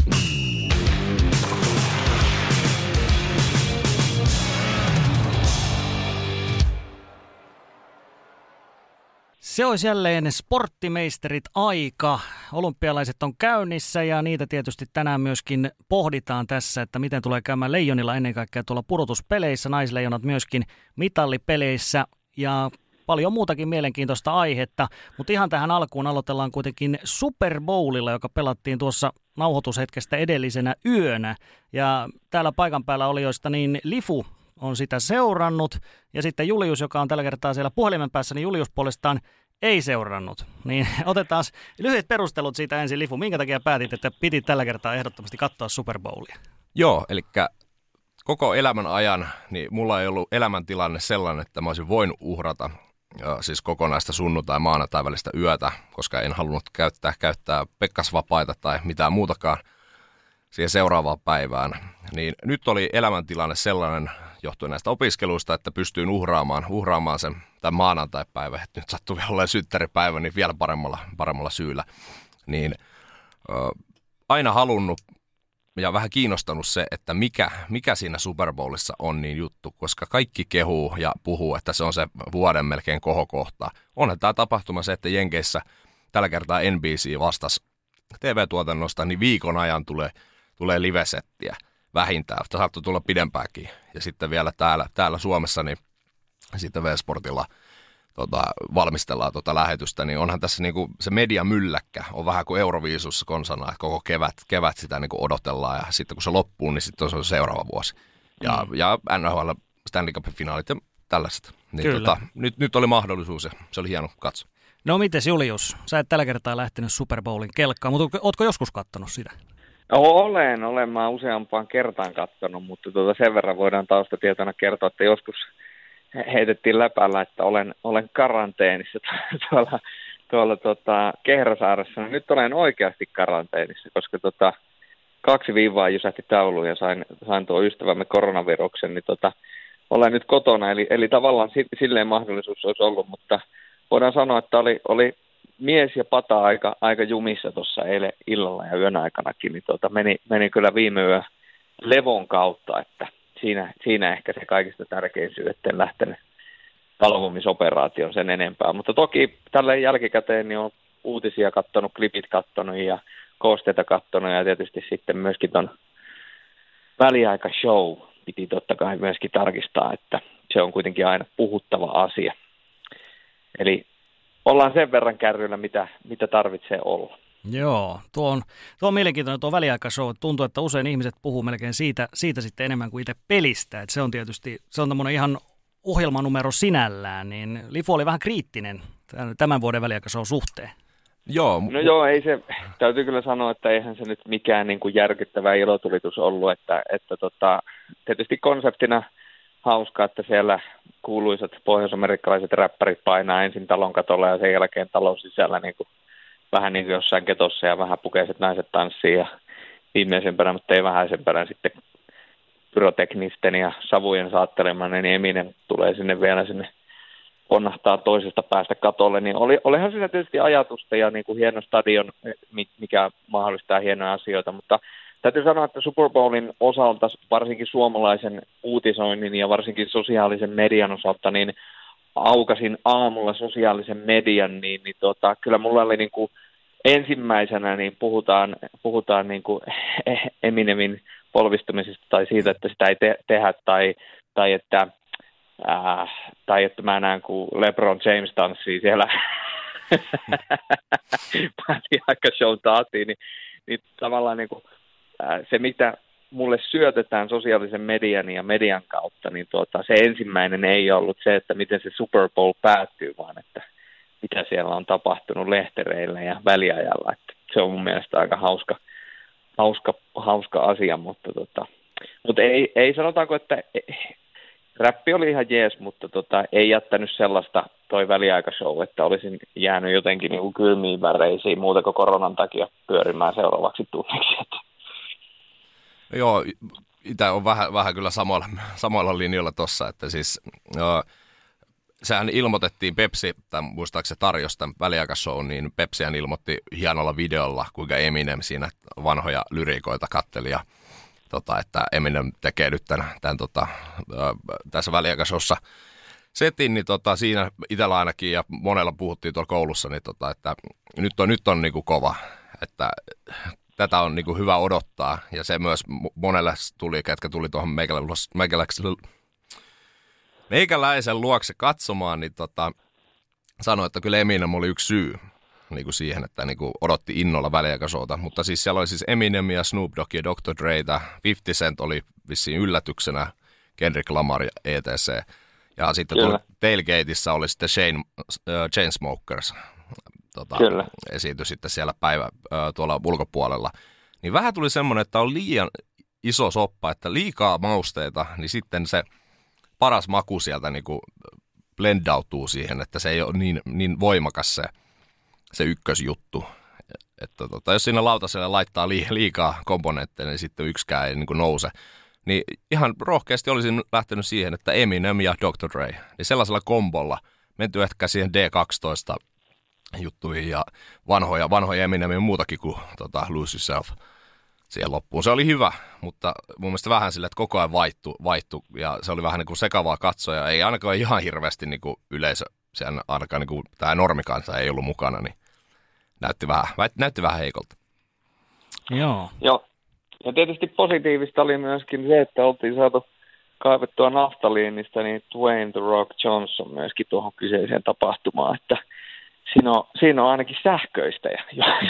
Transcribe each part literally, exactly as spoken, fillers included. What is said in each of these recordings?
Se olisi jälleen sporttimeisterit aika. Olympialaiset on käynnissä ja niitä tietysti tänään myöskin pohditaan tässä, että miten tulee käymään Leijonilla ennen kaikkea tuolla pudotuspeleissä, naisleijonat myöskin mitallipeleissä ja paljon muutakin mielenkiintoista aihetta. Mutta ihan tähän alkuun aloitellaan kuitenkin Super Bowlilla, joka pelattiin tuossa nauhoitushetkestä edellisenä yönä. Ja täällä paikan päällä olijoista niin Lifu on sitä seurannut ja sitten Julius, joka on tällä kertaa siellä puhelimen päässä, niin Julius puolestaan ei seurannut. Niin otetaan lyhyet perustelut siitä ensin, Lifu. Minkä takia päätit, että piti tällä kertaa ehdottomasti katsoa Super Bowlia? Joo, eli koko elämän ajan niin mulla ei ollut elämäntilanne sellainen, että mä olisin voinut uhrata ja siis kokonaista sunnuntai- maanantai välistä yötä, koska en halunnut käyttää, käyttää pekkasvapaita tai mitään muutakaan siihen seuraavaan päivään. Niin nyt oli elämäntilanne sellainen, johtuen näistä opiskeluista, että pystyin uhraamaan, uhraamaan sen tämän maanantai-päivän, että nyt sattui vielä olemaan synttäripäivä, niin vielä paremmalla, paremmalla syyllä. Niin ö, aina halunnut ja vähän kiinnostanut se, että mikä, mikä siinä Super Bowlissa on niin juttu, koska kaikki kehuu ja puhuu, että se on se vuoden melkein kohokohta. Onhan tämä tapahtuma se, että Jenkeissä tällä kertaa N B C vastasi T V-tuotannosta, niin viikon ajan tulee, tulee livesettiä. Vähintään, että saattoi tulla pidempääkin. Ja sitten vielä täällä, täällä Suomessa, niin sitten V-Sportilla tota, valmistellaan tuota lähetystä, niin onhan tässä niinku, se mediamylläkkä on vähän kuin Euroviisussa konsana, että koko kevät, kevät sitä niinku odotellaan, ja sitten kun se loppuu, niin sitten on se seuraava vuosi. Ja, mm. ja N H L Stanley Cup-finaalit ja tällaista. Niin tota, nyt, nyt oli mahdollisuus ja se oli hieno katsoa. No mites Julius, sä et tällä kertaa lähtenyt Super Bowlin kelkkaan, mutta ootko joskus kattonut sitä? Olen, olen. Mä useampaan kertaan katsonut, mutta tuota sen verran voidaan taustatietona kertoa, että joskus heitettiin läpällä, että olen, olen karanteenissa tuolla, tuolla tuota, Kehräsaaressa. Nyt olen oikeasti karanteenissa, koska tota, kaksi viivaa jysähti tauluun ja sain, sain tuo ystävämme koronaviruksen, niin tota, olen nyt kotona. Eli, eli tavallaan silleen mahdollisuus olisi ollut, mutta voidaan sanoa, että oli... oli mies ja pata aika, aika jumissa tuossa eilen illalla ja yön aikanakin, niin tuota, meni, meni kyllä viime yö levon kautta, että siinä, siinä ehkä se kaikista tärkein syy, etten lähtenyt talvomisoperaation sen enempää. Mutta toki tälleen jälkikäteen niin on uutisia kattonut, klipit kattonut ja koosteita kattonut ja tietysti sitten myöskin ton väliaikashow piti totta kai myöskin tarkistaa, että se on kuitenkin aina puhuttava asia. Eli ollaan sen verran kärryillä, mitä, mitä tarvitsee olla. Joo, tuo on, tuo on mielenkiintoinen tuo väliaikashow. Tuntuu, että usein ihmiset puhuu melkein siitä, siitä sitten enemmän kuin itse pelistä. Et se on tietysti se on tämmöinen ihan ohjelmanumero sinällään, niin Lifu oli vähän kriittinen tämän vuoden väliaikashow suhteen. Joo. No joo, ei se, täytyy kyllä sanoa, että eihän se nyt mikään niin kuin järkyttävä ilotulitus ollut, että, että tota, tietysti konseptina hauskaa, että siellä kuuluisat pohjois-amerikkalaiset räppärit painaa ensin talon katolla ja sen jälkeen talon sisällä niin kuin, vähän niin kuin jossain ketossa ja vähän pukeiset naiset tanssii ja viimeisempänä, mutta ei vähäisempänä sitten pyroteknisten ja savujen saattelemana, niin Eminem tulee sinne vielä sinne ponnahtaa toisesta päästä katolle, niin oli, olihan siinä tietysti ajatusta ja niin kuin hieno stadion, mikä mahdollistaa hienoja asioita, mutta täytyy sanoa, että Super Bowlin osalta, varsinkin suomalaisen uutisoinnin ja varsinkin sosiaalisen median osalta, niin aukasin aamulla sosiaalisen median, niin, niin tota, kyllä mulla oli niin kuin ensimmäisenä, niin puhutaan, puhutaan niin kuin Eminemin polvistumisesta tai siitä, että sitä ei te- tehdä tai, tai, että, äh, tai että mä näen, kun LeBron James tanssii siellä aika show taatiin, niin, niin tavallaan niin kuin se, mitä mulle syötetään sosiaalisen median ja median kautta, niin tuota, se ensimmäinen ei ollut se, että miten se Super Bowl päättyy, vaan että mitä siellä on tapahtunut lehtereillä ja väliajalla. Että se on mun mielestä aika hauska, hauska, hauska asia, mutta, tota, mutta ei, ei sanotaanko, että räppi oli ihan jees, mutta tota, ei jättänyt sellaista toi väliaikashow, että olisin jäänyt jotenkin niin kuin kylmiin väreisiin muuta kuin koronan takia pyörimään seuraavaksi tunniksi. Joo, itse on vähän, vähän kyllä samalla, samalla linjalla tuossa, että siis joo, sehän ilmoitettiin Pepsi, tai muistaakseni tarjosi tämän väliaikashown, niin Pepsihän ilmoitti hienolla videolla, kuinka Eminem siinä vanhoja lyriikoita katteli ja tota, että Eminem tekee nyt tämän, tämän tota, tässä väliaikaisossa setin, niin tota, siinä itsellä ainakin ja monella puhuttiin tuolla koulussa, niin tota, että nyt on, nyt on niin kuin kova, että tätä on niin kuin hyvä odottaa ja se myös monelle tuli, ketkä tuli tuohon meikäläisen, meikäläisen luokse katsomaan, niin tota, sanoi, että kyllä Eminem oli yksi syy niin kuin siihen, että niin kuin odotti innolla väliaikaisouta. Mutta siis siellä oli siis Eminem ja Snoop Dogg ja doktor Dreitä. fifty Cent oli vissiin yllätyksenä, Kendrick Lamar ja et cetera. Ja sitten tuli Tailgateissa oli sitten Shane, uh, Chainsmokers tota, esiintyi sitten siellä päivä uh, tuolla ulkopuolella. Niin vähän tuli semmoinen, että on liian iso soppa, että liikaa mausteita, niin sitten se paras maku sieltä niin kuin blendautuu siihen, että se ei ole niin, niin voimakas se, se ykkösjuttu. Että tota, jos siinä lautaselle laittaa liikaa komponentteja, niin sitten yksikään ei niin kuin nouse. Niin ihan rohkeasti olisin lähtenyt siihen, että Eminem ja doktor Dre, niin sellaisella kombolla menty ehkä siihen D kaksitoista juttuihin ja vanhoja, vanhoja Eminem ja muutakin kuin tota, Lose Yourself siihen loppuun. Se oli hyvä, mutta mun mielestä vähän sille, että koko ajan vaihtu, vaihtu ja se oli vähän niin kuin sekavaa katsoja. Ei ainakaan ihan hirveästi niin kuin yleisö, sen ainakaan niin kuin tämä normikansa ei ollut mukana, niin näytti vähän, näytti vähän heikolta. Joo. Joo. Ja tietysti positiivista oli myöskin se, että oltiin saatu kaivettua naftaliinista, niin Dwayne The Rock Johnson myöskin tuohon kyseiseen tapahtumaan, että siinä on, siinä on ainakin sähköistä. Ja,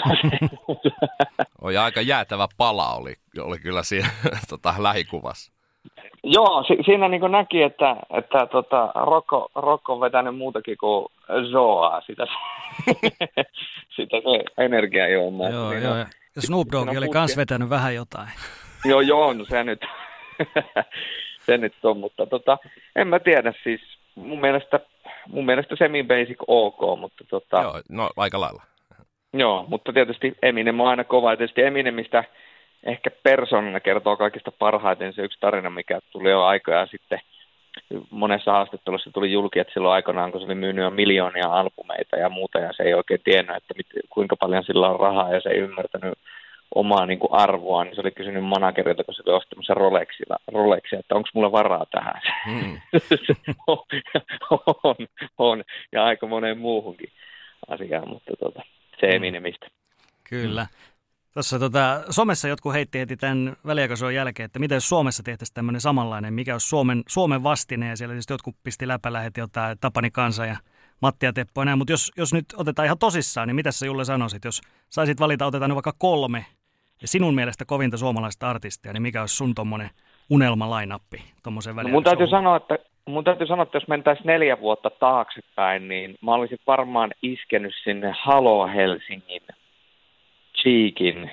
ja aika jäätävä pala oli, oli kyllä siinä tota, lähikuvassa. Joo, si- siinä niin kuin näki, että, että tota, Rocco, Rocco on vetänyt muutakin kuin Zoaa, sitä, sitä se energiajuomaa. Joo, joo. Ja Snoop Dogg oli kans vetänyt vähän jotain. Joo, joo, no se nyt, se nyt on, mutta tota, en mä tiedä siis, mun mielestä, mun mielestä semi-basic ok, mutta tota... Joo, no aika lailla. Joo, mutta tietysti Eminem on aina kova, ja tietysti Eminemistä ehkä persoonana kertoo kaikista parhaiten se yksi tarina, mikä tuli jo aikoja sitten. Monessa haastattelussa tuli julki, että silloin aikanaan, kun se oli myynyt jo miljoonia albumeita ja muuta, ja se ei oikein tiennyt, että mit, kuinka paljon sillä on rahaa, ja se ei ymmärtänyt omaa niin kuin arvoa, niin se oli kysynyt managerilta, kun se oli ostamassa Rolexilla, Rolexia, että onko mulla varaa tähän. Mm. on, on, on, ja aika moneen muuhunkin asiaan, mutta tota, se Eminemistä. Kyllä. Tuossa tota, somessa jotkut heitti heti tämän väliaikaisuuden jälkeen, että mitä jos Suomessa tehtäisiin tämmöinen samanlainen, mikä olisi Suomen, Suomen vastine, ja siellä tietysti jotkut pisti läpällä heti jotain Tapani Kansa ja Matti ja Teppo ja näin, mutta jos, jos nyt otetaan ihan tosissaan, niin mitä sä Julle sanoisit, jos saisit valita, otetaan nyt vaikka kolme, ja sinun mielestä kovinta suomalaista artistia, niin mikä olisi sun tommonen unelma-lainappi tuommoisen väliaikaisuuden? No mun täytyy sanoa, että Mun täytyy sanoa, että jos mentäisiin neljä vuotta taaksepäin, niin mä olisin varmaan iskenyt sinne Halo Helsingin, Cheekin.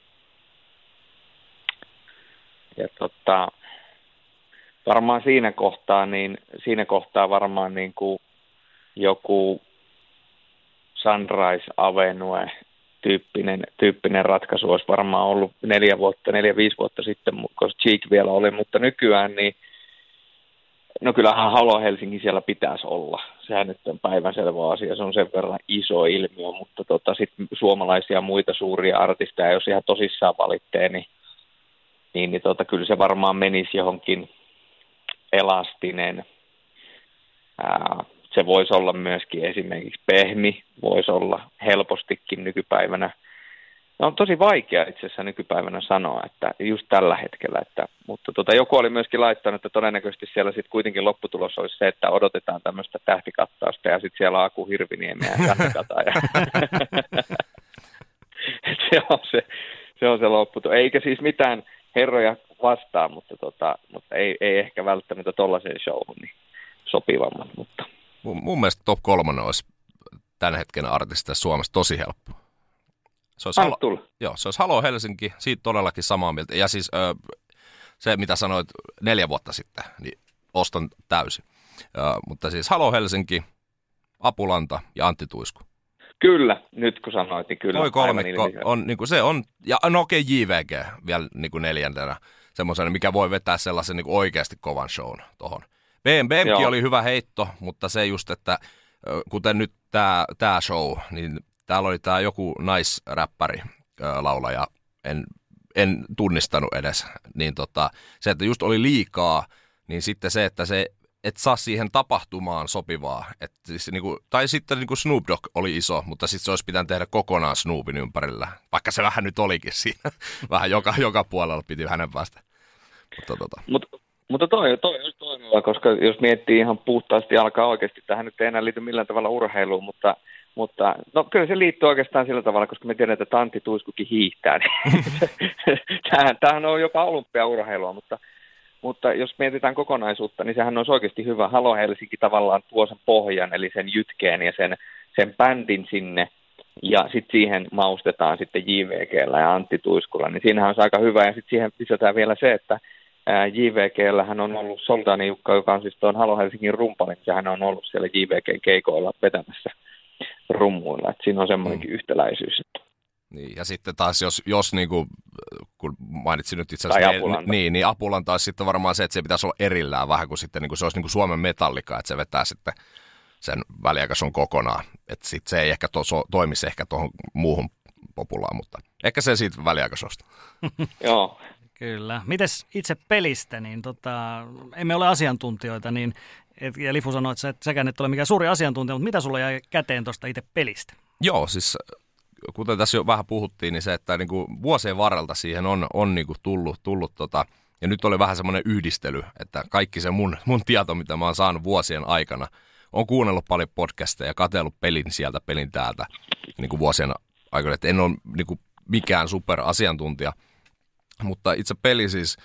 Ja tota, varmaan siinä kohtaa, niin siinä kohtaa varmaan niin kuin joku Sunrise Avenue tyyppinen, tyyppinen ratkaisu olisi varmaan ollut neljä vuotta, neljä, viisi vuotta sitten, koska Cheek vielä oli, mutta nykyään niin no kyllähän Halo Helsinki siellä pitäisi olla. Sehän nyt on päivänselvä asia, se on sen verran iso ilmiö, mutta tota, sitten suomalaisia muita suuria artisteja, jos ihan tosissaan valitteen, niin, niin, niin tota, kyllä se varmaan menisi johonkin Elastinen. Ää, se voisi olla myöskin esimerkiksi Pehmi, voisi olla helpostikin nykypäivänä. No, on tosi vaikea itse asiassa nykypäivänä sanoa, että just tällä hetkellä, että, mutta tota, joku oli myöskin laittanut, että todennäköisesti siellä sitten kuitenkin lopputulos olisi se, että odotetaan tämmöistä tähtikattausta ja sitten siellä on Aku Hirviniemi ja Kattikata. Ja se, on se, se on se lopputulos. Eikä siis mitään herroja vastaan, mutta, tota, mutta ei, ei ehkä välttämättä tollaiseen showhun niin sopivamman. Mutta. Mun, mun mielestä top kolmonen olisi tämän hetken artista Suomessa tosi helppo. Se olisi, Halo, joo, se olisi Halo Helsinki, siitä todellakin samaa mieltä. Ja siis ö, se, mitä sanoit neljä vuotta sitten, niin ostan täysin. Ö, mutta siis Halo Helsinki, Apulanta ja Antti Tuisku. Kyllä, nyt kun sanoit, niin kyllä. Toi kolmikko on, niin kuin se on, ja no okei okay, J V G vielä niin kuin neljäntenä, semmoisen, mikä voi vetää sellaisen niin kuin oikeasti kovan shown tuohon. B M B:kin oli hyvä heitto, mutta se just, että kuten nyt tämä show, niin täällä oli tämä joku naisräppäri, laulaja, en, en tunnistanut edes. Niin tota, se, että just oli liikaa, niin sitten se, että se et saa siihen tapahtumaan sopivaa. Et siis niinku, tai sitten niinku Snoop Dogg oli iso, mutta sitten se olisi pitänyt tehdä kokonaan Snoopin ympärillä. Vaikka se vähän nyt olikin siinä. Vähän joka, joka puolella piti hänen päästä. Mutta, tota. Mut, mutta toi, toi on toimiva, koska jos miettii ihan puhtaasti, alkaa oikeasti, tähän nyt ei enää liity millään tavalla urheiluun, mutta, mutta no kyllä se liittyy oikeastaan sillä tavalla, koska me tiedetään, että Antti Tuiskukin hiihtää. Niin tämähän, tämähän on jopa olympiaurheilua, mutta Mutta jos mietitään kokonaisuutta, niin sehän olisi oikeasti hyvä. Halo Helsinki tavallaan tuo sen pohjan, eli sen jytkeen ja sen, sen bändin sinne, ja sitten siihen maustetaan sitten J V G:llä ja Antti Tuiskulla, niin siinähän on aika hyvä. Ja sitten siihen lisätään vielä se, että J V G:llähän on ollut Soldaani Jukka, joka on siis tuon Halo Helsingin rumpali, niin sehän on ollut siellä J V G:n keikoilla vetämässä rummuilla. Et siinä on semmoinenkin mm. yhtäläisyys. Niin, ja sitten taas, jos, jos niin kuin, kun mainitsin nyt itse asiassa, Apulanta. Niin, niin Apulan taas sitten varmaan se, että se pitäisi olla erillään vähän kuin sitten niin kuin se olisi niin kuin Suomen Metallika, että se vetää sitten sen väliaikaisen kokonaan. Että sitten se ei ehkä to, so, toimisi ehkä tuohon muuhun populaan, mutta ehkä se siitä väliaikaisesta. Joo. Kyllä. Mites itse pelistä, niin tota, emme ole asiantuntijoita, niin, et, ja Lifu sanoi, että sä, säkään et ole mikään suuri asiantuntija, mutta mitä sulla jäi käteen tuosta itse pelistä? Joo, siis kuten tässä jo vähän puhuttiin, niin se, että niin kuin vuosien varrelta siihen on, on niin kuin tullut, tullut tota, ja nyt oli vähän semmoinen yhdistely, että kaikki se mun, mun tieto, mitä mä oon saanut vuosien aikana, on kuunnellut paljon podcasteja ja katsellut pelin sieltä, pelin täältä niin kuin vuosien aikana, että en ole niin kuin mikään superasiantuntija, mutta itse peli siis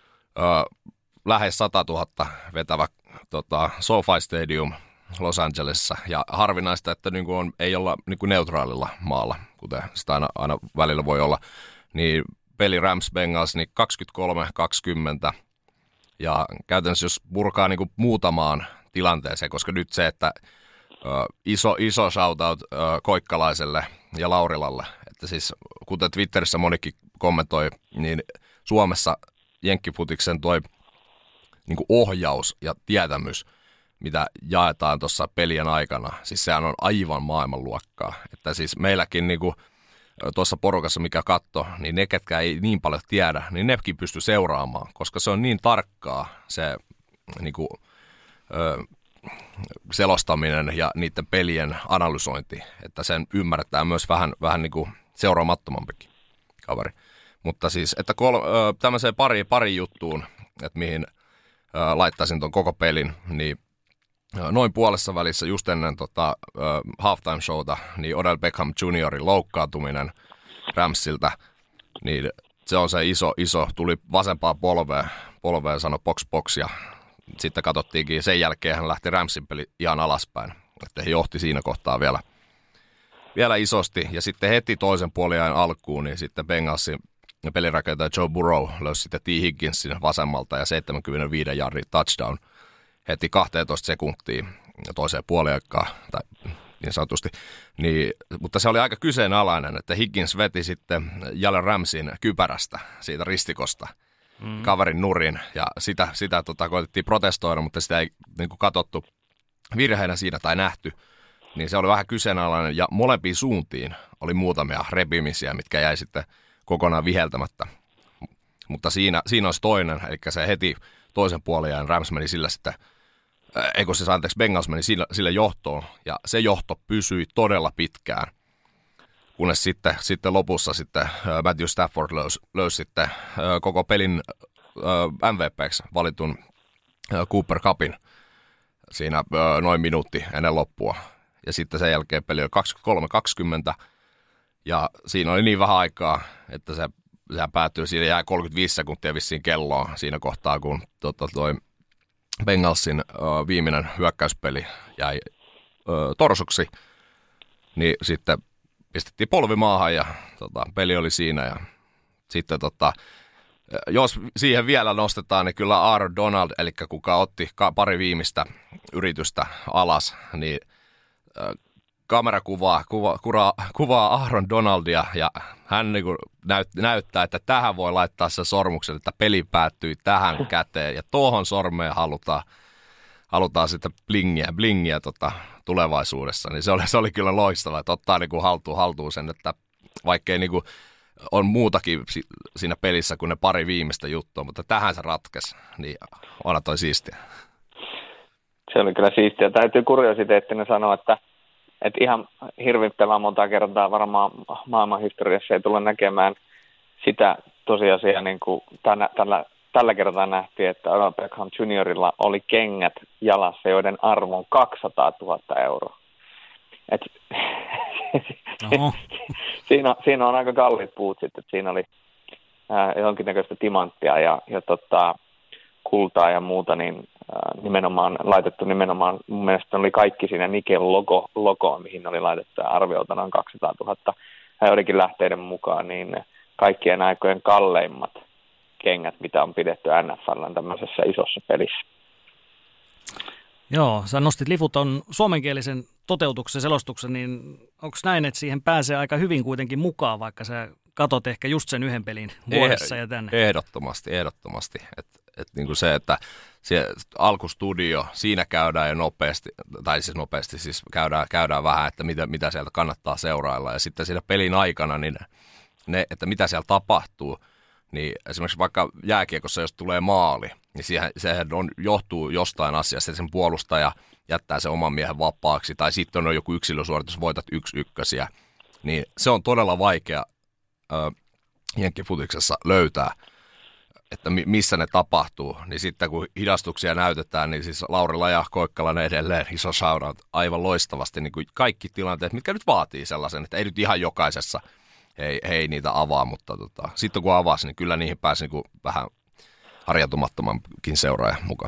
äh, lähes sata tuhatta vetävä tota, SoFi Stadium Los Angelesissa, ja harvinaista, että niin kuin on, ei olla niin kuin neutraalilla maalla, kuten sitä aina, aina välillä voi olla, niin peli Rams Bengals niin kaksikymmentäkolme kaksikymmentä, ja käytännössä jos purkaa niin kuin muutamaan tilanteeseen, koska nyt se, että ö, iso, iso shoutout ö, Koikkalaiselle ja Laurilalle, että siis kuten Twitterissä monikin kommentoi, niin Suomessa jenkkifutiksen toi niin kuin ohjaus ja tietämys, mitä jaetaan tuossa pelien aikana, siis sehän on aivan maailmanluokkaa. Että siis meilläkin niinku, tuossa porukassa, mikä katto, niin ne, ketkä ei niin paljon tiedä, niin nekin pysty seuraamaan, koska se on niin tarkkaa se niinku, ö, selostaminen ja niiden pelien analysointi, että sen ymmärretään myös vähän, vähän niinku seuraamattomampikin kaveri. Mutta siis, että kol, ö, tämmöiseen pari, pari juttuun, että mihin ö, laittaisin tuon koko pelin, niin noin puolessa välissä just ennen tota, uh, halftime showta, niin Odell Beckham juniorin loukkaantuminen Ramsilta, niin se on se iso, iso, tuli vasempaan polveen, polveen sanoi box box, ja sitten katsottiinkin, sen jälkeen hän lähti Ramsin peli ihan alaspäin, että he johti siinä kohtaa vielä, vielä isosti, ja sitten heti toisen puoliajan alkuun, niin sitten Bengalsin pelirakentaja Joe Burrow löysi sitten T. Higginsin vasemmalta, ja seitsemänkymmentäviisi yardin touchdown heti kaksitoista sekuntia toiseen puoliaikaan, tai niin sanotusti. Niin, mutta se oli aika kyseenalainen, että Higgins veti sitten Jalen Ramsin kypärästä siitä ristikosta mm. kaverin nurin, ja sitä, sitä tota, koitettiin protestoida, mutta sitä ei niin kuin katsottu virheenä siinä tai nähty. Niin se oli vähän kyseenalainen, ja molempiin suuntiin oli muutamia repimisiä, mitkä jäi sitten kokonaan viheltämättä. Mutta siinä, siinä olisi toinen, eli se heti toisen puoliajan Rams meni sillä sitten, eikö se anteeksi, Bengals meni sille, sille johtoon, ja se johto pysyi todella pitkään, kunnes sitten, sitten lopussa sitten Matthew Stafford löysi, löysi sitten koko pelin M V P:ksi valitun Cooper Cupin siinä noin minuutti ennen loppua, ja sitten sen jälkeen peli oli kaksikymmentäkolme kaksikymmentä, ja siinä oli niin vähän aikaa, että se sehän päättyy, siinä jää kolmekymmentäviisi sekuntia vissiin kelloa siinä kohtaa, kun tota, toi Bengalsin ö, viimeinen hyökkäyspeli jäi ö, torsuksi, niin sitten pistettiin polvi maahan ja tota, peli oli siinä. Ja sitten tota, jos siihen vielä nostetaan, niin kyllä Aaron Donald, eli kuka otti pari viimeistä yritystä alas, niin ö, kamera kuvaa, kuva, kuvaa, kuvaa Aaron Donaldia, ja hän niin kuin näyt, näyttää, että tähän voi laittaa sen sormuksen, että peli päättyy tähän käteen, ja tuohon sormeen halutaan, halutaan sitten blingiä, blingiä tota, tulevaisuudessa. Niin se oli, se oli kyllä loistava, että ottaa niin kuin haltuun, haltuun sen, että vaikkei niin kuin, on muutakin siinä pelissä kuin ne pari viimeistä juttua, mutta tähän se ratkesi, niin onhan toi siistiä. Se oli kyllä siistiä. Täytyy kuriositeettina sanoa, että, että ihan hirvittävän monta kertaa varmaan maailmanhistoriassa ei tulla näkemään sitä tosiasiaa, niin kuin tänä, tällä, tällä kertaa nähtiin, että Odell Beckham juniorilla oli kengät jalassa, joiden arvo on kaksisataatuhatta euroa. Et, siinä, siinä on aika kalliit puut sitten, että siinä oli ää, jonkinnäköistä timanttia ja, ja tota, kultaa ja muuta, niin ää, nimenomaan laitettu nimenomaan, mun mielestä oli kaikki siinä Niken logo, logoon, mihin oli laitettu arviolta noin kaksisataatuhatta, ja joidenkin lähteiden mukaan, niin kaikkien aikojen kalleimmat kengät, mitä on pidetty N F L:n tämmöisessä isossa pelissä. Joo, sä nostit lifuton suomenkielisen toteutuksen selostuksen, niin onko näin, että siihen pääsee aika hyvin kuitenkin mukaan, vaikka sä katot ehkä just sen yhden pelin vuodessa ja tänne? Ehdottomasti, ehdottomasti. Et, et niin kuin se, että se alkustudio, siinä käydään jo nopeasti, tai siis nopeasti siis käydään, käydään vähän, että mitä, mitä sieltä kannattaa seurailla. Ja sitten siinä pelin aikana, niin ne, että mitä siellä tapahtuu, niin esimerkiksi vaikka jääkiekossa, jos tulee maali, niin siihen, sehän on, johtuu jostain asiasta, että sen puolustaja jättää sen oman miehen vapaaksi, tai sitten on joku yksilösuoritus, voitat yksi ykkösiä, niin se on todella vaikea ö, jenkkifutiksessa löytää, että mi, missä ne tapahtuu. Niin sitten kun hidastuksia näytetään, niin siis Lauri Laja-Koikkalainen edelleen iso shoutout aivan loistavasti, niin kuin kaikki tilanteet, mitkä nyt vaatii sellaisen, että ei nyt ihan jokaisessa Hei, hei niitä avaa, mutta tota, sitten kun avasi, niin kyllä niihin pääsi niin vähän harjautumattomankin seuraaja mukaan.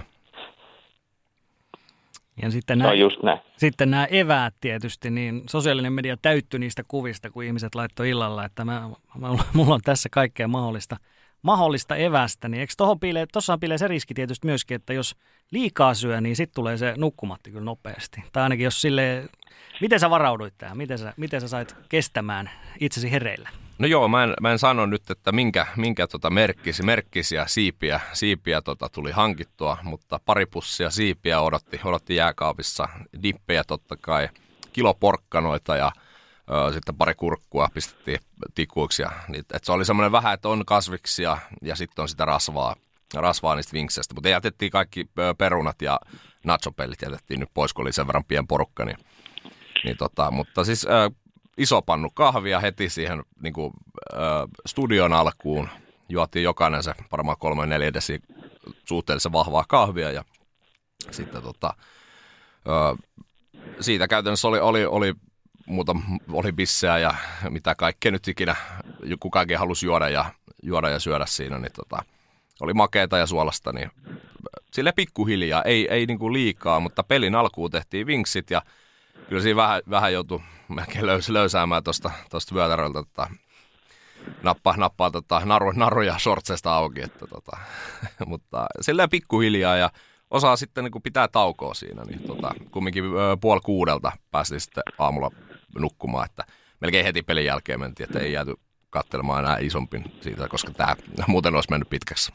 Ja sitten nämä, no just näin. Sitten nämä eväät tietysti, niin sosiaalinen media täyttyi niistä kuvista, kun ihmiset laittoi illalla, että mä, mä, mulla on tässä kaikkea mahdollista, mahdollista evästä. Niin eikö tuohon piilee, tuossa piilee se riski tietysti myöskin, että jos liikaa syö, niin sitten tulee se nukkumatti kyllä nopeasti. Tai ainakin jos silleen, miten sä varauduit tähän? Miten sä, miten sä sait kestämään itsesi hereillä? No joo, mä en, mä en sano nyt, että minkä, minkä tota merkkisi, merkkisiä siipiä, siipiä tota tuli hankittua, mutta pari pussia siipiä odotti, odotti jääkaapissa, dippejä totta kai, kilo porkkanoita ja ö, sitten pari kurkkua pistettiin tikuiksi. Ja, et se oli semmoinen vähän, että on kasviksia ja sitten on sitä rasvaa, rasvaa niistä vinkseistä, mutta jätettiin kaikki perunat ja nachopellit jätettiin nyt pois, kun oli sen verran pien porukka. Niin, niin tota, mutta siis ö, iso pannu kahvia heti siihen niin kuin, ö, studion alkuun. Juotiin jokainen se varmaan kolme neljä desi suhteellisen vahvaa kahvia ja sitten tota, ö, siitä käytännössä oli, oli, oli muuta, oli bissejä ja mitä kaikkea nyt ikinä kukaankin halusi juoda ja, juoda ja syödä siinä, niin tota, oli makeeta ja suolasta, niin sille pikkuhiljaa, ei, ei niin kuin liikaa, mutta pelin alkuun tehtiin vinksit ja kyllä siinä vähän, vähän joutui melkein löys, löysäämään tuosta vyötäröltä tota, nappaa, nappaa tota, naru, naruja shortseista auki, että, tota, mutta silleen pikkuhiljaa ja osaa sitten niin kuin pitää taukoa siinä, niin tota, kumminkin ö, puoli kuudelta päästiin sitten aamulla nukkumaan, että melkein heti pelin jälkeen mentiin, että ei jääty katselemaan enää isompin siitä, koska tämä muuten olisi mennyt pitkäksi.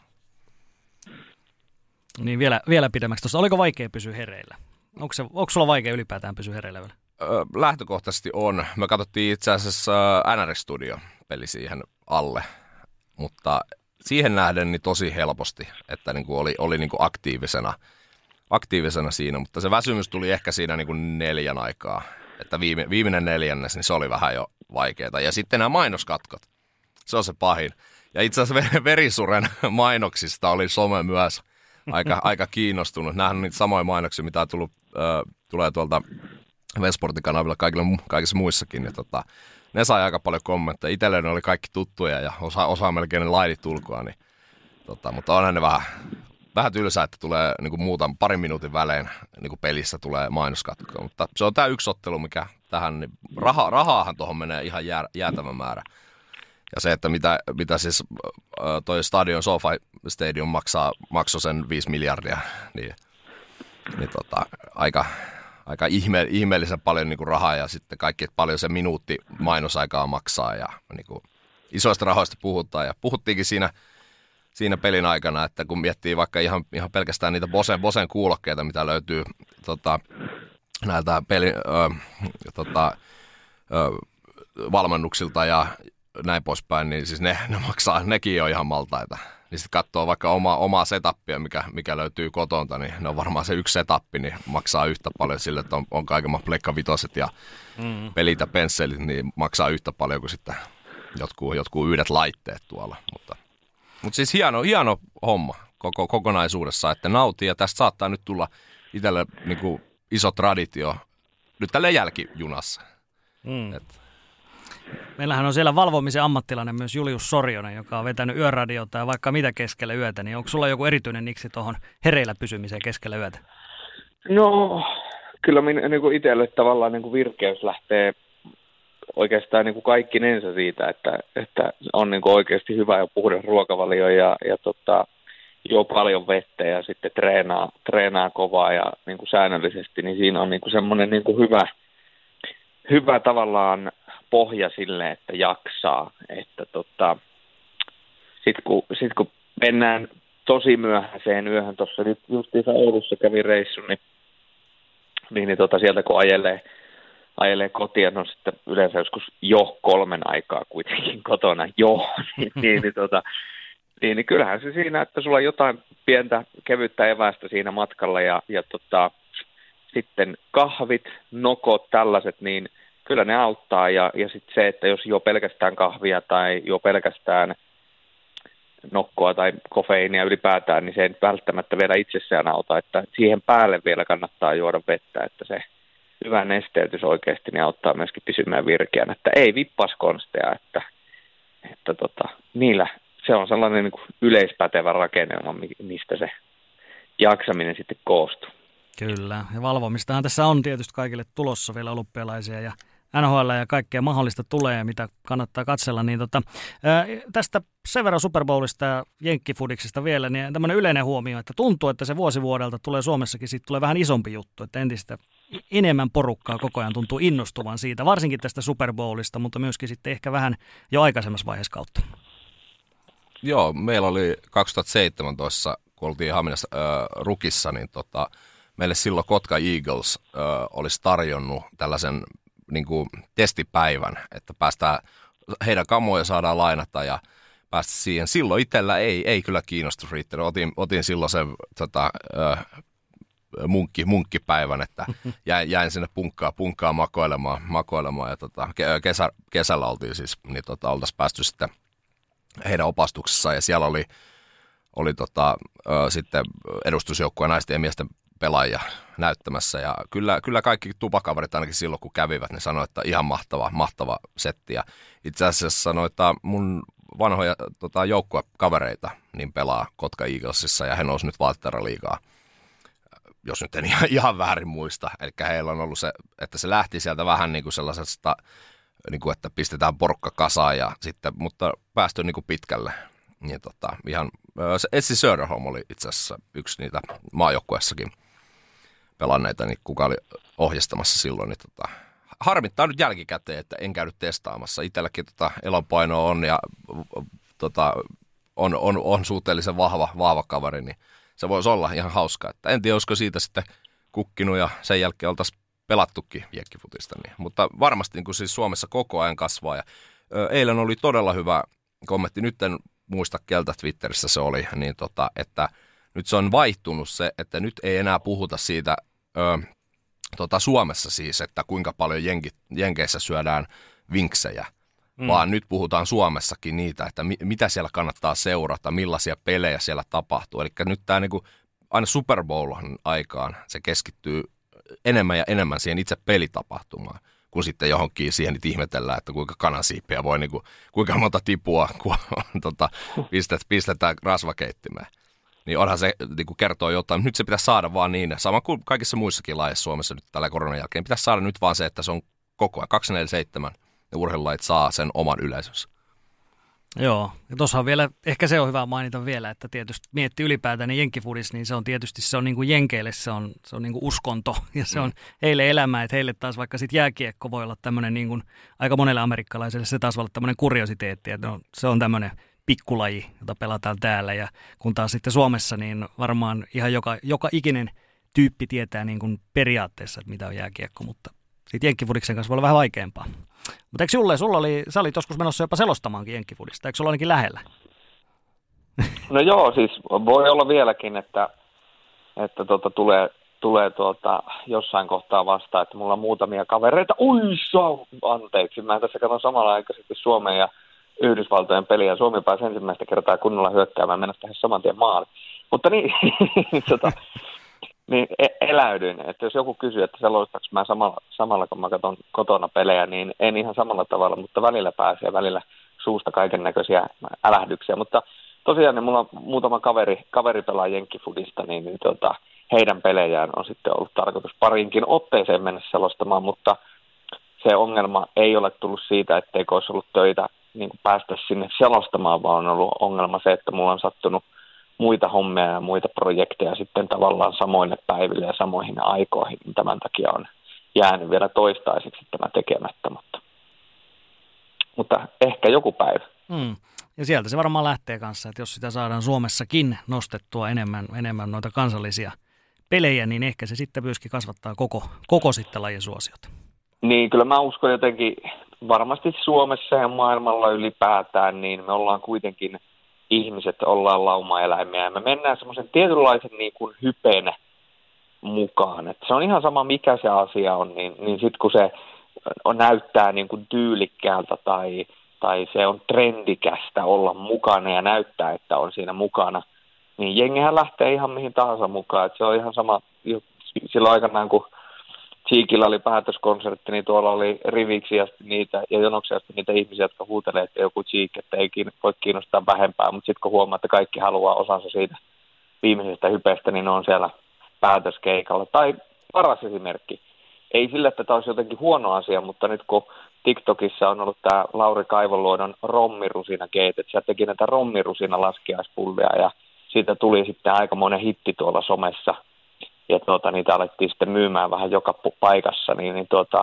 Niin vielä, vielä pidemmäksi tuossa. Oliko vaikea pysyä hereillä? Onko, se, onko sulla vaikea ylipäätään pysyä hereillä vielä? Öö, lähtökohtaisesti on. Me katsottiin itse asiassa N R Studio-peli siihen alle, mutta siihen nähden niin tosi helposti, että niin kuin oli, oli niin kuin aktiivisena, aktiivisena siinä, mutta se väsymys tuli ehkä siinä niin kuin neljän aikaa, että viime, viimeinen neljännes, niin se oli vähän jo vaikeaa. Ja sitten nämä mainoskatkot, se on se pahin. Ja itse asiassa Verisuren mainoksista oli some myös aika, aika kiinnostunut. Nämähän on niitä samoja mainoksia, mitä on tullut, äh, tulee tuolta Vesportin kanavilla kaikilla, kaikissa muissakin. Ja tota, ne sai aika paljon kommentteja. Itselleen oli kaikki tuttuja ja osa, osa melkein ne laidit ulkoa. Niin, tota, mutta onhan ne vähän, vähän tylsää, että tulee niin kuin muutaman parin minuutin välein niin kuin pelissä tulee mainoskatko. Mutta se on tämä yksi ottelu, mikä tähän, niin raha, rahaahan tuohon menee ihan jää, jäätävä määrä. Ja se, että mitä, mitä siis toi Stadion SoFi Stadium maksaa, maksoi sen viisi miljardia, niin, niin tota, aika, aika ihme, ihmeellisen paljon niin kuin rahaa ja sitten kaikki, että paljon se minuutti mainosaikaa maksaa ja niin kuin isoista rahoista puhutaan. Ja puhuttiinkin siinä, siinä pelin aikana, että kun miettii vaikka ihan, ihan pelkästään niitä Bosen, Bosen kuulokkeita, mitä löytyy tota, näiltä peli, ö, tota, ö, valmennuksilta ja näin poispäin, niin siis ne, ne maksaa, nekin on ihan maltaita. Niin sitten katsoo vaikka oma, omaa setupia, mikä, mikä löytyy kotonta, niin ne on varmaan se yksi setappi, niin maksaa yhtä paljon sille, että on, on kaiken Pleikka vitoset ja mm. pelit ja pensselit, niin maksaa yhtä paljon kuin sitten jotkut, jotkut yhdet laitteet tuolla. Mutta, mutta siis hieno, hieno homma koko, kokonaisuudessa, että nautii, ja tästä saattaa nyt tulla itselle niin kuin iso traditio nyt tälle jälkijunassa. Mm. Et. Meillähän on siellä valvomisen ammattilainen myös Julius Sorjonen, joka on vetänyt yöradiota ja vaikka mitä keskellä yötä, niin onko sulla joku erityinen niksi tuohon hereillä pysymiseen keskellä yötä? No, kyllä minä niin kuin itselle tavallaan niin kuin virkeys lähtee oikeastaan niin kuin kaikkinensa siitä, että, että on niin kuin oikeasti hyvä ja puhdas ruokavalio ja, ja tota, juo paljon vettä ja sitten treenaa, treenaa kovaa ja niin kuin säännöllisesti, niin siinä on niin kuin semmoinen niin kuin hyvä, hyvä tavallaan pohja sille, että jaksaa. Että tota, sitten kun, sit kun mennään tosi myöhäiseen yöhön, tuossa nyt justiinsa Oulussa kävin reissun, niin, niin, niin tota, sieltä kun ajelee, ajelee kotia, no sitten yleensä joskus jo kolmen aikaa kuitenkin kotona, jo, niin, niin, niin, tota, niin, niin kyllähän se siinä, että sulla on jotain pientä kevyttä evästä siinä matkalla ja, ja tota, sitten kahvit, nokot, tällaiset, niin kyllä ne auttaa ja, ja sitten se, että jos juo pelkästään kahvia tai juo pelkästään nokkoa tai kofeiinia ylipäätään, niin se ei välttämättä vielä itsessään auta, että siihen päälle vielä kannattaa juoda vettä, että se hyvä nesteytys oikeasti niin auttaa myöskin pysymään virkeänä, että ei vippaskonsteja, että, että tota, niillä se on sellainen niin kuin yleispätevä rakennelma, mistä se jaksaminen sitten koostuu. Kyllä, ja valvomistahan tässä on tietysti kaikille tulossa vielä olympialaisia ja N H L ja kaikkea mahdollista tulee, mitä kannattaa katsella. Niin tota, ää, tästä sen verran Super Bowlista ja jenkkifudiksesta vielä, niin tämmöinen yleinen huomio, että tuntuu, että se vuosi vuodelta tulee Suomessakin, siitä tulee vähän isompi juttu, että entistä enemmän porukkaa koko ajan tuntuu innostuvan siitä, varsinkin tästä Super Bowlista, mutta myöskin sitten ehkä vähän jo aikaisemmassa vaiheessa kautta. Joo, meillä oli kaksituhattaseitsemäntoista, kun oltiin Haminassa äh, Rukissa, niin tota, meille silloin Kotka Eagles äh, olisi tarjonnut tällaisen niin kuin testipäivän, että päästään, heidän kamoja saadaan lainata ja päästä siihen. Silloin itsellä ei, ei kyllä kiinnostus riittänyt. Otin, otin silloin sen tota, äh, munkki, munkkipäivän, että jäin, jäin sinne punkkaa, punkkaa makoilemaan, makoilemaan ja tota, kesä, kesällä oltiin siis, niin tota, oltaisiin päästy sitten heidän opastuksessaan ja siellä oli, oli tota, ö, sitten edustusjoukkueen naisten ja miesten pelaajia näyttämässä ja kyllä, kyllä kaikki tupakaverit ainakin silloin kun kävivät, ne sanoivat, että ihan mahtava, mahtava setti ja itse asiassa sanoi, että mun vanhoja tota, joukkuekavereita niin pelaa Kotka Eaglesissa ja he nousi nyt Valttera-liigaa, jos nyt en ihan, ihan väärin muista, eli heillä on ollut se, että se lähti sieltä vähän niin kuin sellaisesta niin kuin, että pistetään porukka kasaan ja sitten, mutta päästy niin kuin pitkälle. Niin tota, ihan, se Essi Söderholm oli itse asiassa yksi niitä maajoukkueessakin pelanneita, niin kuka oli ohjastamassa silloin. Niin tota, harmittaa nyt jälkikäteen, että en käynyt testaamassa. Itselläkin tota, elonpaino on ja tota, on, on, on suhteellisen vahva, vahva kaveri, niin se voisi olla ihan hauska. Että en tiedä, olisiko siitä sitten kukkinut ja sen jälkeen oltaisiin pelattukin jenkkifutista, niin. Mutta varmasti niin kuin siis Suomessa koko ajan kasvaa. Ja, ö, eilen oli todella hyvä kommentti, nyt en muista keltä Twitterissä se oli, niin tota, että nyt se on vaihtunut se, että nyt ei enää puhuta siitä ö, tota Suomessa siis, että kuinka paljon jenkit, jenkeissä syödään vinksejä, mm. vaan nyt puhutaan Suomessakin niitä, että mi, mitä siellä kannattaa seurata, millaisia pelejä siellä tapahtuu. Eli nyt tämä niin kuin, aina Super Bowlin aikaan se keskittyy enemmän ja enemmän siihen itse pelitapahtumaan, kun sitten johonkin siihen nyt ihmetellään, että kuinka kanansiipiä voi, niin kuin, kuinka monta tipua kun tota, pistet, pistetään rasvakeittimeen. Niin onhan se niin kuin kertoo jotain. Nyt se pitäisi saada vaan niin, sama kuin kaikissa muissakin lajeissa Suomessa nyt tällä koronan jälkeen. Pitäisi saada nyt vaan se, että se on koko ajan kaksikymmentäneljä seitsemän ja urheilulajit saa sen oman yleisönsä. Joo, ja tuossa on vielä, ehkä se on hyvä mainita vielä, että tietysti miettii ylipäätään niin jenkkifudis, niin se on tietysti, se on niin kuin jenkeille, se on, se on niin kuin uskonto, ja se on heille elämä, että heille taas vaikka sitten jääkiekko voi olla tämmöinen niin kuin, aika monelle amerikkalaiselle se taas voi olla tämmöinen kuriositeetti, että no, se on tämmöinen pikkulaji, jota pelataan täällä, ja kun taas sitten Suomessa, niin varmaan ihan joka, joka ikinen tyyppi tietää niin kuin periaatteessa, että mitä on jääkiekko, mutta Siitä jenkkifudiksen kanssa voi olla vähän vaikeampaa. Mutta eikö Julle, sulla oli, sä olit joskus menossa jopa selostamaankin jenkkifudista, eikö sulla ainakin lähellä? No joo, siis voi olla vieläkin, että, että tuota, tulee, tulee tuota, jossain kohtaa vastaan, että mulla on muutamia kavereita. Ui, anteeksi, mä tässä katson samalla aikaisesti Suomen ja Yhdysvaltojen peliä. Suomi pääsi ensimmäistä kertaa kunnolla hyökkäämään, mennä tähän saman tien maalle. Mutta niin, tota, niin eläydyin, että jos joku kysyy, että selostaanko mä samalla, samalla kun mä katson kotona pelejä, niin en ihan samalla tavalla, mutta välillä pääsee, välillä suusta kaiken näköisiä älähdyksiä. Mutta tosiaan niin mulla on muutama kaveri, kaveri pelaa jenkkifudista, niin, niin tota, heidän pelejään on sitten ollut tarkoitus parinkin otteeseen mennä selostamaan, mutta se ongelma ei ole tullut siitä, etteikö olisi ollut töitä niin kuin päästä sinne selostamaan, vaan on ollut ongelma se, että mulla on sattunut muita hommia ja muita projekteja sitten tavallaan samoille päiville ja samoihin aikoihin. Tämän takia on jäänyt vielä toistaiseksi tämä tekemättä, mutta, mutta ehkä joku päivä. Mm. Ja sieltä se varmaan lähtee kanssa, että jos sitä saadaan Suomessakin nostettua enemmän, enemmän noita kansallisia pelejä, niin ehkä se sitten myöskin kasvattaa koko, koko sitten lajin suosiota. Niin, kyllä mä uskon jotenkin varmasti Suomessa ja maailmalla ylipäätään, niin me ollaan kuitenkin ihmiset, ollaan laumaeläimiä ja me mennään semmoisen tietynlaisen niin kuin hypen mukaan. Et se on ihan sama, mikä se asia on, niin, niin sitten kun se on, näyttää niin kuin tyylikkäältä tai, tai se on trendikästä olla mukana ja näyttää, että on siinä mukana, niin jengihän lähtee ihan mihin tahansa mukaan. Et se on ihan sama, silloin aikanaan kun Cheekillä oli päätöskonsertti, niin tuolla oli riviksi asti niitä ja jonoksi asti niitä ihmisiä, jotka huutelee, että joku Cheek, että ei voi kiinnostaa vähempää, mutta sitten kun huomaa, että kaikki haluaa osansa siitä viimeisestä hypestä, niin ne on siellä päätöskeikalla. Tai paras esimerkki, ei sillä, että tämä olisi jotenkin huono asia, mutta nyt kun TikTokissa on ollut tämä Lauri Kaivoluodon rommirusina gate, että sieltä teki näitä rommirusina laskiaispullia ja siitä tuli sitten aikamoinen hitti tuolla somessa. Ja tuota, niitä alettiin sitten myymään vähän joka paikassa, niin, niin tuota,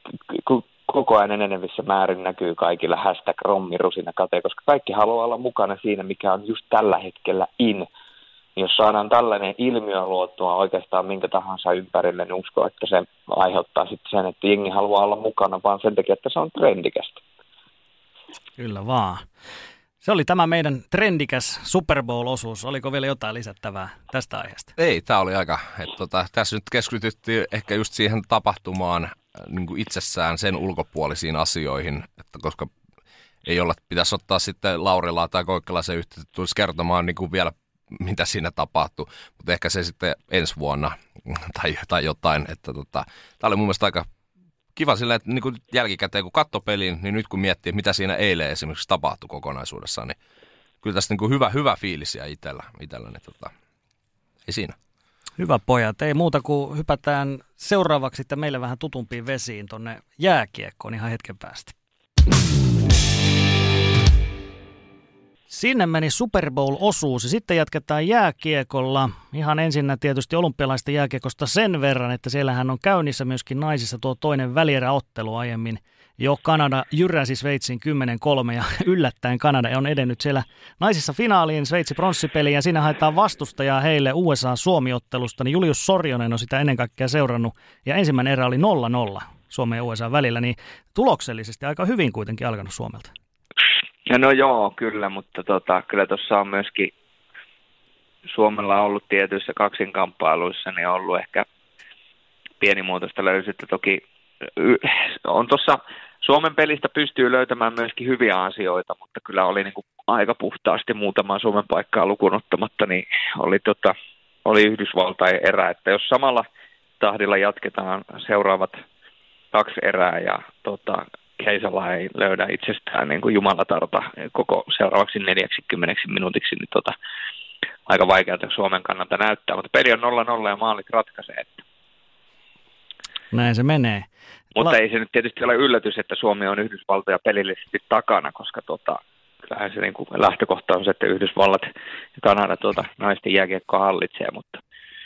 koko ajan enenevissä määrin näkyy kaikilla hashtag rommirusinakate, koska kaikki haluaa olla mukana siinä, mikä on just tällä hetkellä in. Jos saadaan tällainen ilmiö luotua oikeastaan minkä tahansa ympärille, niin uskon, että se aiheuttaa sitten sen, että jengi haluaa olla mukana, vaan sen takia, että se on trendikästä. Kyllä vaan. Se oli tämä meidän trendikäs Super Bowl-osuus. Oliko vielä jotain lisättävää tästä aiheesta? Ei, tämä oli aika. Että tota, tässä nyt keskityttiin ehkä just siihen tapahtumaan niin kuin itsessään sen ulkopuolisiin asioihin, että koska ei olla, pitäisi ottaa sitten Laurilaa tai Koikkalaisen yhteyttä, tulisi kertomaan niin kuin vielä, mitä siinä tapahtui, mutta ehkä se sitten ensi vuonna tai, tai jotain. Että tota, tämä oli mun mielestä aika kiva silleen, että niin kuin jälkikäteen kun katsoi pelin, niin nyt kun miettii, mitä siinä eilen esimerkiksi tapahtui kokonaisuudessaan, niin kyllä tässä niin kuin hyvä, hyvä fiilis ja itsellä, itsellä niin tota, ei siinä. Hyvä pojat, ei muuta kuin hypätään seuraavaksi sitten meille vähän tutumpiin vesiin tonne jääkiekkoon ihan hetken päästä. Sinne meni Super Bowl-osuus ja sitten jatketaan jääkiekolla. Ihan ensinnä tietysti olympialaista jääkiekosta sen verran, että siellähän on käynnissä myöskin naisissa tuo toinen välieräottelu aiemmin. Jo Kanada jyräsi Sveitsin kymmenen kolme ja yllättäen Kanada on edennyt siellä naisissa finaaliin Sveitsi pronssipeliin ja siinä haetaan vastustajaa heille U S A-Suomi-ottelusta. Niin Julius Sorjonen on sitä ennen kaikkea seurannut ja ensimmäinen erä oli nolla nolla Suomen ja U S A välillä, niin tuloksellisesti aika hyvin kuitenkin alkanut Suomelta. No joo, kyllä, mutta tota, kyllä tuossa on myöskin Suomella ollut tietyissä kaksinkamppailuissa, niin on ollut ehkä pienimuotoista löysyyttä. Toki on tuossa Suomen pelistä pystyy löytämään myöskin hyviä asioita, mutta kyllä oli niin kuin aika puhtaasti muutamaa Suomen paikkaa lukuun ottamatta, niin oli, tota, oli Yhdysvaltain erä, että jos samalla tahdilla jatketaan seuraavat kaksi erää ja tota, Keisala ei löydä itsestään niin kuin jumalatarta koko seuraavaksi neljäkymmentä minuutiksi, niin tota, aika vaikealta Suomen kannalta näyttää, mutta peli on nolla nolla ja maalit ratkaisee. Että. Näin se menee. Mutta La- ei se nyt tietysti ole yllätys, että Suomi on Yhdysvaltoja pelillisesti takana, koska tota, kyllähän se niin kuin lähtökohta on se, että Yhdysvallat ja Kanada tuota, naisten jääkiekkoa hallitsee, mutta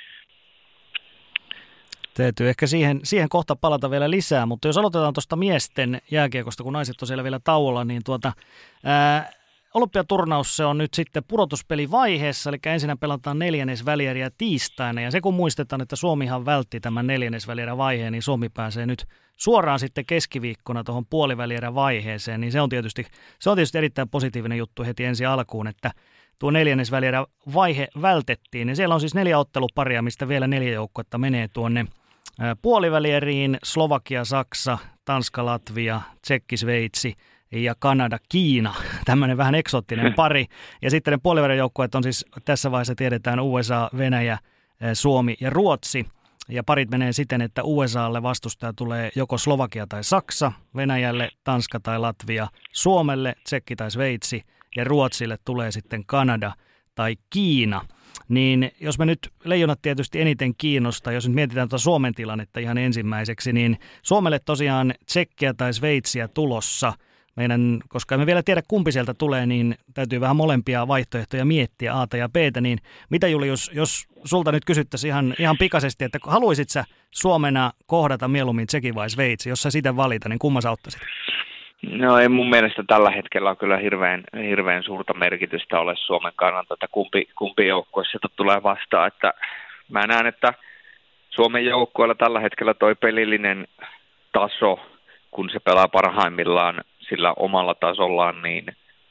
täytyy ehkä siihen, siihen kohta palata vielä lisää, mutta jos aloitetaan tuosta miesten jääkiekosta, kun naiset on siellä vielä tauolla, niin tuota, ää, olympiaturnaus se on nyt sitten pudotuspelivaiheessa, eli ensinnä pelataan neljännesvälieriä tiistaina, ja se kun muistetaan, että Suomihan vältti tämän neljännesvälierä vaiheen, niin Suomi pääsee nyt suoraan sitten keskiviikkona tuohon puolivälierä vaiheeseen, niin se on tietysti, se on tietysti erittäin positiivinen juttu heti ensi alkuun, että tuo neljännesvälierä vaihe vältettiin, ja siellä on siis neljä otteluparia, mistä vielä neljä joukkuetta menee tuonne puolivälieriin: Slovakia, Saksa, Tanska, Latvia, Tsekki, Sveitsi ja Kanada, Kiina. Tämmöinen vähän eksoottinen pari. Ja sitten ne puolivälierän joukkueet on siis tässä vaiheessa tiedetään U S A, Venäjä, Suomi ja Ruotsi. Ja parit menee siten, että U S A:lle vastustaja tulee joko Slovakia tai Saksa, Venäjälle Tanska tai Latvia, Suomelle Tsekki tai Sveitsi ja Ruotsille tulee sitten Kanada tai Kiina. Niin jos me nyt leijonat tietysti eniten kiinnostaa, jos nyt mietitään tuota Suomen tilannetta ihan ensimmäiseksi, niin Suomelle tosiaan Tsekkiä tai Sveitsiä tulossa. Meidän, koska emme vielä tiedä kumpi sieltä tulee, niin täytyy vähän molempia vaihtoehtoja miettiä, A:ta ja B:tä. Niin mitä Julius, jos sulta nyt kysyttäisiin ihan, ihan pikaisesti, että haluaisit sä Suomena kohdata mieluummin Tsekin vai Sveitsi, jos sä sitä valita, niin kumman sä ottaisit? No ei mun mielestä tällä hetkellä on kyllä hirveän, hirveän suurta merkitystä ole Suomen kannalta, että kumpi, kumpi joukkue sieltä tulee vastaan. Että mä näen, että Suomen joukkueella tällä hetkellä toi pelillinen taso, kun se pelaa parhaimmillaan sillä omalla tasollaan, niin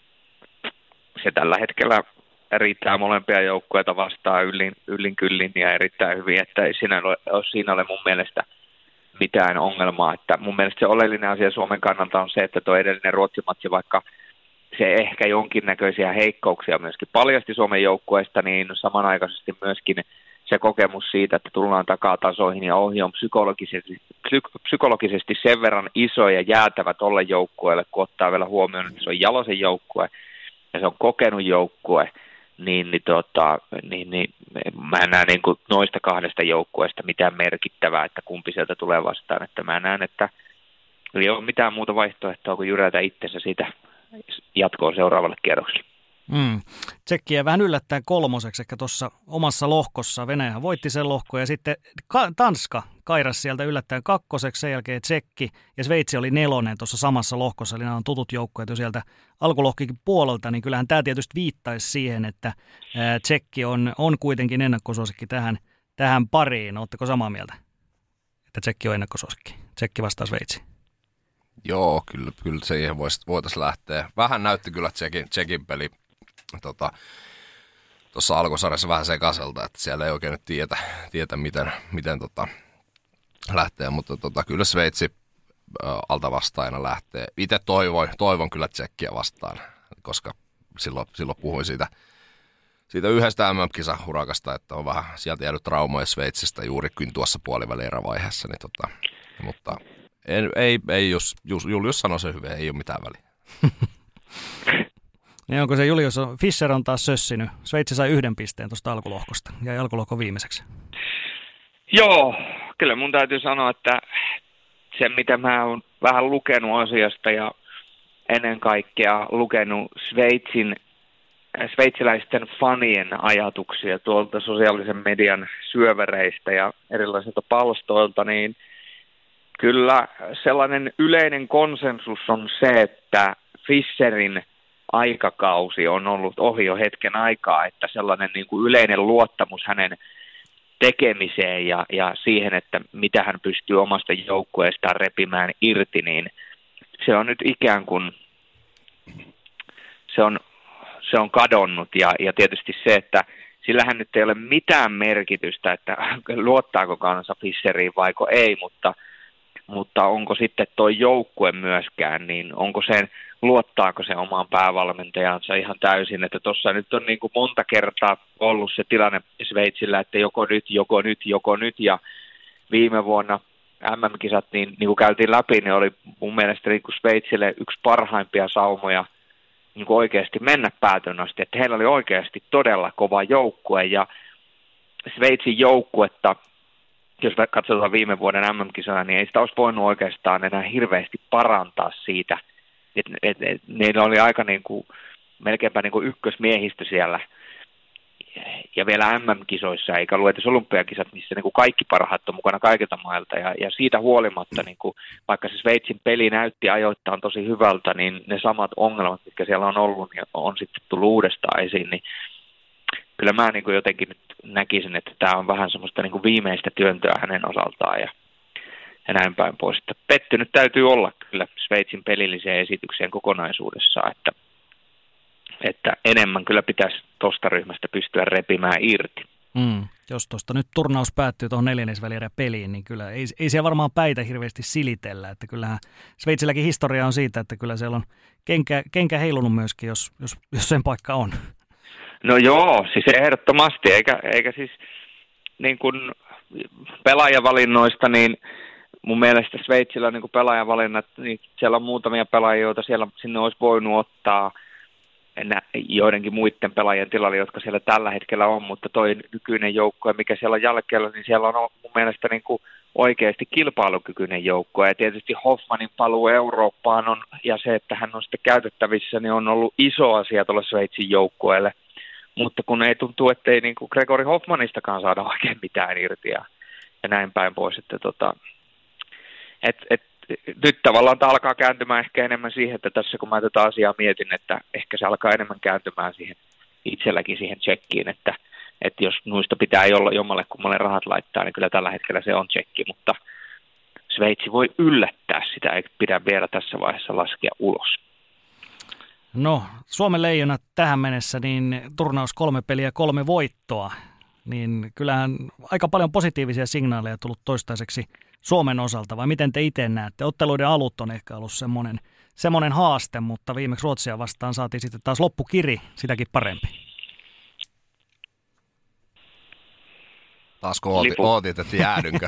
se tällä hetkellä riittää molempia joukkueita vastaan yllin, yllin kyllin ja erittäin hyvin, että ei siinä ole, ole, siinä ole mun mielestä mitään ongelmaa. Että mun mielestä se oleellinen asia Suomen kannalta on se, että tuo edellinen Ruotsi-matsi, vaikka se ehkä jonkinnäköisiä heikkouksia myöskin paljasti Suomen joukkueesta, niin samanaikaisesti myöskin se kokemus siitä, että tullaan takatasoihin ja ohi on psykologisesti, psyk- psykologisesti sen verran iso ja jäätävä tolle joukkueelle, kun ottaa vielä huomioon, että se on Jalosen joukkue ja se on kokenut joukkue, niin, niin, tota, niin, niin mä en näe niin kuin noista kahdesta joukkueesta mitään merkittävää, että kumpi sieltä tulee vastaan. Että mä näen, että ei ole mitään muuta vaihtoehtoa kuin jyrätä itsensä siitä jatkoon seuraavalle kierrokselle. Mm. Tsekkiä vähän yllättäen kolmoseksi ehkä tuossa omassa lohkossa. Venäjä voitti sen lohko ja sitten Ka- Tanska kairas sieltä yllättäen kakkoseksi, sen jälkeen Tsekki ja Sveitsi oli nelonen tuossa samassa lohkossa. Eli nämä on tutut joukkueet jo sieltä alkulohkikin puolelta, niin kyllähän tämä tietysti viittaisi siihen, että ää, Tsekki on, on kuitenkin ennakkosuosikki tähän, tähän pariin. Oletteko samaa mieltä, että Tsekki on ennakkosuosikki? Tsekki vastaa Sveitsi. Joo, kyllä, kyllä siihen voitaisiin lähteä. Vähän näytti kyllä Tsekin, Tsekin peli tuossa tota, alkusarjassa vähän sekaiselta, että siellä ei oikein nyt tietä, tietä miten, miten tota, lähtee, mutta tota, kyllä Sveitsi ä, alta vastaajana lähtee. Itse toivon, toivon kyllä Tsekkiä vastaan, koska silloin, silloin puhuin siitä, siitä yhdestä M M-kisahurakasta, että on vähän sieltä jäänyt traumoja Sveitsistä juurikin tuossa puolivälierävaiheessa, niin tota, mutta ei, ei, ei jos Julius sanoi se hyvin, ei ole mitään väliä. Niin onko se Julius, Fischer on taas sössinyt. Sveitsi sai yhden pisteen tuosta alkulohkosta ja alkulohko viimeiseksi. Joo, kyllä mun täytyy sanoa, että se mitä mä oon vähän lukenut asiasta ja ennen kaikkea lukenut Sveitsin, sveitsiläisten fanien ajatuksia tuolta sosiaalisen median syövereistä ja erilaisilta palstoilta, niin kyllä sellainen yleinen konsensus on se, että Fischerin aikakausi on ollut ohi jo hetken aikaa, että sellainen niin kuin yleinen luottamus hänen tekemiseen ja, ja siihen, että mitä hän pystyy omasta joukkueestaan repimään irti, niin se on nyt ikään kuin, se on, se on kadonnut ja, ja tietysti se, että sillähän nyt ei ole mitään merkitystä, että luottaako kansa Fischeriin vaiko ei, mutta mutta onko sitten tuo joukkue myöskään, niin onko se, luottaako se omaan päävalmentajansa ihan täysin, että tuossa nyt on niin kuin monta kertaa ollut se tilanne Sveitsillä, että joko nyt, joko nyt, joko nyt, ja viime vuonna M M-kisat, niin, niin kuin käytiin läpi, niin oli mun mielestä niin kuin Sveitsille yksi parhaimpia saumoja niin kuin oikeasti mennä päätön asti, että heillä oli oikeasti todella kova joukkue, ja Sveitsin joukkuetta, jos katsotaan viime vuoden M M-kisoja, niin ei sitä olisi voinut oikeastaan enää hirveästi parantaa siitä. Et, et, et, niillä oli aika niin kuin, melkeinpä niin kuin ykkösmiehistö siellä. ja vielä M M-kisoissa, eikä ollut edes olympiakisat, missä niin kuin kaikki parhaat on mukana kaikilta mailta, ja, ja siitä huolimatta, niin kuin, vaikka se Sveitsin peli näytti ajoittain tosi hyvältä, niin ne samat ongelmat, mitkä siellä on ollut, niin on sitten tullut uudestaan esiin, niin kyllä mä niin kuin jotenkin nyt näkisin, että tämä on vähän semmoista niin kuin viimeistä työntöä hänen osaltaan, ja, ja näin päin pois. Että pettynyt täytyy olla kyllä Sveitsin pelilliseen esitykseen kokonaisuudessaan, että että enemmän kyllä pitäisi tuosta ryhmästä pystyä repimään irti. Mm, jos tuosta nyt turnaus päättyy tuohon neljännesvälierä peliin, niin kyllä ei, ei siellä varmaan päitä hirveästi silitellä. Että kyllähän Sveitsilläkin historia on siitä, että kyllä siellä on kenkä, kenkä heilunut myöskin, jos, jos, jos sen paikka on. No joo, siis ehdottomasti, eikä, eikä siis niin kuin pelaajavalinnoista, niin mun mielestä Sveitsillä on niin kuin pelaajavalinnat, niin siellä on muutamia pelaajia, joita siellä, sinne olisi voinut ottaa joidenkin muiden pelaajien tilalle, jotka siellä tällä hetkellä on, mutta toi nykyinen joukko, mikä siellä on jälkeen, niin siellä on mun mielestä niin kuin oikeasti kilpailukykyinen joukko. Ja tietysti Hoffmanin paluu Eurooppaan on, ja se, että hän on sitten käytettävissä, niin on ollut iso asia tuolle Sveitsin joukkueelle. Mutta kun ei tuntuu, ettei niin kuin Gregori Hoffmanistakaan saada oikein mitään irti ja, ja näin päin pois. Että tota, et, et, nyt tavallaan tämä alkaa kääntymään ehkä enemmän siihen, että tässä kun mä tätä asiaa mietin, että ehkä se alkaa enemmän kääntymään siihen itselläkin siihen tsekkiin, että, että jos nuista pitää jolla, jommalle kummalle rahat laittaa, niin kyllä tällä hetkellä se on tsekki, mutta Sveitsi voi yllättää sitä, ei pidä vielä tässä vaiheessa laskea ulos. No, Suomen leijonat tähän mennessä, niin turnaus kolme peliä, kolme voittoa, niin kyllähän aika paljon positiivisia signaaleja tullut toistaiseksi Suomen osalta, vai miten te itse näette? Otteluiden alut on ehkä ollut semmoinen, semmoinen haaste, mutta viimeksi Ruotsia vastaan saatiin sitten taas loppukiri, sitäkin parempi. Taasko ootit, ootit että jäädynkö?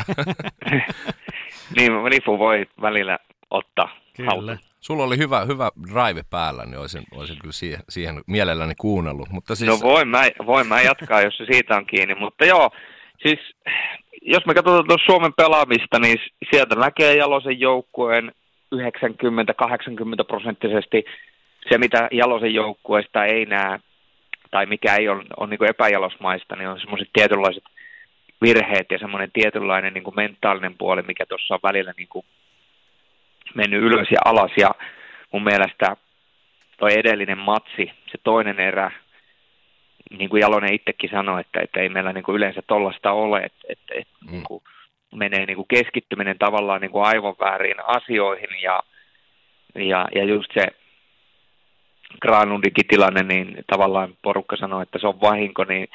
Niin, lipu voi välillä ottaa Kyllä. Sulla oli hyvä, hyvä drive päällä, niin olisin, olisin kyllä siihen, siihen mielelläni kuunnellut. Mutta siis... No voin mä, voin mä jatkaa, jos se siitä on kiinni, mutta joo, siis jos me katsotaan tuossa Suomen pelaamista, niin sieltä näkee Jalosen joukkueen yhdeksänkymmentä kahdeksankymmentä prosenttisesti se, mitä Jalosen joukkueesta ei näe, tai mikä ei ole, on niin kuin epäjalosmaista, niin on semmoiset tietynlaiset virheet ja semmoinen tietynlainen niin kuin mentaalinen puoli, mikä tuossa on välillä niin kuin mennyt ylös ja alas, ja mun mielestä toi edellinen matsi, se toinen erä, niin kuin Jalonen itsekin sanoi, että, että ei meillä niin kuin yleensä tollaista ole, että, että, että mm. niin kuin menee niin kuin keskittyminen tavallaan niin kuin aivan väärin asioihin, ja, ja, ja just se Granlundinkin tilanne, niin tavallaan porukka sanoi, että se on vahinko, niin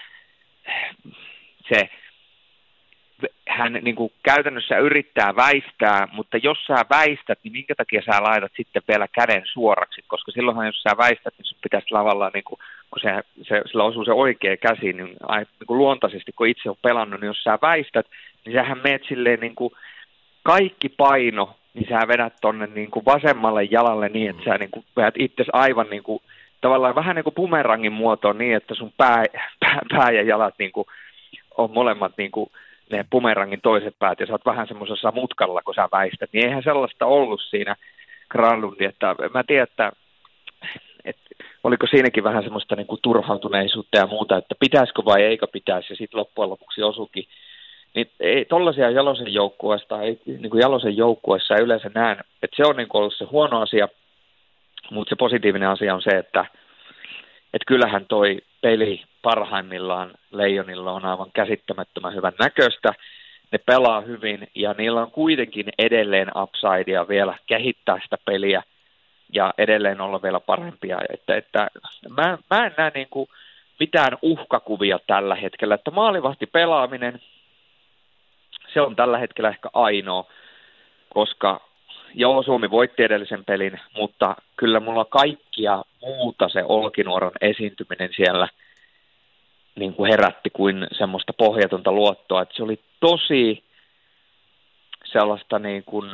se hän niin kuin käytännössä yrittää väistää, mutta jos sä väistät, niin minkä takia sä laitat sitten vielä käden suoraksi, koska silloinhan jos sä väistät, niin sun pitäisi tavallaan, niin kuin, kun se, se, sillä osuu se oikea käsi, niin, niin kuin luontaisesti, kun itse on pelannut, niin jos sä väistät, niin sähän meet silleen niin kuin kaikki paino, niin sä vedät tonne niin kuin vasemmalle jalalle niin, että sä niin kuin vedät itsesi aivan niin kuin, tavallaan vähän niin kuin bumerangin muotoon niin, että sun pää, pää, pää ja jalat niin kuin on molemmat niin kuin ne bumerangin toiset päät, ja sä oot vähän semmoisessa mutkalla, kun sä väistät, niin eihän sellaista ollut siinä Granlundi, että mä tiedän, että, että oliko siinäkin vähän semmoista niin kuin turhautuneisuutta ja muuta, että pitäisikö vai eikö pitäisi, ja sitten loppujen lopuksi osukin. Niin ei tollaisia Jalosen joukkueesta, ei niin kuin Jalosen joukkueessa ei yleensä näe, että se on niin kuin ollut se huono asia, mutta se positiivinen asia on se, että, että kyllähän toi peli parhaimmillaan Leijonilla on aivan käsittämättömän hyvän näköistä. Ne pelaa hyvin ja niillä on kuitenkin edelleen upsidea vielä kehittää sitä peliä ja edelleen olla vielä parempia. Että, että mä, mä en näe niin kuin mitään uhkakuvia tällä hetkellä. Että maalivahti pelaaminen, se on tällä hetkellä ehkä ainoa, koska joo, Suomi voitti edellisen pelin, mutta kyllä mulla kaikkia muuta se Olkinuoron esiintyminen siellä niin kuin herätti kuin semmoista pohjatonta luottoa, että se oli tosi sellaista niin kuin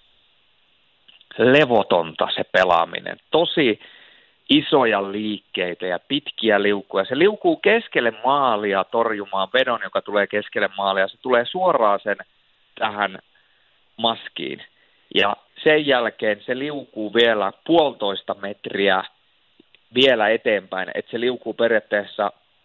levotonta se pelaaminen, tosi isoja liikkeitä ja pitkiä liukuja. Se liukuu keskelle maalia torjumaan vedon, joka tulee keskelle maalia, se tulee suoraan sen tähän maskiin. Ja sen jälkeen se liukuu vielä puolitoista metriä vielä eteenpäin, että se liukuu periaatteessa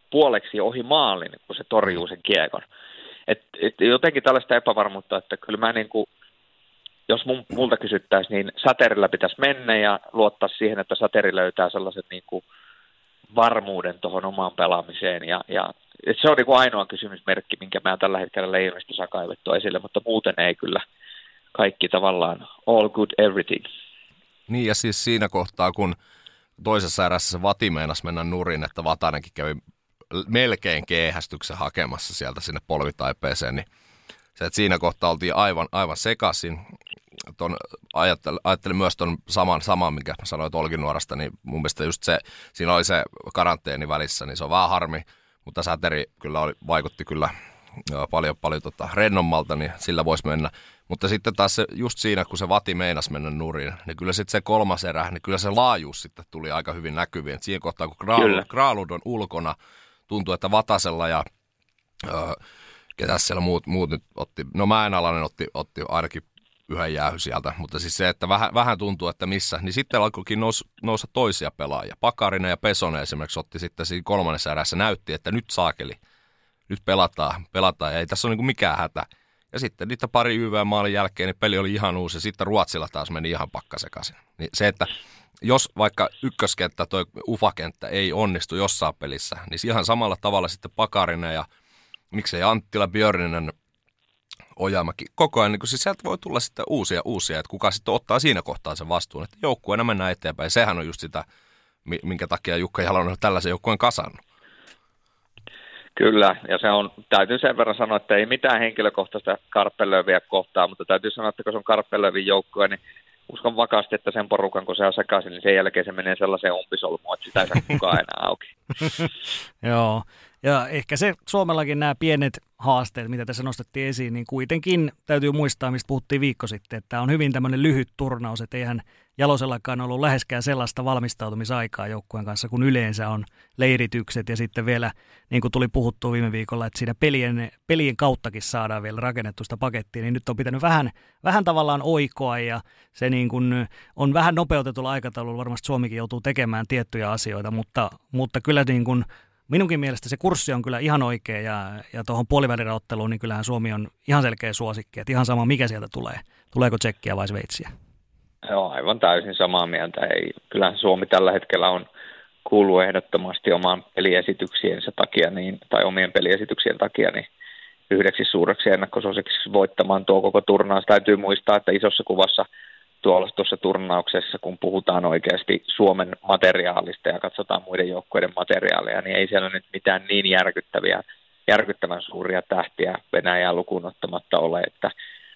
puoleksi ohi maalin, kun se torjuu sen kiekon. Et, et jotenkin tällaista epävarmuutta, että kyllä mä niin kuin, jos mun, multa kysyttäisiin, niin Säterillä pitäisi mennä ja luottaa siihen, että Säteri löytää sellaisen niin kuin varmuuden tuohon omaan pelaamiseen. Ja, ja se on niin kuin ainoa kysymysmerkki, minkä mä tällä hetkellä Leijonista saa kaivettua esille, mutta muuten ei kyllä kaikki tavallaan all good everything. Niin ja siis siinä kohtaa, kun toisessa erässä se Vati meinasi mennä nurin, että Vatanenkin kävi melkein keihästyksen hakemassa sieltä sinne polvitaipeeseen, niin se, että siinä kohtaa oltiin aivan, aivan sekaisin. Ton, ajattelin, ajattelin myös tuon saman, saman, minkä sanoit Olkinuorasta, niin mun mielestä just se, siinä oli se karanteeni välissä, niin se on vähän harmi, mutta Säteri kyllä oli, vaikutti kyllä joo, paljon, paljon tota, rennommalta, niin sillä voisi mennä. Mutta sitten taas se, just siinä, kun se Vati meinasi mennä nurin, niin kyllä sitten se kolmas erä, niin kyllä se laajuus sitten tuli aika hyvin näkyviin. Et siinä kohtaa, kun Graalud, Graalud on ulkona, tuntuu, että Vatasella ja öö, ketäs siellä muut, muut nyt otti, no Mäenalainen otti, otti ainakin yhden jäähy sieltä, mutta siis se, että vähän, vähän tuntuu, että missä, niin sitten alkoikin nous, nousta toisia pelaajia. Pakarinen ja Pesonen esimerkiksi otti sitten siinä kolmannessa erässä, näytti, että nyt saakeli, nyt pelataan, pelataan ja ei tässä ole niin kuin mikään hätä. Ja sitten niitä pari Y V-maalin jälkeen niin peli oli ihan uusi ja sitten Ruotsilla taas meni ihan pakkasekaisin. Niin se, että jos vaikka ykköskenttä, toi U F A-kenttä ei onnistu jossain pelissä, niin ihan samalla tavalla sitten Pakarinen ja miksei Anttila, Björninen, Ojamäki, koko ajan, niin siis sieltä voi tulla sitten uusia uusia, että kuka sitten ottaa siinä kohtaa sen vastuun, että joukkueena mennään eteenpäin. Sehän on just sitä, minkä takia Jukka Jalonen on tällaisen joukkueen kasannut. Kyllä, ja se on, täytyy sen verran sanoa, että ei mitään henkilökohtaista Karppelöviä kohtaa, mutta täytyy sanoa, että kun se on Karppelövin joukkue, niin uskon vakaasti, että sen porukan, kun se on sekaisin, niin sen jälkeen se menee sellaiseen umpisolmuun, että sitä ei saa kukaan enää auki. Joo, ja ehkä se Suomellakin nämä pienet haasteet, mitä tässä nostettiin esiin, niin kuitenkin täytyy muistaa, mistä puhuttiin viikko sitten, että tämä on hyvin tämmöinen lyhyt turnaus, että eihän Jalosellakaan ollut läheskään sellaista valmistautumisaikaa joukkueen kanssa, kun yleensä on leiritykset ja sitten vielä, niin kuin tuli puhuttua viime viikolla, että siinä pelien, pelien kauttakin saadaan vielä rakennettu sitä pakettia, niin nyt on pitänyt vähän, vähän tavallaan oikoa ja se niin kuin on vähän nopeutetulla aikataululla, varmasti Suomikin joutuu tekemään tiettyjä asioita, mutta, mutta kyllä niin kuin minunkin mielestä se kurssi on kyllä ihan oikea ja, ja tuohon puoliväliraotteluun niin kyllähän Suomi on ihan selkeä suosikki, että ihan sama mikä sieltä tulee, tuleeko Tsekkiä vai Sveitsiä. Joo, aivan täysin samaa mieltä. Ei, kyllähän Suomi tällä hetkellä on kuuluu ehdottomasti omaan peliesityksiensä takia, niin, tai omien peliesityksien takia, niin yhdeksi suureksi ennakkosuosiksi voittamaan tuo koko turnaus. Täytyy muistaa, että isossa kuvassa tuolla tuossa turnauksessa, kun puhutaan oikeasti Suomen materiaalista ja katsotaan muiden joukkueiden materiaalia, niin ei siellä nyt mitään niin järkyttäviä, järkyttävän suuria tähtiä Venäjää lukuun ottamatta ole, että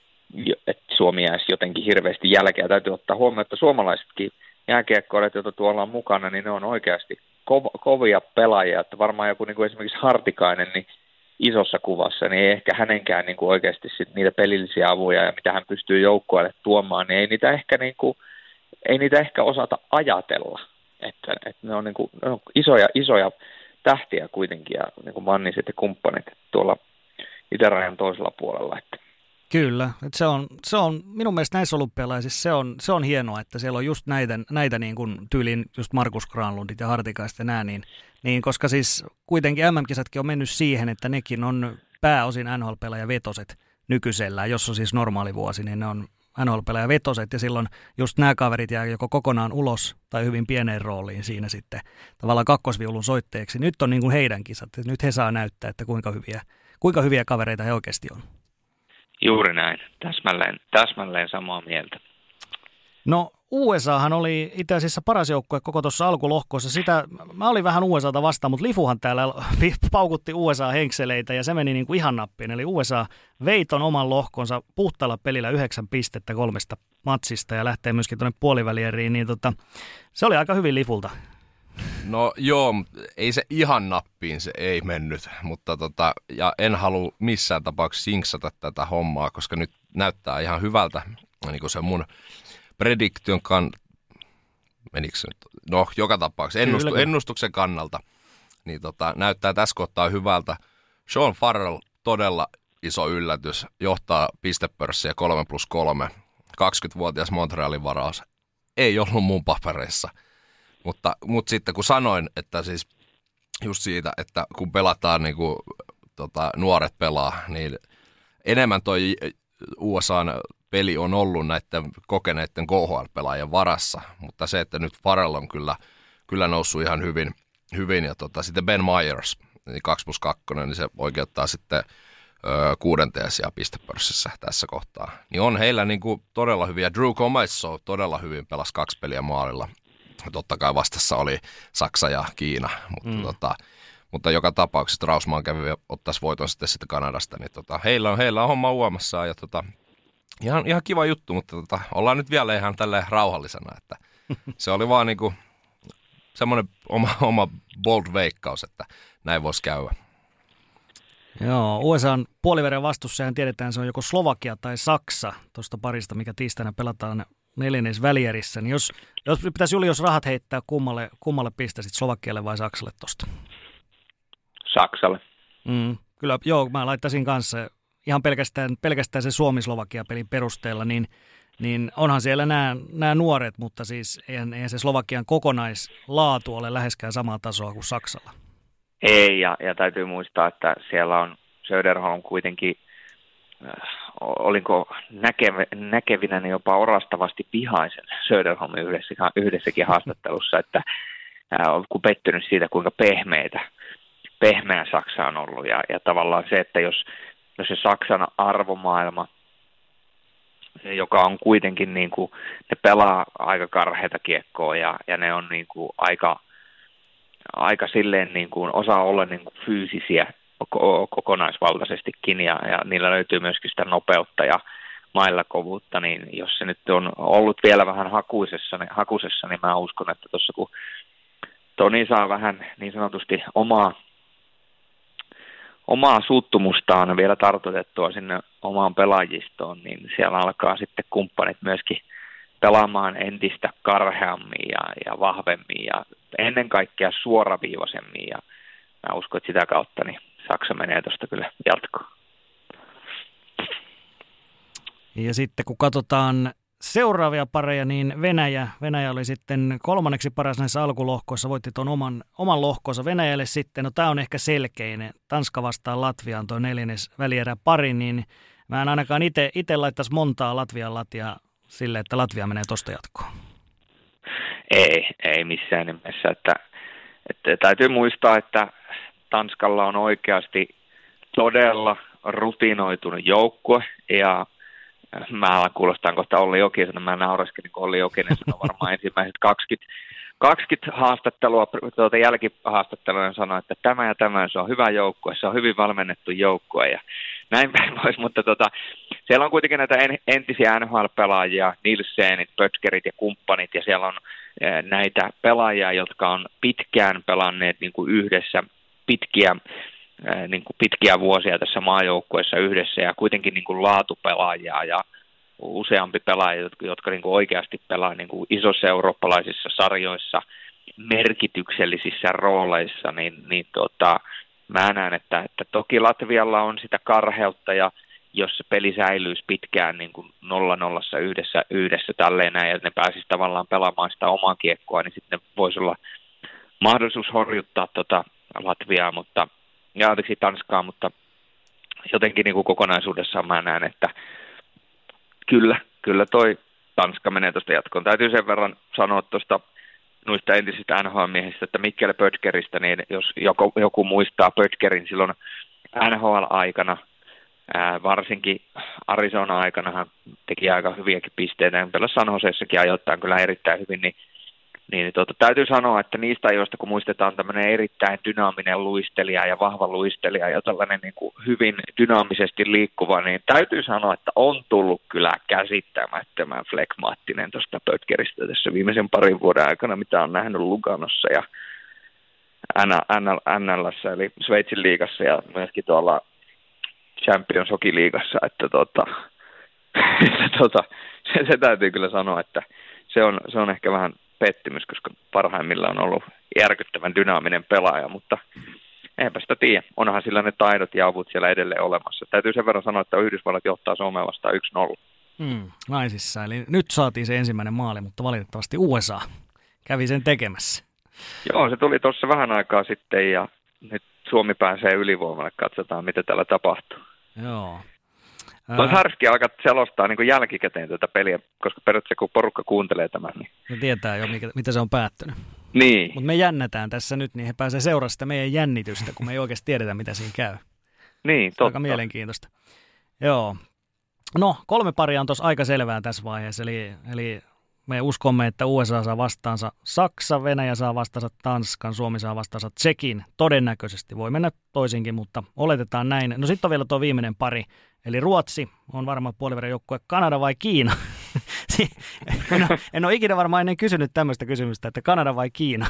että Suomi jäisi jotenkin hirveästi jälkeä. Täytyy ottaa huomioon, että suomalaisetkin jääkiekkoilijat, joita tuolla on mukana, niin ne on oikeasti kov- kovia pelaajia. Että varmaan joku niin kuin esimerkiksi Hartikainen niin isossa kuvassa, niin ei ehkä hänenkään niin kuin oikeasti sit niitä pelillisiä avuja ja mitä hän pystyy joukkueelle tuomaan, niin ei niitä ehkä, niin kuin, ei niitä ehkä osata ajatella. Että, että ne on, niin kuin, ne on isoja, isoja tähtiä kuitenkin ja niin kuin Manniset ja kumppanit tuolla itärajan toisella puolella, että Kyllä, että se on, se on minun mielestä näissä olympialaisissa se on, se on hienoa, että siellä on just näitä, näitä niin kuin tyyliin just Markus Granlundit ja Hartikaiset ja nää, niin, niin koska siis kuitenkin M M-kisatkin on mennyt siihen, että nekin on pääosin N H L-pelaajavetoset nykyisellään, jos on siis normaali vuosi, niin ne on N H L-pelaajavetoset ja silloin just nämä kaverit jää joko kokonaan ulos tai hyvin pieneen rooliin siinä sitten tavallaan kakkosviulun soitteeksi. Nyt on niin kuin heidän kisat, nyt he saa näyttää, että kuinka hyviä, kuinka hyviä kavereita he oikeasti on. Juuri näin. Täsmälleen, täsmälleen samaa mieltä. No U S Ahan oli itse asiassa paras joukkue koko tuossa alkulohkossa. Sitä, mä olin vähän U S A:ta vastaan, mutta Lifuhan täällä paukutti U S A-henkseleitä ja se meni niin kuin ihan nappiin. Eli U S A vei ton oman lohkonsa puhtaalla pelillä yhdeksän pistettä kolmesta matsista ja lähtee myöskin tuonne puolivälieriin. Niin tota, se oli aika hyvin Lifulta. No joo, ei se ihan nappiin, se ei mennyt, mutta tota, ja en halua missään tapauksessa jinksata tätä hommaa, koska nyt näyttää ihan hyvältä, niin kuin se mun prediktion kan... menikö se nyt? No, joka tapauksessa ennustu, ennustuksen kannalta, niin tota, näyttää tässä kohtaa hyvältä. Sean Farrell, todella iso yllätys, johtaa pistepörssiä kolme plus kolme, kaksikymmentävuotias Montrealin varaus, ei ollut mun papereissa. Mutta, mutta sitten kun sanoin, että siis just siitä, että kun pelataan niin kuin, tota, nuoret pelaa, niin enemmän toi U S A:n peli on ollut näiden kokeneiden K H L-pelaajien varassa, mutta se, että nyt Farrell on kyllä, kyllä noussut ihan hyvin, hyvin ja tota, sitten Ben Myers, niin kaksi plus kaksi, niin se oikeuttaa sitten ö, kuudenteen sijaan pistepörssissä tässä kohtaa. Niin on heillä niin kuin todella hyviä. Drew Commesso todella hyvin pelasi kaksi peliä maalilla. Totta kai vastassa oli Saksa ja Kiina, mutta, mm. tota, mutta joka tapauksessa Rausmaan kävi ja ottaisi voiton sitten, sitten Kanadasta. Niin tota, heillä, on, heillä on homma uomassa ja tota, ihan, ihan kiva juttu, mutta tota, ollaan nyt vielä ihan tälleen rauhallisena. Että se oli vaan niinku semmoinen oma, oma bold veikkaus, että näin voisi käydä. Joo, U S A:n puoliveren vastussahan tiedetään, se on joko Slovakia tai Saksa tuosta parista, mikä tiistaina pelataan neljännes välierissä. Niin jos, jos pitäisi Julius rahat heittää, kummalle, kummalle pistäisit, Slovakialle vai Saksalle tuosta? Saksalle. Mm, kyllä, joo, mä laittaisin kanssa ihan pelkästään, pelkästään se Suomi-Slovakia-pelin perusteella, niin, niin onhan siellä nämä, nämä nuoret, mutta siis eihän, eihän se Slovakian kokonaislaatu ole läheskään samaa tasoa kuin Saksalla. Ei, ja, ja täytyy muistaa, että siellä on Söderholm kuitenkin, äh, olinko näkevä, näkevinä jopa orastavasti vihaisen Söderholmin yhdessä, yhdessäkin haastattelussa, että äh, olen pettynyt siitä, kuinka pehmeitä, pehmeä Saksa on ollut, ja, ja tavallaan se, että jos, jos se Saksan arvomaailma, joka on kuitenkin, niin kuin, ne pelaa aika karheita kiekkoa, ja, ja ne on niin kuin aika... aika silleen niin kuin osaa olla niin kuin fyysisiä kokonaisvaltaisestikin ja, ja niillä löytyy myöskin sitä nopeutta ja maillakovuutta, niin jos se nyt on ollut vielä vähän hakuisessa, niin, hakusessa, niin mä uskon, että tuossa kun Toni saa vähän niin sanotusti omaa, omaa suuttumustaan vielä tartutettua sinne omaan pelaajistoon, niin siellä alkaa sitten kumppanit myöskin pelaamaan entistä karheammin ja, ja vahvemmin ja ennen kaikkea suoraviivaisemmin. Ja mä uskon, että sitä kautta niin Saksa menee tuosta kyllä jatkoon. Ja sitten kun katsotaan seuraavia pareja, niin Venäjä. Venäjä oli sitten kolmanneksi paras näissä alkulohkoissa, voitti tuon oman, oman lohkonsa Venäjälle sitten. No tämä on ehkä selkeinen. Tanska vastaan Latviaan tuo neljännes välierä pari, niin mä en ainakaan itse laittaisi montaa Latvian latia sille, että Latvia menee tuosta jatkoon. Ei, ei missään nimessä. Että, että täytyy muistaa, että Tanskalla on oikeasti todella rutinoitunut joukkue, ja mä kuulostan kohta Olli Jokisen, mä nauraskelin, kun Olli Jokinen sanoi varmaan ensimmäiset kaksikymmentä, kaksikymmentä haastattelua, tuota jälkihaastattelua sanoi, että tämä ja tämä, se on hyvä joukkue, se on hyvin valmennettu joukkue, ja näin päin pois, mutta tota, siellä on kuitenkin näitä entisiä N H L-pelaajia, Nilsenit, Pötkerit ja kumppanit, ja siellä on näitä pelaajia, jotka on pitkään pelanneet niin kuin yhdessä, pitkiä, niin kuin pitkiä vuosia tässä maajoukkueessa yhdessä, ja kuitenkin niin kuin laatupelaajia ja useampi pelaaja, jotka, jotka niin kuin oikeasti pelaa niin kuin isossa eurooppalaisissa sarjoissa, merkityksellisissä rooleissa, niin, niin tota, mä näen, että, että toki Latvialla on sitä karheutta, ja jos se peli säilyisi pitkään niin kuin nolla nollassa yhdessä, yhdessä tälleen näin, ja ne pääsisi tavallaan pelaamaan sitä omaa kiekkoa, niin sitten voisi olla mahdollisuus horjuttaa tota Latviaa, mutta, ja anteeksi Tanskaa, mutta jotenkin niin kuin kokonaisuudessaan mä näen, että kyllä, kyllä toi Tanska menee tuosta jatkoon. Täytyy sen verran sanoa tuosta noista entisistä N H L-miehistä, että Mikkel Pötkeristä, niin jos joku, joku muistaa Pötkerin silloin N H L-aikana, ää, varsinkin Arizona-aikana hän teki aika hyviäkin pisteitä, ja pelasi San Josessakin ajoittain kyllä erittäin hyvin, niin, niin tuota, täytyy sanoa, että niistä ajoista, kun muistetaan tämmöinen erittäin dynaaminen luistelija ja vahva luistelija ja tällainen niin kuin hyvin dynaamisesti liikkuva, niin täytyy sanoa, että on tullut kyllä käsittämättömän flekmaattinen tuosta Pötkeristä tässä viimeisen parin vuoden aikana, mitä on nähnyt Luganossa ja N L:ssä, eli Sveitsin liigassa ja myöskin tuolla Champions Hockey-liigassa, että tota, tota, se, se täytyy kyllä sanoa, että se on, se on ehkä vähän pettymys, koska parhaimmillaan on ollut järkyttävän dynaaminen pelaaja, mutta eipä sitä tiedä. Onhan sillä ne taidot ja avut siellä edelleen olemassa. Täytyy sen verran sanoa, että Yhdysvallat johtaa Suomea vastaan yksi nolla. Hmm, naisissa, eli nyt saatiin se ensimmäinen maali, mutta valitettavasti U S A kävi sen tekemässä. Joo, se tuli tuossa vähän aikaa sitten ja nyt Suomi pääsee ylivoimalle. Katsotaan, mitä täällä tapahtuu. Joo. Olisi härski alkaa selostaa niin kuin jälkikäteen tätä peliä, koska periaatteessa kun porukka kuuntelee tämän, niin... Ne tietää jo, mikä, mitä se on päättynyt. Niin. Mutta me jännätään tässä nyt, niin he pääsee seuraamaan sitä meidän jännitystä, kun me ei oikeasti tiedetä, mitä siinä käy. Niin, totta. Aika mielenkiintoista. Joo. No, kolme paria on tuossa aika selvää tässä vaiheessa, eli, eli me uskomme, että U S A saa vastaansa Saksa, Venäjä saa vastaansa Tanskan, Suomi saa vastaansa Tšekin. Todennäköisesti voi mennä toisinkin, mutta oletetaan näin. No sitten on vielä tuo viimeinen pari, eli Ruotsi on varmaan puolivälin joukkue, Kanada vai Kiina? en, ole, en ole ikinä varmaan ennen kysynyt tämmöistä kysymystä, että Kanada vai Kiina?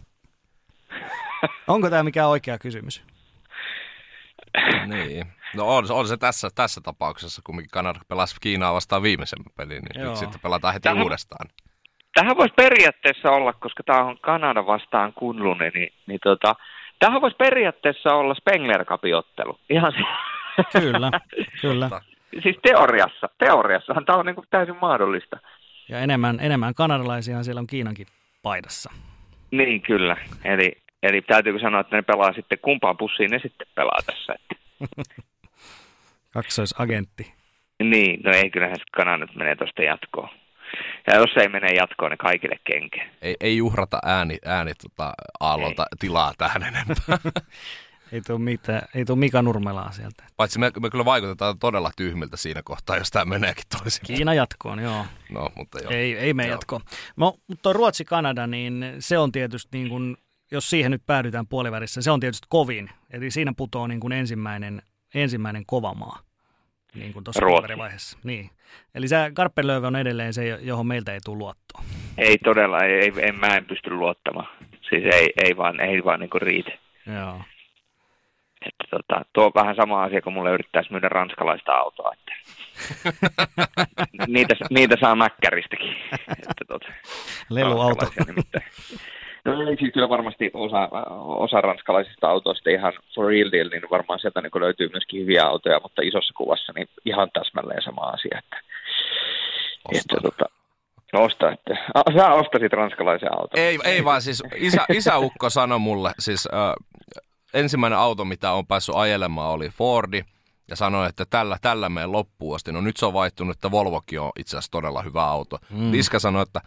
Onko tämä mikään oikea kysymys? Niin. No on, on se tässä, tässä tapauksessa, kun Kanada pelasi Kiinaa vastaan viimeisen pelin, niin Joo. nyt sitten pelataan heti tähän, uudestaan. Tähän voisi periaatteessa olla, koska tämä on Kanada vastaan Kunlunen, niin, niin tota, tähän voisi periaatteessa olla Spengler Cupin-ottelu. Ihan se. Kyllä, kyllä. Siis teoriassa, teoriassahan tämä on niin kuin täysin mahdollista. Ja enemmän, enemmän kanadalaisia siellä on Kiinankin paidassa. Niin, kyllä. Eli, eli täytyykö sanoa, että ne pelaa sitten, kumpaan pussiin ne sitten pelaa tässä. Kaksoisagentti. Niin, no ei, kyllähän se Kanada nyt menee tuosta jatkoon. Ja jos ei mene jatkoon, niin kaikille kenkeä. Ei, ei uhrata ääni, ääni tota, Aallolta ei. tilaa tähän enempää. Ei tule mitään, ei tule Mika Nurmelaa sieltä. Paitsi me, me kyllä vaikutetaan todella tyhmiltä siinä kohtaa, jos tämä meneekin toisin. Kiina jatkoon, joo. No, mutta joo. Ei, ei mene jatkoon. No, mutta Ruotsi-Kanada, niin se on tietysti, niin kuin, jos siihen nyt päädytään puolivärissä, se on tietysti kovin. Eli siinä putoaa niin kuin ensimmäinen, ensimmäinen kova maa, niin kuin tuossa puolivälivaiheessa. Niin. Eli se Garpenlöv on edelleen se, johon meiltä ei tule luottoa. Ei todella, ei, ei, en, mä en pysty luottamaan. Siis ei, ei vaan, ei vaan niin kuin riitä. Joo. Että tota, tuo on vähän sama asia, kun mulle yrittäisi myydä ranskalaista autoa. Että niitä, niitä saa Mäkkäristäkin. Että tota, leluauto. No ei, siis kyllä varmasti osa, osa ranskalaisista autoista ihan for real deal, niin varmaan sieltä niin löytyy myöskin hyviä autoja, mutta isossa kuvassa niin ihan täsmälleen sama asia. Että, että, tota, osta, että sä ostasit ranskalaisen auton. Ei, ei vaan siis isä, isäukko sanoi mulle, siis äh, ensimmäinen auto, mitä on päässyt ajelemaan, oli Fordi, ja sanoi, että tällä, tällä meidän loppuun asti. No nyt se on vaihtunut, että Volvokin on itse asiassa todella hyvä auto. Mm. Iskä sanoi, että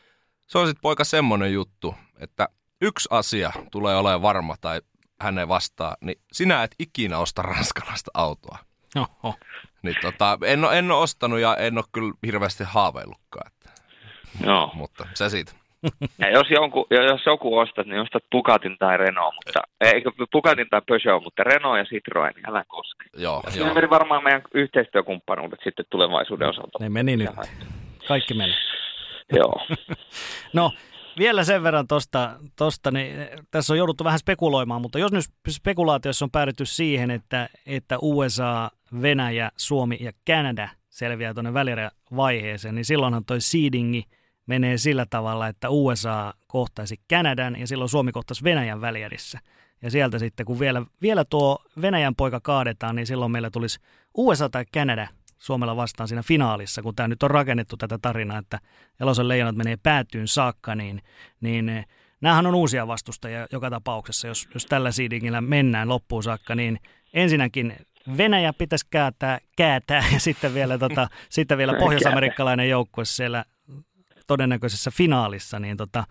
se on sitten poika semmoinen juttu, että yksi asia tulee olemaan varma tai hänen vastaa, niin sinä et ikinä osta ranskalaista autoa. Oho. Niin tota, en ole, en ole ostanut ja en ole kyllä hirveästi haaveillutkaan. Että. Joo. Mutta se siitä. Ja jos joku, jos joku ostat, niin ostat Bugattin tai Renault, mutta eikö Bugattin tai Peugeot, mutta Renault ja Citroën, niin älä koske. Joo, ja joo. Se meni varmaan meidän yhteistyökumppanuudet sitten tulevaisuuden osalta. Ne meni nyt. Kaikki meni. Joo. No, vielä sen verran tosta, tosta niin tässä on jouduttu vähän spekuloimaan, mutta jos nyt spekulaatiossa on päädytty siihen, että, että U S A, Venäjä, Suomi ja Kanada selviää tuonne välierävaiheeseen, niin silloinhan toi seedingi menee sillä tavalla, että U S A kohtaisi Kanadan ja silloin Suomi kohtaisi Venäjän välierissä. Ja sieltä sitten, kun vielä, vielä tuo Venäjän poika kaadetaan, niin silloin meillä tulisi U S A tai Kanada Suomella vastaan siinä finaalissa, kun tämä nyt on rakennettu tätä tarinaa, että Jalosen Leijonat menee päätyyn saakka, niin, niin näähän on uusia vastustajia joka tapauksessa. Jos, jos tällä seedingillä mennään loppuun saakka, niin ensinnäkin Venäjä pitäisi kääntää, kääntää ja sitten vielä, tota, sitten vielä pohjois-amerikkalainen joukkue siellä todennäköisessä finaalissa, niin tota,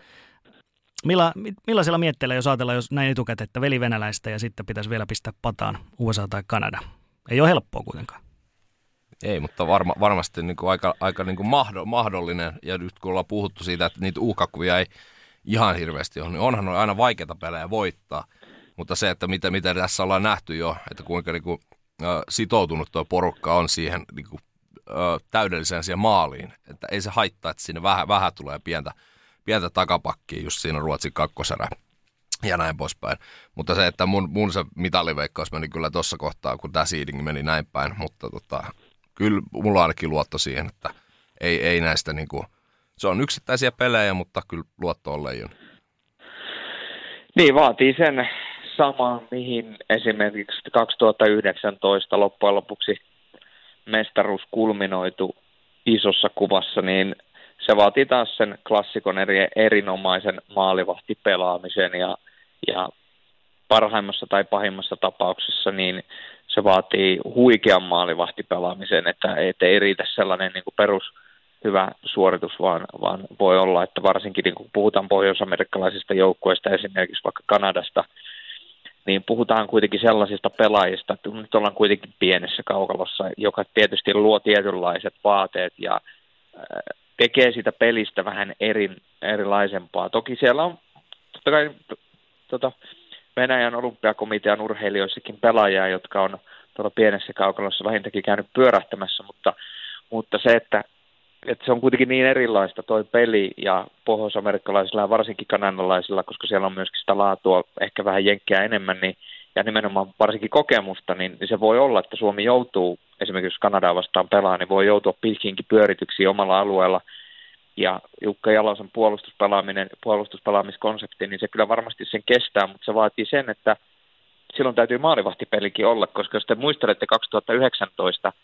milla, millaisilla mietteillä, jos ajatellaan jos näin etukäteen, että veli venäläistä ja sitten pitäisi vielä pistää pataan U S A tai Kanada? Ei ole helppoa kuitenkaan. Ei, mutta varma, varmasti niin kuin aika, aika niin kuin mahdollinen, ja nyt kun ollaan puhuttu siitä, että niitä uhkakuvia ei ihan hirveästi ole, niin onhan on aina vaikeita pelejä voittaa, mutta se, että mitä, mitä tässä ollaan nähty jo, että kuinka niin kuin, äh, sitoutunut tuo porukka on siihen niin kuin, äh, täydelliseen siihen maaliin, että ei se haittaa, että sinne vähän, vähän tulee pientä, pientä takapakkia just siinä Ruotsin kakkoserä ja näin poispäin. Mutta se, että mun, mun se mitaliveikkaus meni kyllä tuossa kohtaa, kun tämä seeding meni näin päin, mutta tota, kyllä mulla on ainakin luotto siihen, että ei, ei näistä niinku, se on yksittäisiä pelejä, mutta kyllä luotto on Leijon. Niin, vaatii sen saman, mihin esimerkiksi kaksituhattayhdeksäntoista loppujen lopuksi mestaruus kulminoitu isossa kuvassa, niin se vaatii taas sen klassikon eri, erinomaisen maalivahtipelaamisen ja, ja parhaimmassa tai pahimmassa tapauksessa niin se vaatii huikean maalivahtipelaamisen, että, että ei riitä sellainen niin kuin perus hyvä suoritus, vaan, vaan voi olla, että varsinkin niin kun puhutaan pohjois-amerikkalaisista joukkueista, esimerkiksi vaikka Kanadasta, niin puhutaan kuitenkin sellaisista pelaajista, että nyt ollaan kuitenkin pienessä kaukalossa, joka tietysti luo tietynlaiset vaateet ja tekee sitä pelistä vähän eri, erilaisempaa. Toki siellä on totta kai tota, Venäjän olympiakomitean urheilijoissakin pelaajia, jotka on tuolla pienessä kaukalossa vähintäänkin käynyt pyörähtämässä, mutta, mutta se, että, että se on kuitenkin niin erilaista toi peli ja pohjois-amerikkalaisilla ja varsinkin kanadalaisilla, koska siellä on myöskin sitä laatua ehkä vähän jenkkiä enemmän, niin, ja nimenomaan varsinkin kokemusta, niin, niin se voi olla, että Suomi joutuu, esimerkiksi jos Kanadaa vastaan pelaa, niin voi joutua pitkiinkin pyörityksiin omalla alueella. Ja Jukka Jalosen puolustuspelaaminen, puolustuspelaamiskonsepti, niin se kyllä varmasti sen kestää, mutta se vaatii sen, että silloin täytyy maalivahtipelikin olla, koska jos te muistelette kaksituhattayhdeksäntoista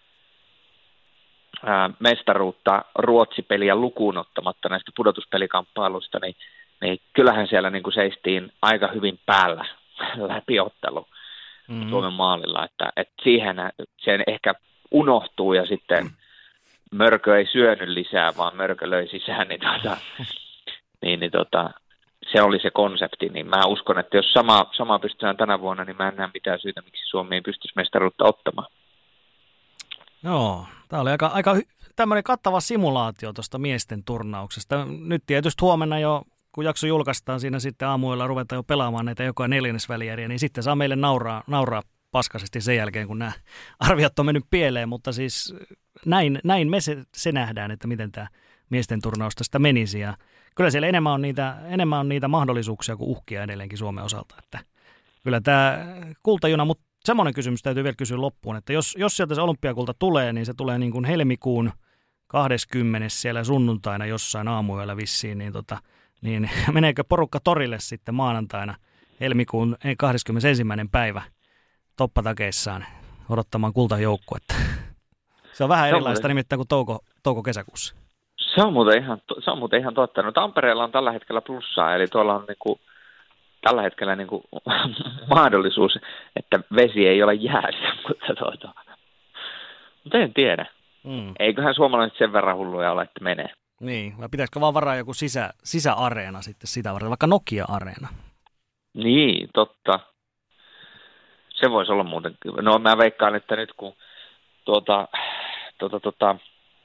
ää, mestaruutta Ruotsi-peliä lukuun ottamatta näistä pudotuspelikamppailuista, niin, niin kyllähän siellä niin kuin seistiin aika hyvin päällä läpi ottelu mm-hmm. Suomen maalilla, että, että siihen sen ehkä unohtuu ja sitten Mörkö ei syönyt lisää, vaan Mörkö löi sisään, niin, tota, niin, niin tota, se oli se konsepti. Niin mä uskon, että jos sama, sama pystytään tänä vuonna, niin mä en näe mitään syytä, miksi Suomi ei pystyisi mestaruutta ottamaan. Joo, tämä oli aika, aika tämmöinen kattava simulaatio tuosta miesten turnauksesta. Nyt tietysti huomenna jo, kun jakso julkaistaan, siinä sitten aamuilla ruvetaan jo pelaamaan näitä joka neljännesvälieriä, niin sitten saa meille nauraa, nauraa paskaisesti sen jälkeen, kun nämä arviot on mennyt pieleen, mutta siis näin, näin me se, se nähdään, että miten tämä miesten turnaus tästä menisi. Ja kyllä siellä enemmän on, niitä, enemmän on niitä mahdollisuuksia kuin uhkia edelleenkin Suomen osalta. Että kyllä tämä kultajuna, mutta semmoinen kysymys täytyy vielä kysyä loppuun, että jos, jos sieltä se olympiakulta tulee, niin se tulee niin kuin helmikuun kahdeskymmenes siellä sunnuntaina jossain aamuyöllä vissiin, niin, tota, niin meneekö porukka torille sitten maanantaina helmikuun kahdeskymmenesensimmäinen päivä toppatakeissaan odottamaan kultajoukkuetta? Se on vähän se erilaista on nimittäin kuin touko, touko-kesäkuussa. Se on, muuten ihan, se on muuten ihan totta. No Tampereella on tällä hetkellä plussaa, eli tuolla on niinku, tällä hetkellä niinku, mahdollisuus, että vesi ei ole jäässä, mutta, tuota, mutta en tiedä. Mm. Eiköhän suomalaiset sen verran hulluja ole, että menee. Niin, vai pitäisikö vaan varaa joku sisä, sisäareena sitten sitä varten, vaikka Nokia-areena? Niin, totta. Se voisi olla muuten. No mä veikkaan, että nyt kun tuota, tuota, tuota,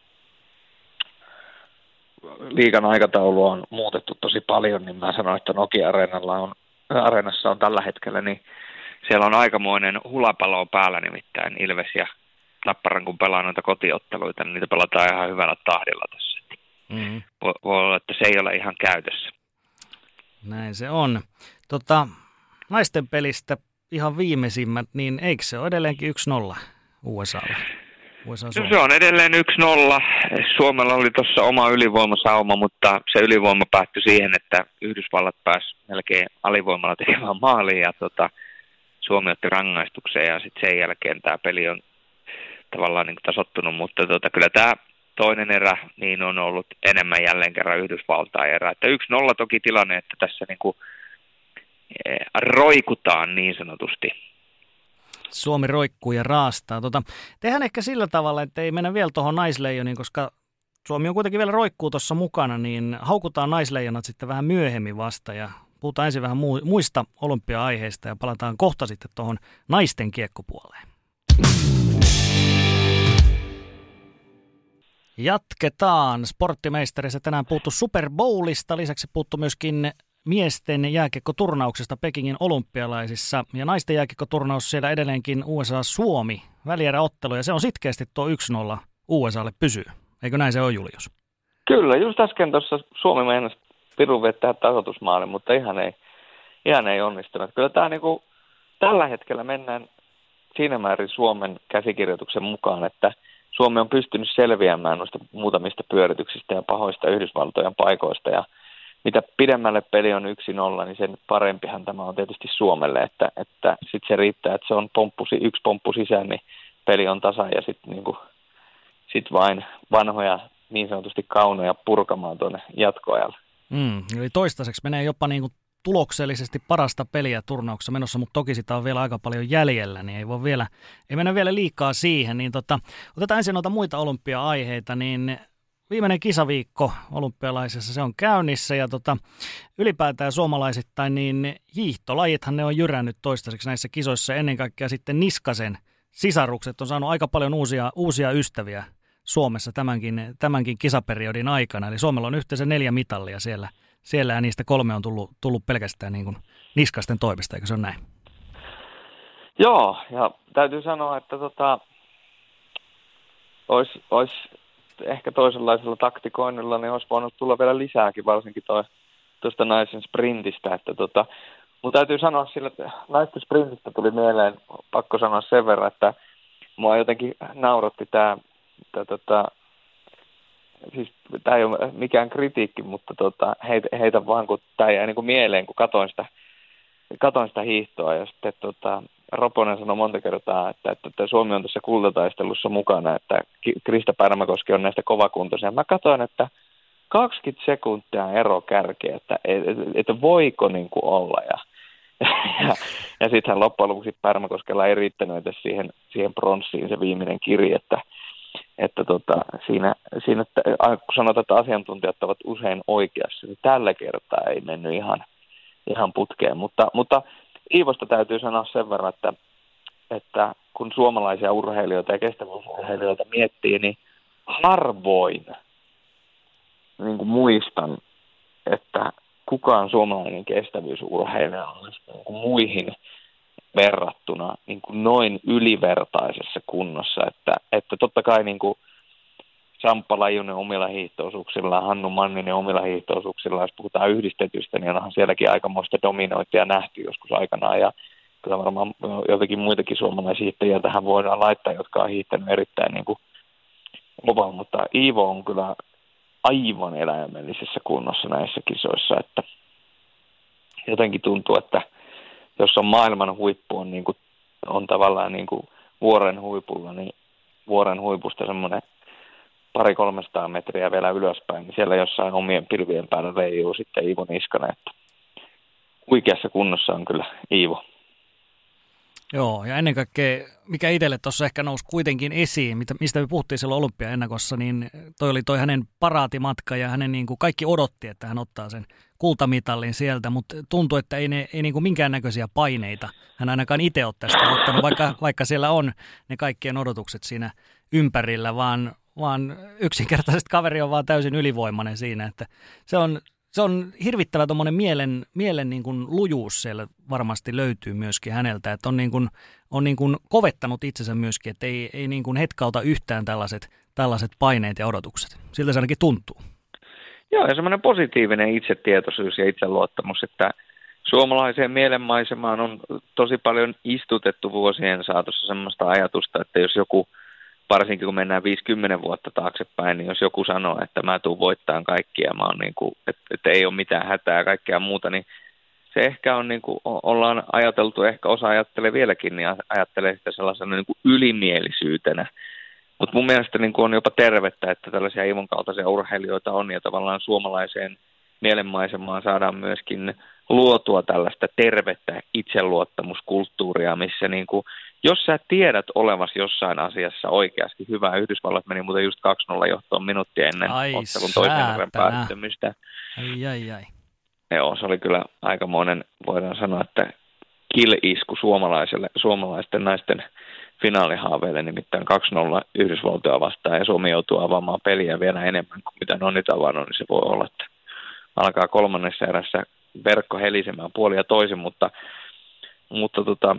liigan aikataulu on muutettu tosi paljon, niin mä sanon, että Nokia-areenalla on, areenassa on tällä hetkellä, niin siellä on aikamoinen hulapalo päällä nimittäin Ilves ja Tapparan, kun pelaa noita kotiotteluita, niin niitä pelataan ihan hyvällä tahdilla tässä. Mm-hmm. Voi, voi olla, että se ei ole ihan käytössä. Näin se on. Tota, naisten pelistä ihan viimeisimmät, niin eikö se ole edelleenkin yksi nolla U S A:lla? No, se on edelleen yksi nolla. Suomella oli tuossa oma ylivoimasauma, mutta se ylivoima päättyi siihen, että Yhdysvallat pääsi melkein alivoimalla tekemään maaliin ja tota, Suomi otti rangaistuksen ja sitten sen jälkeen tämä peli on tavallaan niin kuin tasottunut, mutta tota, kyllä tämä toinen erä niin on ollut enemmän jälleen kerran Yhdysvaltain erä. Että yksi nolla toki tilanne, että tässä niin kuin, eh, roikutaan niin sanotusti. Suomi roikkuu ja raastaa. Tota, tehdään ehkä sillä tavalla, että ei mennä vielä tuohon naisleijoniin, koska Suomi on kuitenkin vielä roikkuu tuossa mukana, niin haukutaan naisleijonat sitten vähän myöhemmin vasta ja puhutaan ensin vähän muista olympia-aiheista ja palataan kohta sitten tuohon naisten kiekkopuoleen. Jatketaan. Sporttimeisterissä tänään puhuttu Super Bowlista, lisäksi puhuttu myöskin miesten jääkiekkoturnauksesta Pekingin olympialaisissa ja naisten jääkiekkoturnaus siellä edelleenkin U S A-Suomi välieräottelu ja se on sitkeästi tuo yksi nolla U S A:lle pysyy. Eikö näin se ole, Julius? Kyllä, just äsken tuossa Suomi meinasi pirun vettää tasoitusmaalin, mutta ihan ei, ihan ei onnistunut. Kyllä tämä niinku, tällä hetkellä mennään siinä määrin Suomen käsikirjoituksen mukaan, että Suomi on pystynyt selviämään noista muutamista pyörityksistä ja pahoista Yhdysvaltojen paikoista ja mitä pidemmälle peli on yksi nolla, niin sen parempihan tämä on tietysti Suomelle, että, että sitten se riittää, että se on pomppu, yksi pomppu sisään, niin peli on tasa ja sitten niinku, sit vain vanhoja niin sanotusti kaunoja purkamaan tuonne jatkoajalle. Mm, eli toistaiseksi menee jopa niin kuin tuloksellisesti parasta peliä turnauksessa menossa, mutta toki sitä on vielä aika paljon jäljellä, niin ei voi vielä, ei mennä vielä liikaa siihen. Niin tota, otetaan ensin noita muita olympia-aiheita, niin viimeinen kisaviikko olympialaisessa se on käynnissä ja tota, ylipäätään suomalaisittain niin hiihtolajithan ne on jyrännyt toistaiseksi näissä kisoissa, ennen kaikkea sitten Niskasen sisarukset on saanut aika paljon uusia, uusia ystäviä Suomessa tämänkin, tämänkin kisaperiodin aikana, eli Suomella on yhteensä neljä mitallia siellä, siellä ja niistä kolme on tullut, tullut pelkästään niin kuin Niskasten toimesta, eikö se ole näin? Joo, ja täytyy sanoa, että tota, olisi, olisi ehkä toisenlaisella taktikoinnilla, niin olisi voinut tulla vielä lisääkin, varsinkin tuosta naisen sprintistä, että tota, mutta täytyy sanoa sillä, että naisten sprintistä tuli mieleen, pakko sanoa sen verran, että mua jotenkin nauratti tämä, tota, siis tämä ei ole mikään kritiikki, mutta tota, heitä, heitä vaan, kun tämä jäi niin kuin mieleen, kun katoin sitä, katoin sitä hiihtoa, ja sitten tota, Roponen sanoi monta kertaa, että, että, että Suomi on tässä kultataistelussa mukana, että Krista Pärmäkoski on näistä kovakuntoisia. Mä katsoin, että kaksikymmentä sekuntia ero kärkeä, että, että, että voiko niin kuin olla, ja Ja, ja sittenhän loppujen lopuksi Pärmäkoskella ei riittänyt edes siihen, siihen pronssiin se viimeinen kirja, että, että tota, siinä, siinä, kun sanotaan, että asiantuntijat ovat usein oikeassa, niin tällä kertaa ei mennyt ihan, ihan putkeen. Mutta, mutta Iivosta täytyy sanoa sen verran, että, että kun suomalaisia urheilijoita ja kestävyysurheilijoita miettii, niin harvoin niin kuin muistan, että kukaan suomalainen kestävyysurheilija olisi niin kuin muihin verrattuna niin kuin noin ylivertaisessa kunnossa. Että, että totta kai niin kuin Samppa Laijunen omilla hiihtoosuuksillaan, Hannu Manninen omilla hiihtoosuuksillaan, jos puhutaan yhdistetystä, niin onhan sielläkin aikamoista dominointia nähty joskus aikanaan. Ja kyllä varmaan jotakin muitakin suomalaisia hiihtäjiä tähän voidaan laittaa, jotka on hiihtänyt erittäin niin kuin kovaa, mutta Iivo on kyllä aivan eläimellisessä kunnossa näissä kisoissa, että jotenkin tuntuu, että jos on maailman huippu, on, niin kuin, on tavallaan niin kuin vuoren huipulla, niin vuoren huipusta semmoinen pari kolmesataa metriä vielä ylöspäin, niin siellä jossain omien pilvien päällä leijuu sitten Iivo Niskanen, että huikeassa kunnossa on kyllä Iivo. Joo, ja ennen kaikkea, mikä itselle tuossa ehkä nousi kuitenkin esiin, mistä me puhuttiin silloin olympiaennakossa, niin toi oli toi hänen paraatimatka ja hänen niin kuin kaikki odotti, että hän ottaa sen kultamitalin sieltä, mutta tuntui, että ei, ne, ei niin kuin minkäännäköisiä paineita hän ainakaan itse ole tästä ottanut, vaikka, vaikka siellä on ne kaikkien odotukset siinä ympärillä, vaan, vaan yksinkertaisesti kaveri on vaan täysin ylivoimainen siinä, että se on... Se on hirvittävä tuommoinen mielen, mielen niin kuin lujuus siellä varmasti löytyy myöskin häneltä, että on, niin kuin, on niin kuin kovettanut itsensä myöskin, että ei, ei niin kuin hetkauta yhtään tällaiset, tällaiset paineet ja odotukset. Siltä se ainakin tuntuu. Joo, ja semmoinen positiivinen itsetietoisuus ja itseluottamus, että suomalaiseen mielenmaisemaan on tosi paljon istutettu vuosien saatossa semmoista ajatusta, että jos joku, varsinkin kun mennään viisikymmentä vuotta taaksepäin, niin jos joku sanoo, että mä tuun voittamaan kaikkia, ja mä oon niin kuin, että, että ei ole mitään hätää ja kaikkea muuta, niin se ehkä on niin kuin, ollaan ajateltu, ehkä osa ajattelee vieläkin, niin ajattelee sitä sellaisena niin kuin ylimielisyytenä. Mutta mun mielestä niin kuin on jopa tervettä, että tällaisia Iivon kaltaisia urheilijoita on, ja tavallaan suomalaiseen mielenmaisemaan saadaan myöskin luotua tällaista tervettä itseluottamuskulttuuria, missä niin kuin, jos sä tiedät olevas jossain asiassa oikeasti hyvä, Yhdysvallat meni muuten just kaksi nolla johtoon minuuttia ennen ai ottelun toisen erän päättymistä. Ai, ai, ai. Joo, se oli kyllä aikamoinen, voidaan sanoa, että kill-isku suomalaiselle, suomalaisten naisten finaalihaaveille, nimittäin kaksi nolla Yhdysvaltoja vastaan, ja Suomi joutuu avaamaan peliä vielä enemmän kuin mitä ne on nyt avannut, niin se voi olla, että alkaa kolmannessa erässä verkko helisemään puoli ja toisin, mutta, mutta, tota,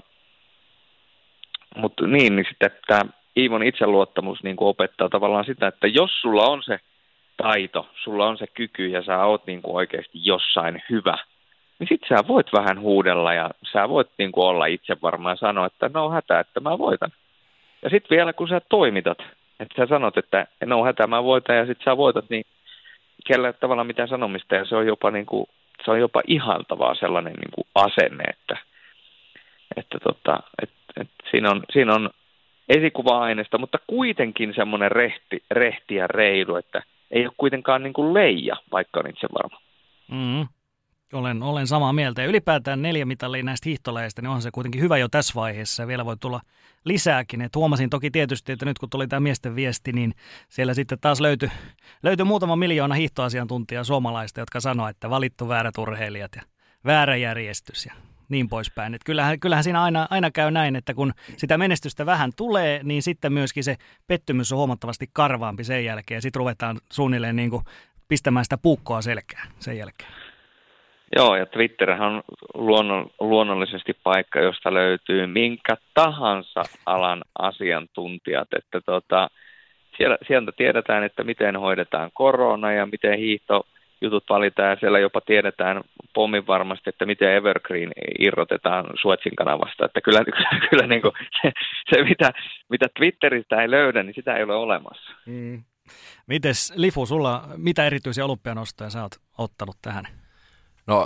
mutta niin, niin sitten tämä Iivon itseluottamus niin kuin opettaa tavallaan sitä, että jos sulla on se taito, sulla on se kyky ja sä oot niin kuin oikeasti jossain hyvä, niin sit sä voit vähän huudella ja sä voit niin kuin olla itse varmaan sanoa, että no hätä, että mä voitan. Ja sitten vielä kun sä toimitat, että sä sanot, että no hätä, mä voitan ja sit sä voitat, niin kellä tavalla mitään sanomista ja se on jopa, niin kuin, se on jopa ihaltavaa sellainen niin kuin asenne, että, että tota, et, et siinä, on, siinä on esikuva-aineesta, mutta kuitenkin semmoinen rehti, rehti ja reilu, että ei ole kuitenkaan niin kuin leija, vaikka on itse varma. Mm. Olen, olen samaa mieltä. Ja ylipäätään neljä mitalia näistä hiihtolajeista, niin onhan se kuitenkin hyvä jo tässä vaiheessa. Ja vielä voi tulla lisääkin. Et huomasin toki tietysti, että nyt kun tuli tämä miesten viesti, niin siellä sitten taas löytyi, löytyi muutama miljoona hiihtoasiantuntijaa suomalaista, jotka sanoo, että valittu väärät urheilijat ja väärä järjestys ja niin poispäin. Et kyllähän, kyllähän siinä aina, aina käy näin, että kun sitä menestystä vähän tulee, niin sitten myöskin se pettymys on huomattavasti karvaampi sen jälkeen. Ja sitten ruvetaan suunnilleen niin kuin pistämään sitä puukkoa selkään sen jälkeen. Joo, ja Twitterhän on luonnon, luonnollisesti paikka, josta löytyy minkä tahansa alan asiantuntijat, että tota, siellä, sieltä tiedetään, että miten hoidetaan korona ja miten hiihtojutut valitaan, ja siellä jopa tiedetään pommin varmasti, että miten Evergreen irrotetaan Suetsin kanavasta, että kyllä, kyllä, kyllä niin kuin se, se mitä, mitä Twitteristä ei löydä, niin sitä ei ole olemassa. Mm. Mites Lifu, sulla mitä erityisiä olympianostoja sä oot ottanut tähän? No,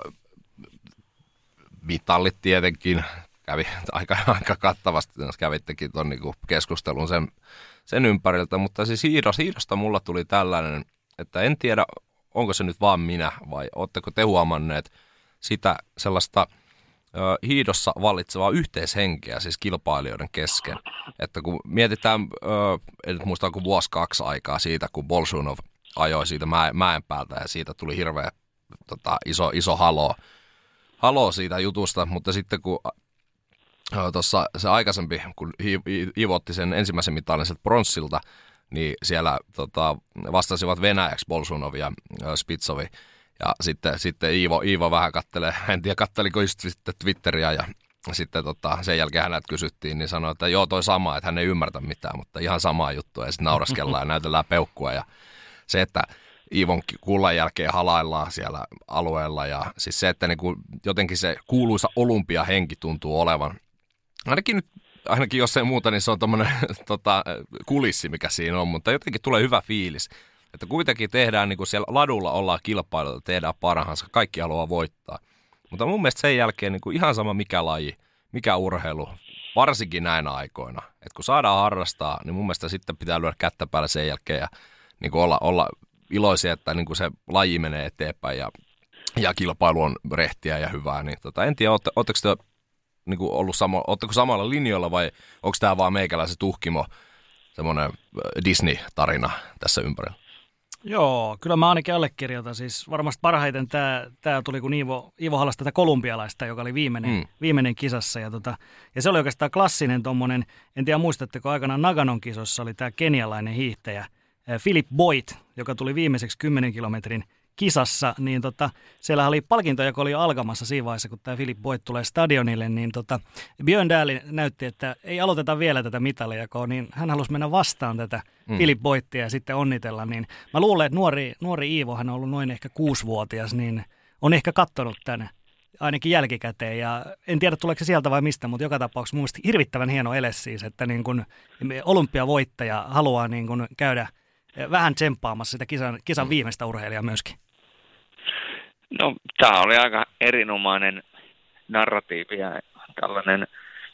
mitallit tietenkin kävi aika, aika kattavasti, kävittekin tuon niin keskustelun sen, sen ympäriltä, mutta siis hiidos, hiidosta mulla tuli tällainen, että en tiedä, onko se nyt vaan minä vai ootteko te huomanneet sitä sellaista ö, hiidossa vallitsevaa yhteishenkeä siis kilpailijoiden kesken, että kun mietitään, ö, en nyt muista, kun vuosi kaksi aikaa siitä, kun Bolshunov ajoi siitä mäen päältä ja siitä tuli hirveä Tota, iso, iso halo, halo siitä jutusta, mutta sitten kun tuossa se aikaisempi, kun Iivo otti sen ensimmäisen mitalin sieltä pronssilta, niin siellä tota, vastasivat Venäjäksi Bolshunov ja Spitsovi. Ja sitten, sitten Iivo, Iivo vähän kattelee, en tiedä katteliko just sitten Twitteriä ja sitten tota, sen jälkeen hänet kysyttiin, niin sanoi, että joo toi sama, että hän ei ymmärtä mitään, mutta ihan samaa juttua ja sitten nauraskellaan ja näytellään peukkua ja se, että Iivon kullan jälkeen halaillaan siellä alueella ja siis se, että niinku jotenkin se kuuluisa olympiahenki tuntuu olevan. Ainakin nyt, ainakin jos ei muuta, niin se on tommoinen tota, kulissi, mikä siinä on, mutta jotenkin tulee hyvä fiilis. Että kuitenkin tehdään, niin kuin siellä ladulla ollaan kilpailuja, tehdään parhaansa, kaikki haluaa voittaa. Mutta mun mielestä sen jälkeen niin kuin ihan sama mikä laji, mikä urheilu, varsinkin näinä aikoina. Että kun saadaan harrastaa, niin mun mielestä sitten pitää lyödä kättä päälle sen jälkeen ja niin kuin olla, olla iloisia, että niin kuin se laji menee eteenpäin ja, ja kilpailu on rehtiä ja hyvää. Niin tota, en tiedä, ootteko te niin kuin ollut sama, ootteko samalla linjoilla vai onko tämä vaan meikäläisen tuhkimo, semmoinen Disney-tarina tässä ympärillä? Joo, kyllä mä ainakin allekirjoitan. Siis varmasti parhaiten tämä, tämä tuli, kun Iivo, Iivo halasi tätä kolumbialaista, joka oli viimeinen, mm. viimeinen kisassa. Ja, tota, ja se oli oikeastaan klassinen tommonen, en tiedä muistatteko, aikanaan Naganon kisossa oli tämä kenialainen hiihtäjä Philip Boyd, joka tuli viimeiseksi kymmenen kilometrin kisassa, niin tota, siellä oli palkintoja, joka oli jo alkamassa siinä vaiheessa, kun tämä Philip Boyd tulee stadionille, niin tota, Björn Dahlin näytti, että ei aloiteta vielä tätä mitalijakoa, niin hän halusi mennä vastaan tätä mm. Philip Boydia ja sitten onnitella, niin mä luulen, että nuori, nuori Iivo, hän on ollut noin ehkä kuusivuotias, niin on ehkä kattonut tänne ainakin jälkikäteen, ja en tiedä tuleeko se sieltä vai mistä, mutta joka tapauksessa mun mielestä hirvittävän hieno ele siis, että niin kun olympiavoittaja haluaa niin kun käydä vähän tsemppaamassa sitä kisan, kisan viimeistä urheilijaa myöskin. No, tämä oli aika erinomainen narratiivi ja tällainen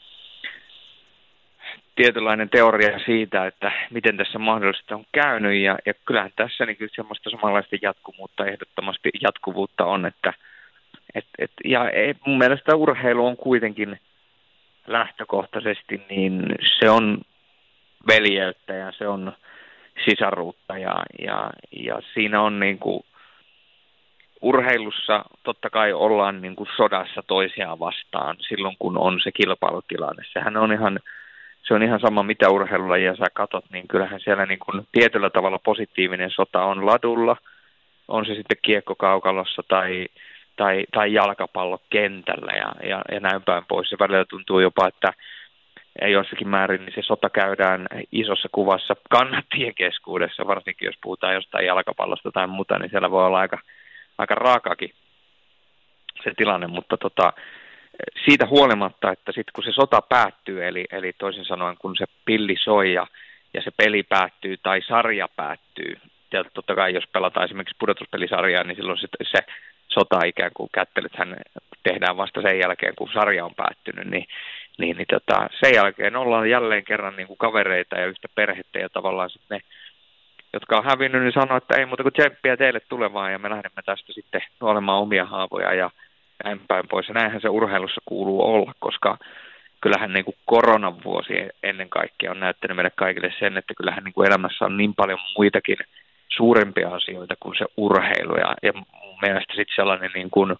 tietynlainen teoria siitä, että miten tässä mahdollisesti on käynyt. Ja, ja kyllähän tässä niin kyllä semmoista samanlaista jatkuvuutta, ehdottomasti jatkuvuutta on. Että, et, et, ja ei, mun mielestä urheilu on kuitenkin lähtökohtaisesti, niin se on veljeyttä ja se on sisaruutta. Ja, ja, ja siinä on niin kuin urheilussa totta kai ollaan niin kuin sodassa toisiaan vastaan silloin, kun on se kilpailutilanne. Sehän on ihan, se on ihan sama, mitä urheilulajia sä katot, niin kyllähän siellä niin kuin tietyllä tavalla positiivinen sota on ladulla, on se sitten kiekkokaukalossa tai, tai, tai jalkapallokentällä ja, ja, ja näin päin pois. Ja välillä tuntuu jopa, että jossakin määrin niin se sota käydään isossa kuvassa kannattien keskuudessa, varsinkin jos puhutaan jostain jalkapallosta tai muuta, niin siellä voi olla aika aika raakaakin se tilanne, mutta tota, siitä huolimatta, että sitten kun se sota päättyy, eli, eli toisin sanoen kun se pilli soi ja, ja se peli päättyy tai sarja päättyy, ja totta kai jos pelataan esimerkiksi pudotuspelisarjaa, niin silloin se, se sota ikään kuin kättelythän tehdään vasta sen jälkeen, kun sarja on päättynyt, niin, niin, niin tota, sen jälkeen ollaan jälleen kerran niin kuin kavereita ja yhtä perhettä ja tavallaan sitten ne jotka on hävinnyt, niin sanoo, että ei muuta kuin tsemppiä teille tulevaan ja me lähdemme tästä sitten olemaan omia haavoja ja näin päin pois. Ja näinhän se urheilussa kuuluu olla, koska kyllähän niin kuin koronan vuosi ennen kaikkea on näyttänyt meille kaikille sen, että kyllähän niin kuin elämässä on niin paljon muitakin suurempia asioita kuin se urheilu. Ja, ja mun mielestä sitten sellainen niin kuin,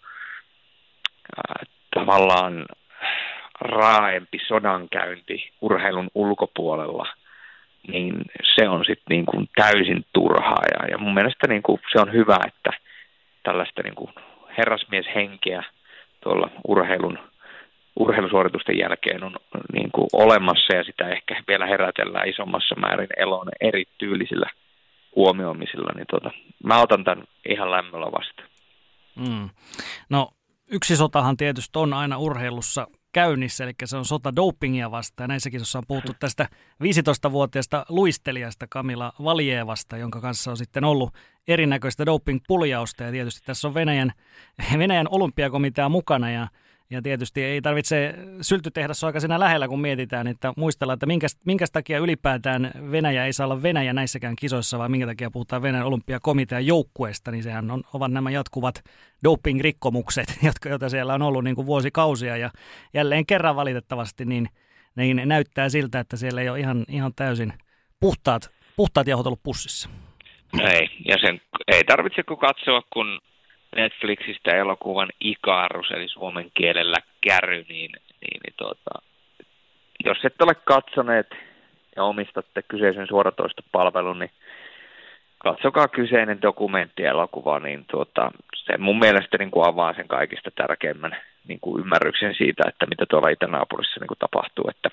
äh, tavallaan raaempi sodankäynti urheilun ulkopuolella, niin se on sitten niin kuin täysin turhaa. Ja, ja mun mielestä niin kuin se on hyvä, että tällaista niin kuin herrasmieshenkeä tuolla urheilun, urheilusuoritusten jälkeen on niin kuin olemassa ja sitä ehkä vielä herätellään isommassa määrin eloon erityylisillä huomioimisilla. Niin tuota, mä otan tämän ihan lämmöllä vastaan. Mm. No yksi sotahan tietysti on aina urheilussa käynnissä, eli se on sota dopingia vastaan. Näissäkin jossa on puhuttu tästä viisitoistavuotiaasta luistelijasta Kamila Valjevasta, jonka kanssa on sitten ollut erinäköistä doping-puljausta. Ja tietysti tässä on Venäjän, Venäjän olympiakomitea mukana ja Ja tietysti ei tarvitse syltytehdas aika siinä lähellä, kun mietitään, että muistellaan, että minkä, minkä takia ylipäätään Venäjä ei saa olla Venäjä näissäkään kisoissa, vaan minkä takia puhutaan Venäjän olympiakomitean joukkueesta, niin sehän on, ovat nämä jatkuvat doping-rikkomukset, jotka, joita siellä on ollut niin kuin vuosikausia. Ja jälleen kerran valitettavasti niin, niin näyttää siltä, että siellä ei ole ihan, ihan täysin puhtaat, puhtaat jauhot ollut pussissa. Ei, ja sen ei tarvitse kun katsoa, kun Netflixistä elokuvan Ikarus, eli suomen kielellä Käry, niin, niin, niin tuota, jos et ole katsoneet ja omistatte kyseisen suoratoistopalvelun, niin katsokaa kyseinen dokumenttielokuva, niin tuota, se mun mielestä niin kuin avaa sen kaikista tärkeimmän niin kuin ymmärryksen siitä, että mitä tuolla itänaapurissa niin kuin tapahtuu. Että,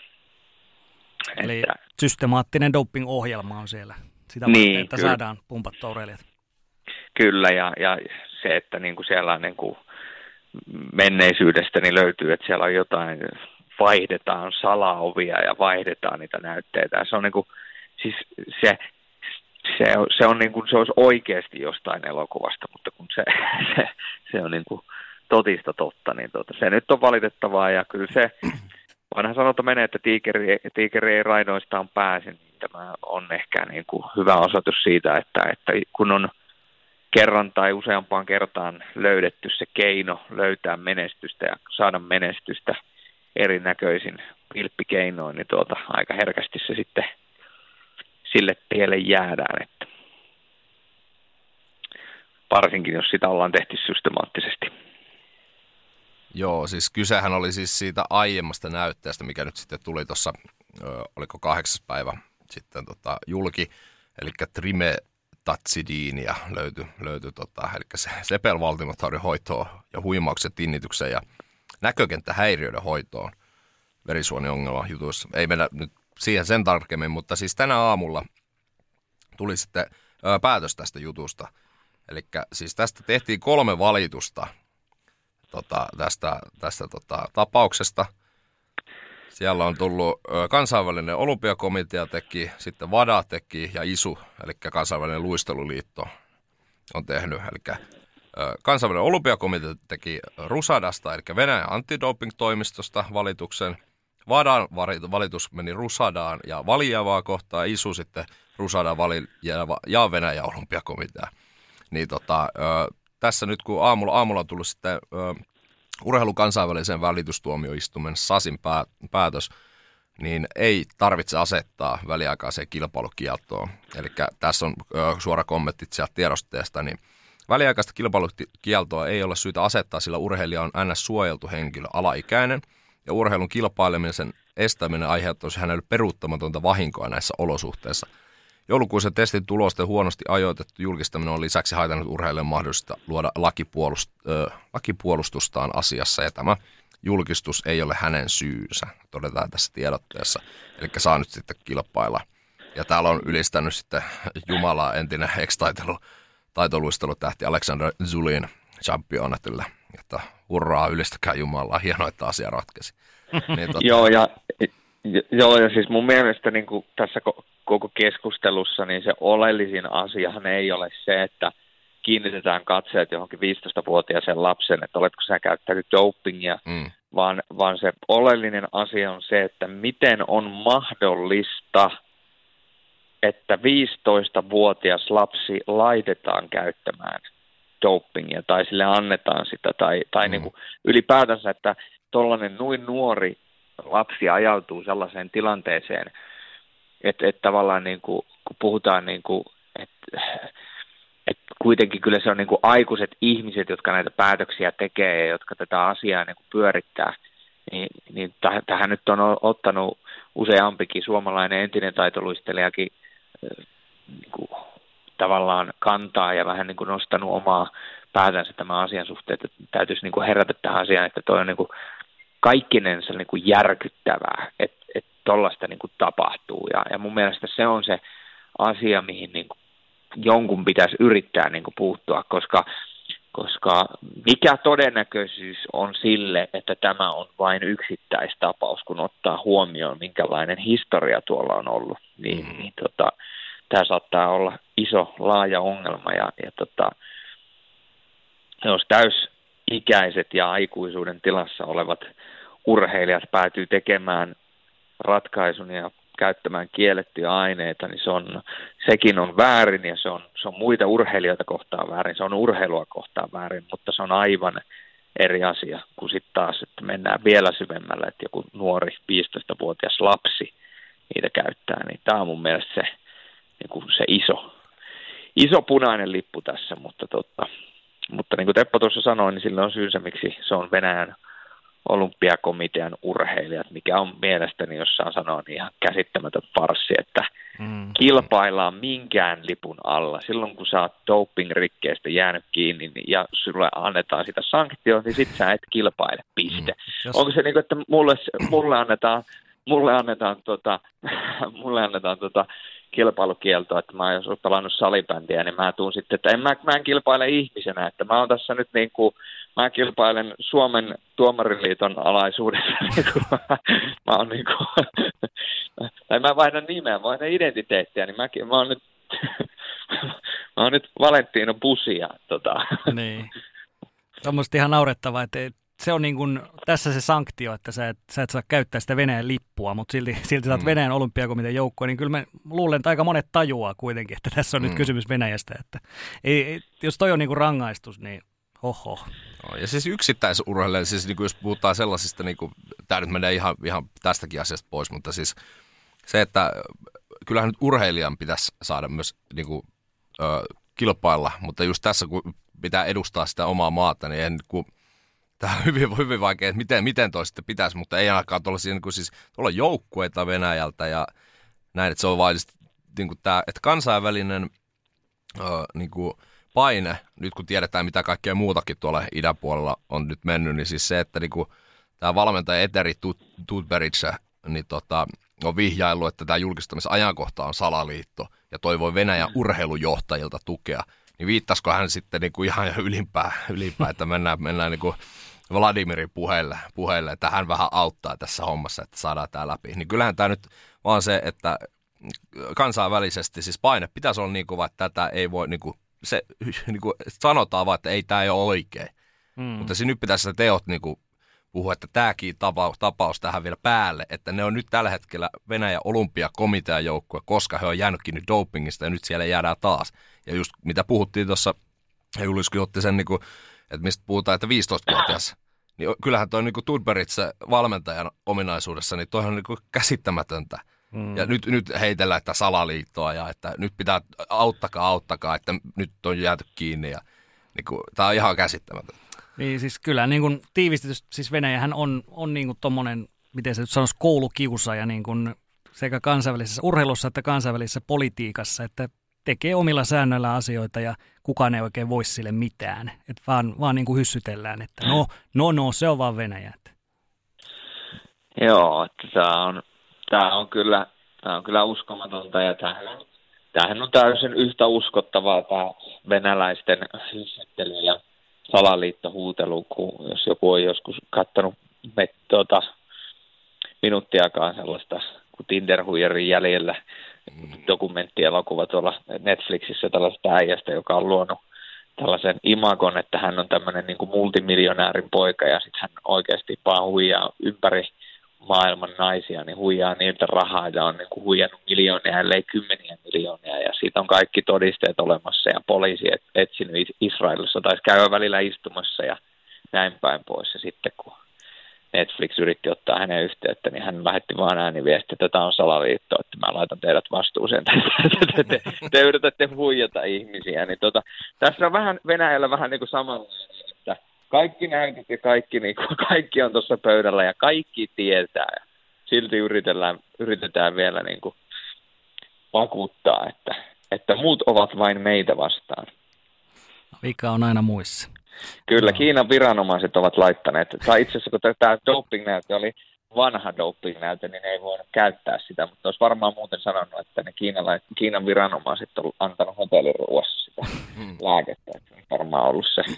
eli että, systemaattinen doping-ohjelma on siellä sitä niin, varten, että kyllä saadaan pumpattua urheilijat. Kyllä, ja, ja se, että niin kuin siellä on niin kuin menneisyydestä niin löytyy, että siellä on jotain, vaihdetaan salaovia ja vaihdetaan niitä näytteitä. Se on niin kuin, siis se, se, on, se on niin kuin se olisi oikeasti jostain elokuvasta, mutta kun se, se, se on niin kuin totista totta, niin tuota, se nyt on valitettavaa ja kyllä se, vanha sanonta menee, että tiikeri, tiikeri ei rainoistaan pääse, niin tämä on ehkä niin kuin hyvä osoitus siitä, että, että kun on kerran tai useampaan kertaan löydetty se keino löytää menestystä ja saada menestystä erinäköisin vilppikeinoin, niin tuota, aika herkästi se sitten sille tielle jäädään. Että varsinkin, jos sitä ollaan tehty systemaattisesti. Joo, siis kysehän oli siis siitä aiemmasta näytteestä, mikä nyt sitten tuli tuossa, oliko kahdeksas päivä sitten tota, julki, eli Trime tatsidiinia löytyi, löytyi tota, eli se sepelvaltimotaudin hoitoon ja huimauksen, tinnityksen ja näkökenttähäiriöiden hoitoon verisuoniongelma jutuissa. Ei mennä nyt siihen sen tarkemmin, mutta siis tänä aamulla tuli sitten ää, päätös tästä jutusta. Eli siis tästä tehtiin kolme valitusta tota, tästä, tästä tota, tapauksesta. Siellä on tullut ö, kansainvälinen olympiakomitea teki, sitten VADA teki ja I S U, eli kansainvälinen luisteluliitto on tehnyt. Eli ö, kansainvälinen olympiakomitea teki RUSADasta, eli Venäjän antidoping-toimistosta valituksen. VADAn valitus meni RUSADaan ja Valjevaa kohtaan, I S U sitten RUSADA, Valjeva ja Venäjän olympiakomitea. Niin tota, ö, tässä nyt kun aamulla, aamulla on tullut sitten Ö, urheilun kansainvälisen välitystuomioistuimen SASin pää, päätös, niin ei tarvitse asettaa väliaikaiseen kilpailukieltoon. Eli tässä on ö, suora kommentti sieltä tiedosteesta, niin väliaikaista kilpailukieltoa ei ole syytä asettaa, sillä urheilija on ns. Suojeltu henkilö, alaikäinen, ja urheilun kilpailemisen estäminen aiheuttaisi hänelle peruuttamatonta vahinkoa näissä olosuhteissa. Joulukuisen testin tulosten huonosti ajoitettu julkistaminen on lisäksi haitannut urheilijan mahdollista luoda lakipuolust, äh, lakipuolustustaan asiassa, ja tämä julkistus ei ole hänen syynsä, todetaan tässä tiedotteessa. Eli saa nyt sitten kilpailla. Ja täällä on ylistänyt sitten Jumalaa entinen ex-taitoluistelutähti Alexander Zulin championatilla, että hurraa, ylistäkää Jumalaa, hienoa, että asia ratkesi. Niin, tota... Joo, ja, joo, ja siis mun mielestä niin kuin tässä koko keskustelussa, niin se oleellisin asiahan ei ole se, että kiinnitetään katseet johonkin viisitoistavuotiaaseen lapsen, että oletko sä käyttänyt dopingia, mm. vaan, vaan se oleellinen asia on se, että miten on mahdollista että viisitoistavuotias lapsi laitetaan käyttämään dopingia tai sille annetaan sitä tai, tai mm. niin kuin ylipäätänsä, että tuollainen noin nuori lapsi ajautuu sellaiseen tilanteeseen, että, että tavallaan niin kuin, kun puhutaan, niin kuin, että, että kuitenkin kyllä se on niin kuin aikuiset ihmiset, jotka näitä päätöksiä tekee ja jotka tätä asiaa niin kuin pyörittää, niin, niin täh, tähän nyt on ottanut useampikin suomalainen entinen taitoluistelijakin niin kuin, tavallaan kantaa ja vähän niin kuin nostanut omaa päätänsä tämän asian suhteen, että täytyisi niin kuin herätä tähän asiaan, että toi on niin kuin kaikkinensa niin kuin järkyttävää, että, että tollaista niin kuin tapahtuu. Ja, ja mun mielestä se on se asia, mihin niin kuin jonkun pitäisi yrittää niin kuin puuttua, koska, koska mikä todennäköisyys on sille, että tämä on vain yksittäistapaus, kun ottaa huomioon, minkälainen historia tuolla on ollut, niin, mm. niin tota, tämä saattaa olla iso, laaja ongelma ja, ja tota, jos täysikäiset ja aikuisuuden tilassa olevat urheilijat päätyy tekemään ratkaisun ja käyttämään kiellettyjä aineita, niin se on, sekin on väärin ja se on, se on muita urheilijoita kohtaan väärin, se on urheilua kohtaan väärin, mutta se on aivan eri asia kuin sitten taas, että mennään vielä syvemmällä, että joku nuori viisitoistavuotias lapsi niitä käyttää, niin tämä on mun mielestä se, niin kuin se iso, iso punainen lippu tässä, mutta, totta, mutta niin kuin Teppo tuossa sanoi, niin sillä on syynsä, miksi se on Venäjän olympiakomitean urheilijat, mikä on mielestäni, jos saan sanoa, niin ihan käsittämätön farssi, että mm. kilpaillaan minkään lipun alla. Silloin kun sä oot doping-rikkeestä jäänyt kiinni niin, ja sulle annetaan sitä sanktioon, niin sit sä et kilpaile, piste. Mm. Jos... Onko se niin kuin, että mulle, mulle annetaan, mulle annetaan, tota, mulle annetaan tota, kilpailukieltoa, että mä oon jos pelannut salibändiä, niin mä tuun sitten, että en mä, mä en kilpaile ihmisenä, että mä oon tässä nyt niin kuin, mä kilpailen Suomen tuomariliiton alaisuudessa, niin kuin, mä oon niin kuin, tai mä vaihdan nimeä, vaihdan identiteettiä, niin mäkin, mä oon nyt, mä oon nyt Valentino Busia, tota. Niin. Se on musta ihan naurettavaa, että se on niin kuin, tässä se sanktio, että sä et, sä et saa käyttää sitä Venäjän lippua, mutta silti, silti sä oot mm. Venäjän olympiakomitean joukkue, niin kyllä mä luulen, että aika monet tajuaa kuitenkin, että tässä on mm. nyt kysymys Venäjästä. Että ei, jos toi on niin kuin rangaistus, niin hoho. No, ja siis yksittäisurheilijoille, siis niin kuin jos puhutaan sellaisista, niin kuin, tämä nyt menee ihan, ihan tästäkin asiasta pois, mutta siis se, että kyllähän nyt urheilijan pitäisi saada myös niin kuin, ö, kilpailla, mutta just tässä kun pitää edustaa sitä omaa maata, niin en kun tämä on hyvin, hyvin vaikea, että miten, miten toi sitten pitäisi, mutta ei ainakaan tuollaisia, niin kuin siis tuolla joukkueita Venäjältä ja näin, että se on vain niin kuin tämä, että kansainvälinen ö, niin kuin paine, nyt kun tiedetään mitä kaikkea muutakin tuolla idäpuolella on nyt mennyt, niin siis se, että niin kuin tämä valmentaja Eteri Tutberidze niin tota, on vihjaillut, että tämä julkistamisajankohta on salaliitto ja toivoi Venäjän urheilujohtajilta tukea, niin viittasiko hän sitten niin kuin ihan ylimpään, ylimpään että mennään, mennään niin kuin Vladimirin puheille, puheille, että hän vähän auttaa tässä hommassa, että saadaan tämä läpi. Niin kyllähän tämä nyt vaan se, että kansainvälisesti siis paine pitäisi olla niin kova, että tätä ei voi, niin kuin, se niin kuin sanotaan vaan, että ei tämä ei ole oikein. Mm. Mutta siis nyt pitäisi teot niin kuin puhua, että tämäkin tapaus, tapaus tähän vielä päälle, että ne on nyt tällä hetkellä Venäjän olympiakomitean joukkue, koska he on jäänyt kiinni dopingista ja nyt siellä jäädään taas. Ja just mitä puhuttiin tuossa, Juliuskin otti sen, niin kuin, että mistä puhutaan, että viisitoistavuotias, niin kyllähän toi niin Tutberidze valmentajan ominaisuudessa, niin toi on niin kuin käsittämätöntä. Mm. Ja nyt, nyt heitellään että salaliittoa ja että nyt pitää auttakaa, auttakaa, että nyt on jääty kiinni. Ja, niin kuin, tämä on ihan käsittämätöntä. Niin siis kyllä niin kuin tiivistetysti, siis Venäjähän on, on niin kuin tommonen, miten se nyt sanoisi, koulukiusaaja niin kuin sekä kansainvälisessä urheilussa että kansainvälisessä politiikassa, että tekee omilla säännöillä asioita ja kukaan ei oikein voi sille mitään. Että vaan, vaan niin kuin hyssytellään, että no, no, no, se on vaan Venäjä. Joo, että tämä on, tämä on, kyllä, tämä on kyllä uskomatonta ja tämähän, tämähän on täysin yhtä uskottavaa tämä venäläisten hyssyttely ja salaliittohuutelu, kun jos joku on joskus katsonut me, tuota, minuuttiakaan sellaista kuin Tinder-huijarin jäljellä dokumenttielokuva tuolla Netflixissä tällaista äijästä, joka on luonut tällaisen imagon, että hän on tämmöinen niin kuin multimiljonäärin poika ja sitten hän oikeasti vaan huijaa ympäri maailman naisia, niin huijaa niiltä rahaa ja on niin kuin huijannut miljoonia, ellei kymmeniä miljoonia ja siitä on kaikki todisteet olemassa ja poliisi et, etsinyt Israelissa, taisi käydä välillä istumassa ja näin päin pois. Ja sitten kun Netflix yritti ottaa hänen yhteyttä, niin hän lähetti vaan ääniviestiä, että tämä on salaliitto, että mä laitan teidät vastuuseen tästä, te, te yritätte huijata ihmisiä. Niin tota, tässä on vähän Venäjällä vähän niin kuin samanlainen, että kaikki näytöt ja kaikki, niin kuin, kaikki on tuossa pöydällä ja kaikki tietää. Ja silti yritetään, yritetään vielä niin kuin vakuuttaa, että, että muut ovat vain meitä vastaan. Vika on aina muissa. Kyllä, Kiinan viranomaiset ovat laittaneet, tai itse asiassa kun tämä doping-näyte oli vanha doping-näyte, niin ne ei voinut käyttää sitä, mutta olisi varmaan muuten sanonut, että ne Kiinan viranomaiset on antanut hotelliruuassa sitä lääkettä, että on varmaan ollut se,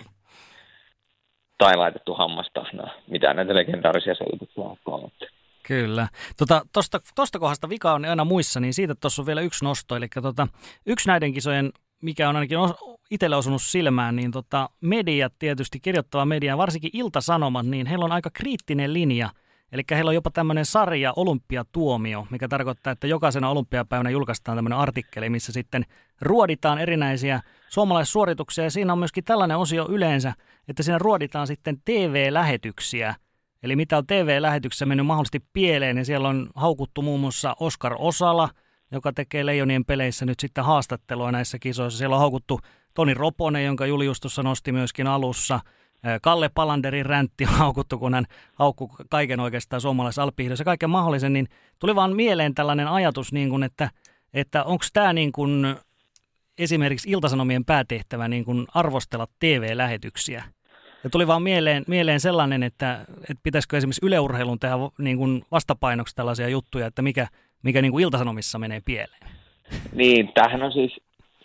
tai laitettu hammastahna, mitä näitä legendaarisia selityksiä on. Kyllä. Tota, tosta, tosta kohdasta vika on aina muissa, niin siitä tuossa on vielä yksi nosto, eli tota, yksi näiden kisojen, mikä on ainakin itselle osunut silmään, niin tota, mediat tietysti, kirjoittava media, varsinkin Ilta-Sanomat, niin heillä on aika kriittinen linja. Eli heillä on jopa tämmöinen sarja Olympiatuomio, mikä tarkoittaa, että jokaisena olympiapäivänä julkaistaan tämmöinen artikkeli, missä sitten ruoditaan erinäisiä suomalaissuorituksia. Ja siinä on myöskin tällainen osio yleensä, että siinä ruoditaan sitten T V-lähetyksiä. Eli mitä on T V-lähetyksessä mennyt mahdollisesti pieleen, ja siellä on haukuttu muun muassa Oskar Osala, joka tekee Leijonien peleissä nyt sitten haastattelua näissä kisoissa. Siellä on haukuttu Toni Roponen, jonka Julius tuossa nosti myöskin alussa. Kalle Palanderin räntti on haukuttu, kun hän haukkui kaiken oikeastaan suomalaisessa alppihiihdossa ja kaiken mahdollisen, niin tuli vaan mieleen tällainen ajatus, niin kuin, että, että onko tämä niin kuin esimerkiksi Ilta-Sanomien päätehtävä niin kuin arvostella T V-lähetyksiä. Ja tuli vaan mieleen, mieleen sellainen, että, että pitäisikö esimerkiksi Yle Urheilun tehdä niin kuin vastapainoksi tällaisia juttuja, että mikä, mikä niin kuin Ilta-Sanomissa menee pieleen. Niin, tämähän on siis,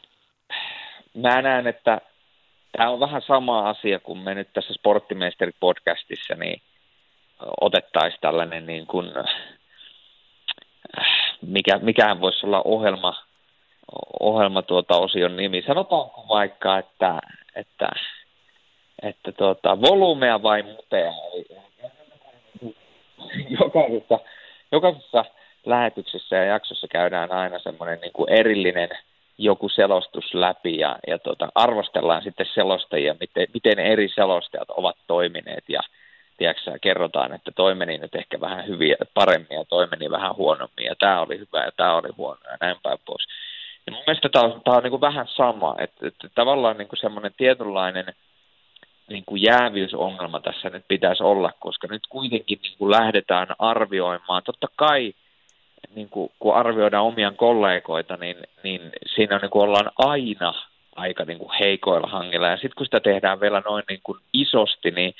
mä näen, että tämä on vähän sama asia, kun me nyt tässä Sporttimeisterit-podcastissa niin otettaisiin tällainen, niin kuin, mikä, mikähän voisi olla ohjelma, ohjelma tuota osion nimi. Sanotaanko vaikka, että, että, että tuota, volumea vai mutea. Jokaisessa, jokaisessa lähetyksessä ja jaksossa käydään aina semmoinen niin kuin erillinen joku selostus läpi ja, ja tota, arvostellaan sitten selostajia, miten, miten eri selostajat ovat toimineet ja tiedätkö, kerrotaan, että toi meni nyt ehkä vähän hyviä, paremmin ja toi meni vähän huonommin ja tämä oli hyvä ja tämä oli huono ja näin päin pois. Ja mun mielestä tämä on, tää on niin kuin vähän sama, että, että tavallaan niin kuin semmoinen tietynlainen niin kuin jäävyysongelma tässä nyt pitäisi olla, koska nyt kuitenkin niin kuin lähdetään arvioimaan, totta kai niin kuin, kun arvioidaan omia kollegoita, niin, niin siinä niin kuin ollaan aina aika niin kuin heikoilla hangilla. Ja sitten kun sitä tehdään vielä noin niin kuin isosti, niin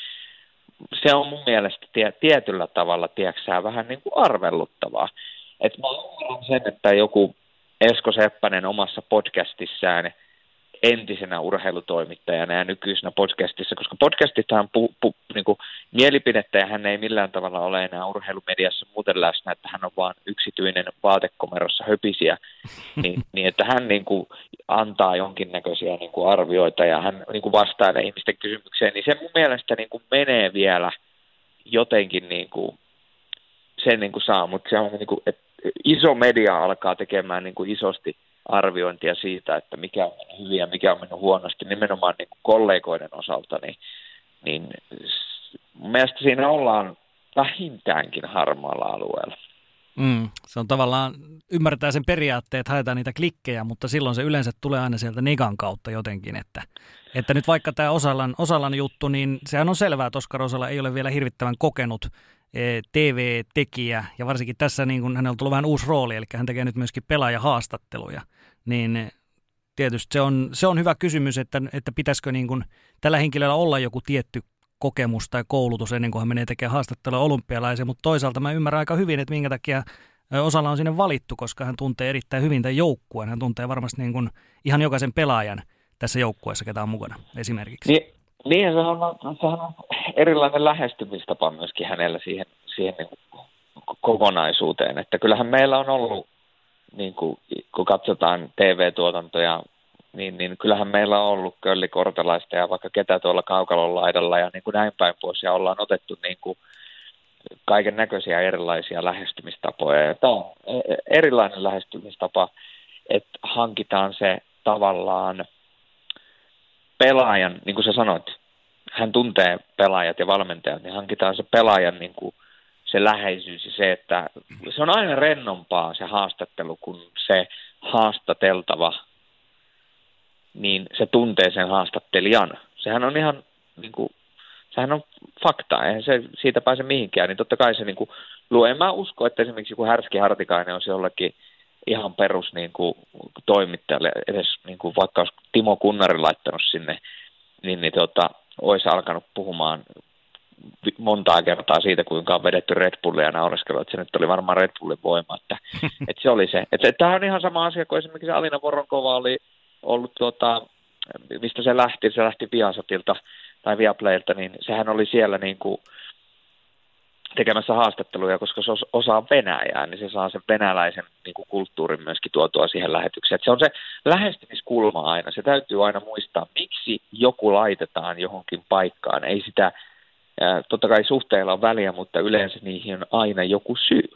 se on mun mielestä tie, tietyllä tavalla tiedätkö, vähän niin kuin arvelluttavaa. Et mä ymmärrän sen, että joku Esko Seppänen omassa podcastissaan entisenä urheilutoimittajana ja nykyisenä podcastissa, koska podcastithan pu, pu, niin kuin mielipidettä ja hän ei millään tavalla ole enää urheilumediassa muuten läsnä, että hän on vaan yksityinen vaatekomerossa höpisiä, niin, niin että hän niin kuin antaa jonkinnäköisiä niin kuin arvioita ja hän niin kuin vastailee ihmisten kysymykseen, niin se mun mielestä niin kuin menee vielä jotenkin niin kuin sen niin kuin saa, mutta se on niin kuin, että iso media alkaa tekemään niin kuin isosti arviointia siitä, että mikä on mennyt hyvin ja mikä on mennyt huonosti, nimenomaan niin kuin kollegoiden osalta, niin, niin mun mielestä siinä ollaan vähintäänkin harmaalla alueella. Mm, se on tavallaan, ymmärtää sen periaatteen, että haetaan niitä klikkejä, mutta silloin se yleensä tulee aina sieltä negan kautta jotenkin, että, että nyt vaikka tämä Osalan, Osalan juttu, niin sehän on selvää, että Oskar Osala ei ole vielä hirvittävän kokenut T V-tekijä, ja varsinkin tässä niin kun hänellä on tullut vähän uusi rooli, eli hän tekee nyt myöskin pelaajahaastatteluja, niin tietysti se on, se on hyvä kysymys, että, että pitäisikö niin kun tällä henkilöllä olla joku tietty kokemus tai koulutus ennen kuin hän menee tekemään haastattelua olympialaisia, mutta toisaalta mä ymmärrän aika hyvin, että minkä takia Osala on sinne valittu, koska hän tuntee erittäin hyvin tämän joukkueen, hän tuntee varmasti niin kun ihan jokaisen pelaajan tässä joukkueessa, ketä on mukana esimerkiksi. Niin. Niin, se on, sehän on erilainen lähestymistapa myöskin hänellä siihen, siihen niin kuin kokonaisuuteen. Että kyllähän meillä on ollut, niin kuin, kun katsotaan T V-tuotantoja, niin, niin kyllähän meillä on ollut Kölli Kortelaista ja vaikka ketä tuolla kaukalon laidalla ja niin kuin näin päin pois. Ja ollaan otettu niin kuin kaiken näköisiä erilaisia lähestymistapoja. Ja tämä on erilainen lähestymistapa, että hankitaan se tavallaan pelaajan, niin kuin sä sanoit, hän tuntee pelaajat ja valmentajat, niin hankitaan se pelaajan niin kuin se läheisyys ja se, että se on aina rennompaa se haastattelu, kun se haastateltava, niin se tuntee sen haastattelijan. Sehän on ihan, niin kuin, sehän on fakta, eihän se siitä pääse mihinkään, niin totta kai se niin kuin luo. En mä usko, että esimerkiksi joku Härski Hartikainen olisi jollakin ihan perus niin kuin, toimittajalle, edes niin kuin, vaikka olisi Timo Kunnari laittanut sinne, niin, niin tota, olisi alkanut puhumaan montaa kertaa siitä, kuinka on vedetty Red Bullia ja naureskelua, että se nyt oli varmaan Red Bullin voima, että, että se oli se. Että, että tämä on ihan sama asia kuin esimerkiksi Alina Voronkova oli ollut, tuota, mistä se lähti, se lähti Viasatilta tai Viaplaylta, niin sehän oli siellä niin kuin tekemässä haastatteluja, koska se osaa Venäjää, niin se saa sen venäläisen niin kuin kulttuurin myöskin tuotua siihen lähetykseen. Että se on se lähestymiskulma aina, se täytyy aina muistaa, miksi joku laitetaan johonkin paikkaan, ei sitä. Ja totta kai suhteilla on väliä, mutta yleensä niihin on aina joku syy.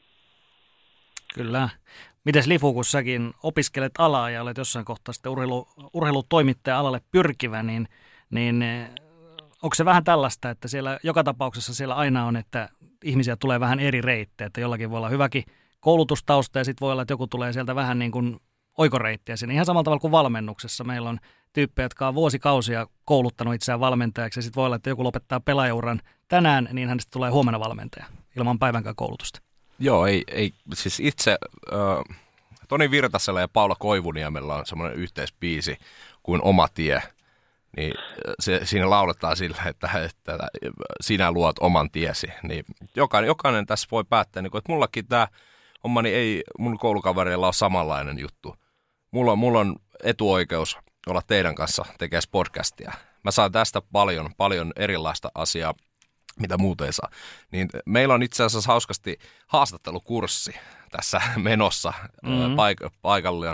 Kyllä. Mites Lifu, kun säkin opiskelet alaa ja olet jossain kohtaa sitten urheilu, urheilutoimittaja-alalle pyrkivä, niin, niin onko se vähän tällaista, että siellä joka tapauksessa siellä aina on, että ihmisiä tulee vähän eri reittejä, että jollakin voi olla hyväkin koulutustausta ja sitten voi olla, että joku tulee sieltä vähän niin kuin oikoreittiä sinne. Ihan samalla tavalla kuin valmennuksessa. Meillä on tyyppejä, jotka on vuosikausia kouluttanut itseään valmentajaksi ja sitten voi olla, että joku lopettaa pelaajauran tänään, niin hänestä tulee huomenna valmentaja ilman päivänkään koulutusta. Joo, ei, ei siis itse äh, Toni Virtasella ja Paula Koivuniemellä on semmoinen yhteispiisi kuin Oma tie. Niin se, siinä lauletaan sillä, että, että sinä luot oman tiesi. Niin jokainen, jokainen tässä voi päättää, niin kun, että mullakin tämä hommani ei mun koulukavereilla ole samanlainen juttu. Mulla, mulla on etuoikeus olla teidän kanssa tekemään podcastia. Mä saan tästä paljon, paljon erilaista asiaa, mitä muut ei saa. Niin meillä on itse asiassa hauskasti haastattelukurssi tässä menossa mm-hmm. paik- paikallinen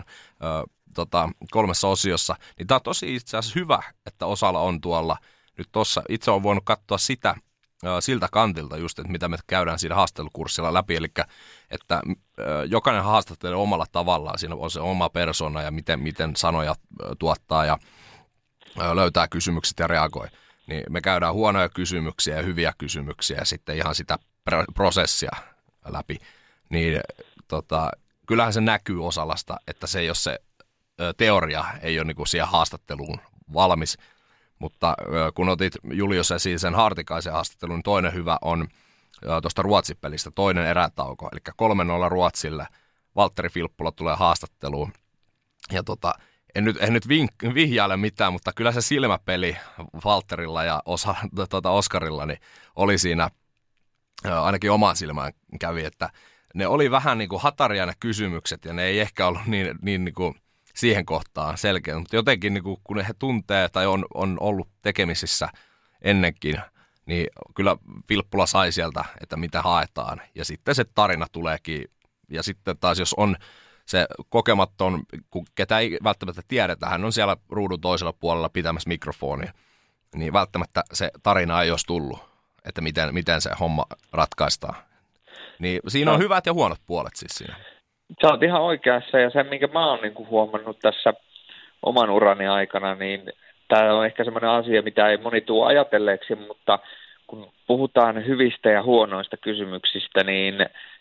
tota, kolmessa osiossa. Niin tää on tosi itse asiassa hyvä, että osalla on tuolla nyt tossa. Itse olen voinut katsoa sitä siltä kantilta just, että mitä me käydään siinä haastattelukurssilla läpi. Eli että jokainen haastattelee omalla tavallaan. Siinä on se oma persona ja miten, miten sanoja tuottaa ja löytää kysymykset ja reagoi. Niin me käydään huonoja kysymyksiä ja hyviä kysymyksiä ja sitten ihan sitä prosessia läpi. Niin tota, kyllähän se näkyy osallasta, että se ei ole se teoria, ei ole niinku siihen haastatteluun valmis. Mutta kun otit Julius esiin sen Hartikaisen haastattelun, niin toinen hyvä on tuosta Ruotsi-pelistä, toinen erätauko. Eli kolme nolla Ruotsille, Valtteri Filppula tulee haastatteluun. Ja tota, en nyt, en nyt vink- vihjaile mitään, mutta kyllä se silmäpeli Valtterilla ja osa, tuota Oskarilla niin oli siinä, ainakin omaan silmään kävi, että ne oli vähän niin kuin hataria ne kysymykset ja ne ei ehkä ollut niin, niin, niin kuin siihen kohtaan selkeä, mutta jotenkin niin kuin, kun he tuntee tai on, on ollut tekemisissä ennenkin, niin kyllä Filppula sai sieltä, että mitä haetaan ja sitten se tarina tuleekin ja sitten taas jos on se kokematon, kun ketä ei välttämättä tiedetä, hän on siellä ruudun toisella puolella pitämässä mikrofonia, niin välttämättä se tarina ei olisi tullut, että miten, miten se homma ratkaistaan. Niin siinä on no. hyvät ja huonot puolet siis siinä. Sä oot ihan oikeassa ja se, minkä mä oon niinku huomannut tässä oman urani aikana, niin tämä on ehkä semmoinen asia, mitä ei moni tule ajatelleeksi, mutta kun puhutaan hyvistä ja huonoista kysymyksistä, niin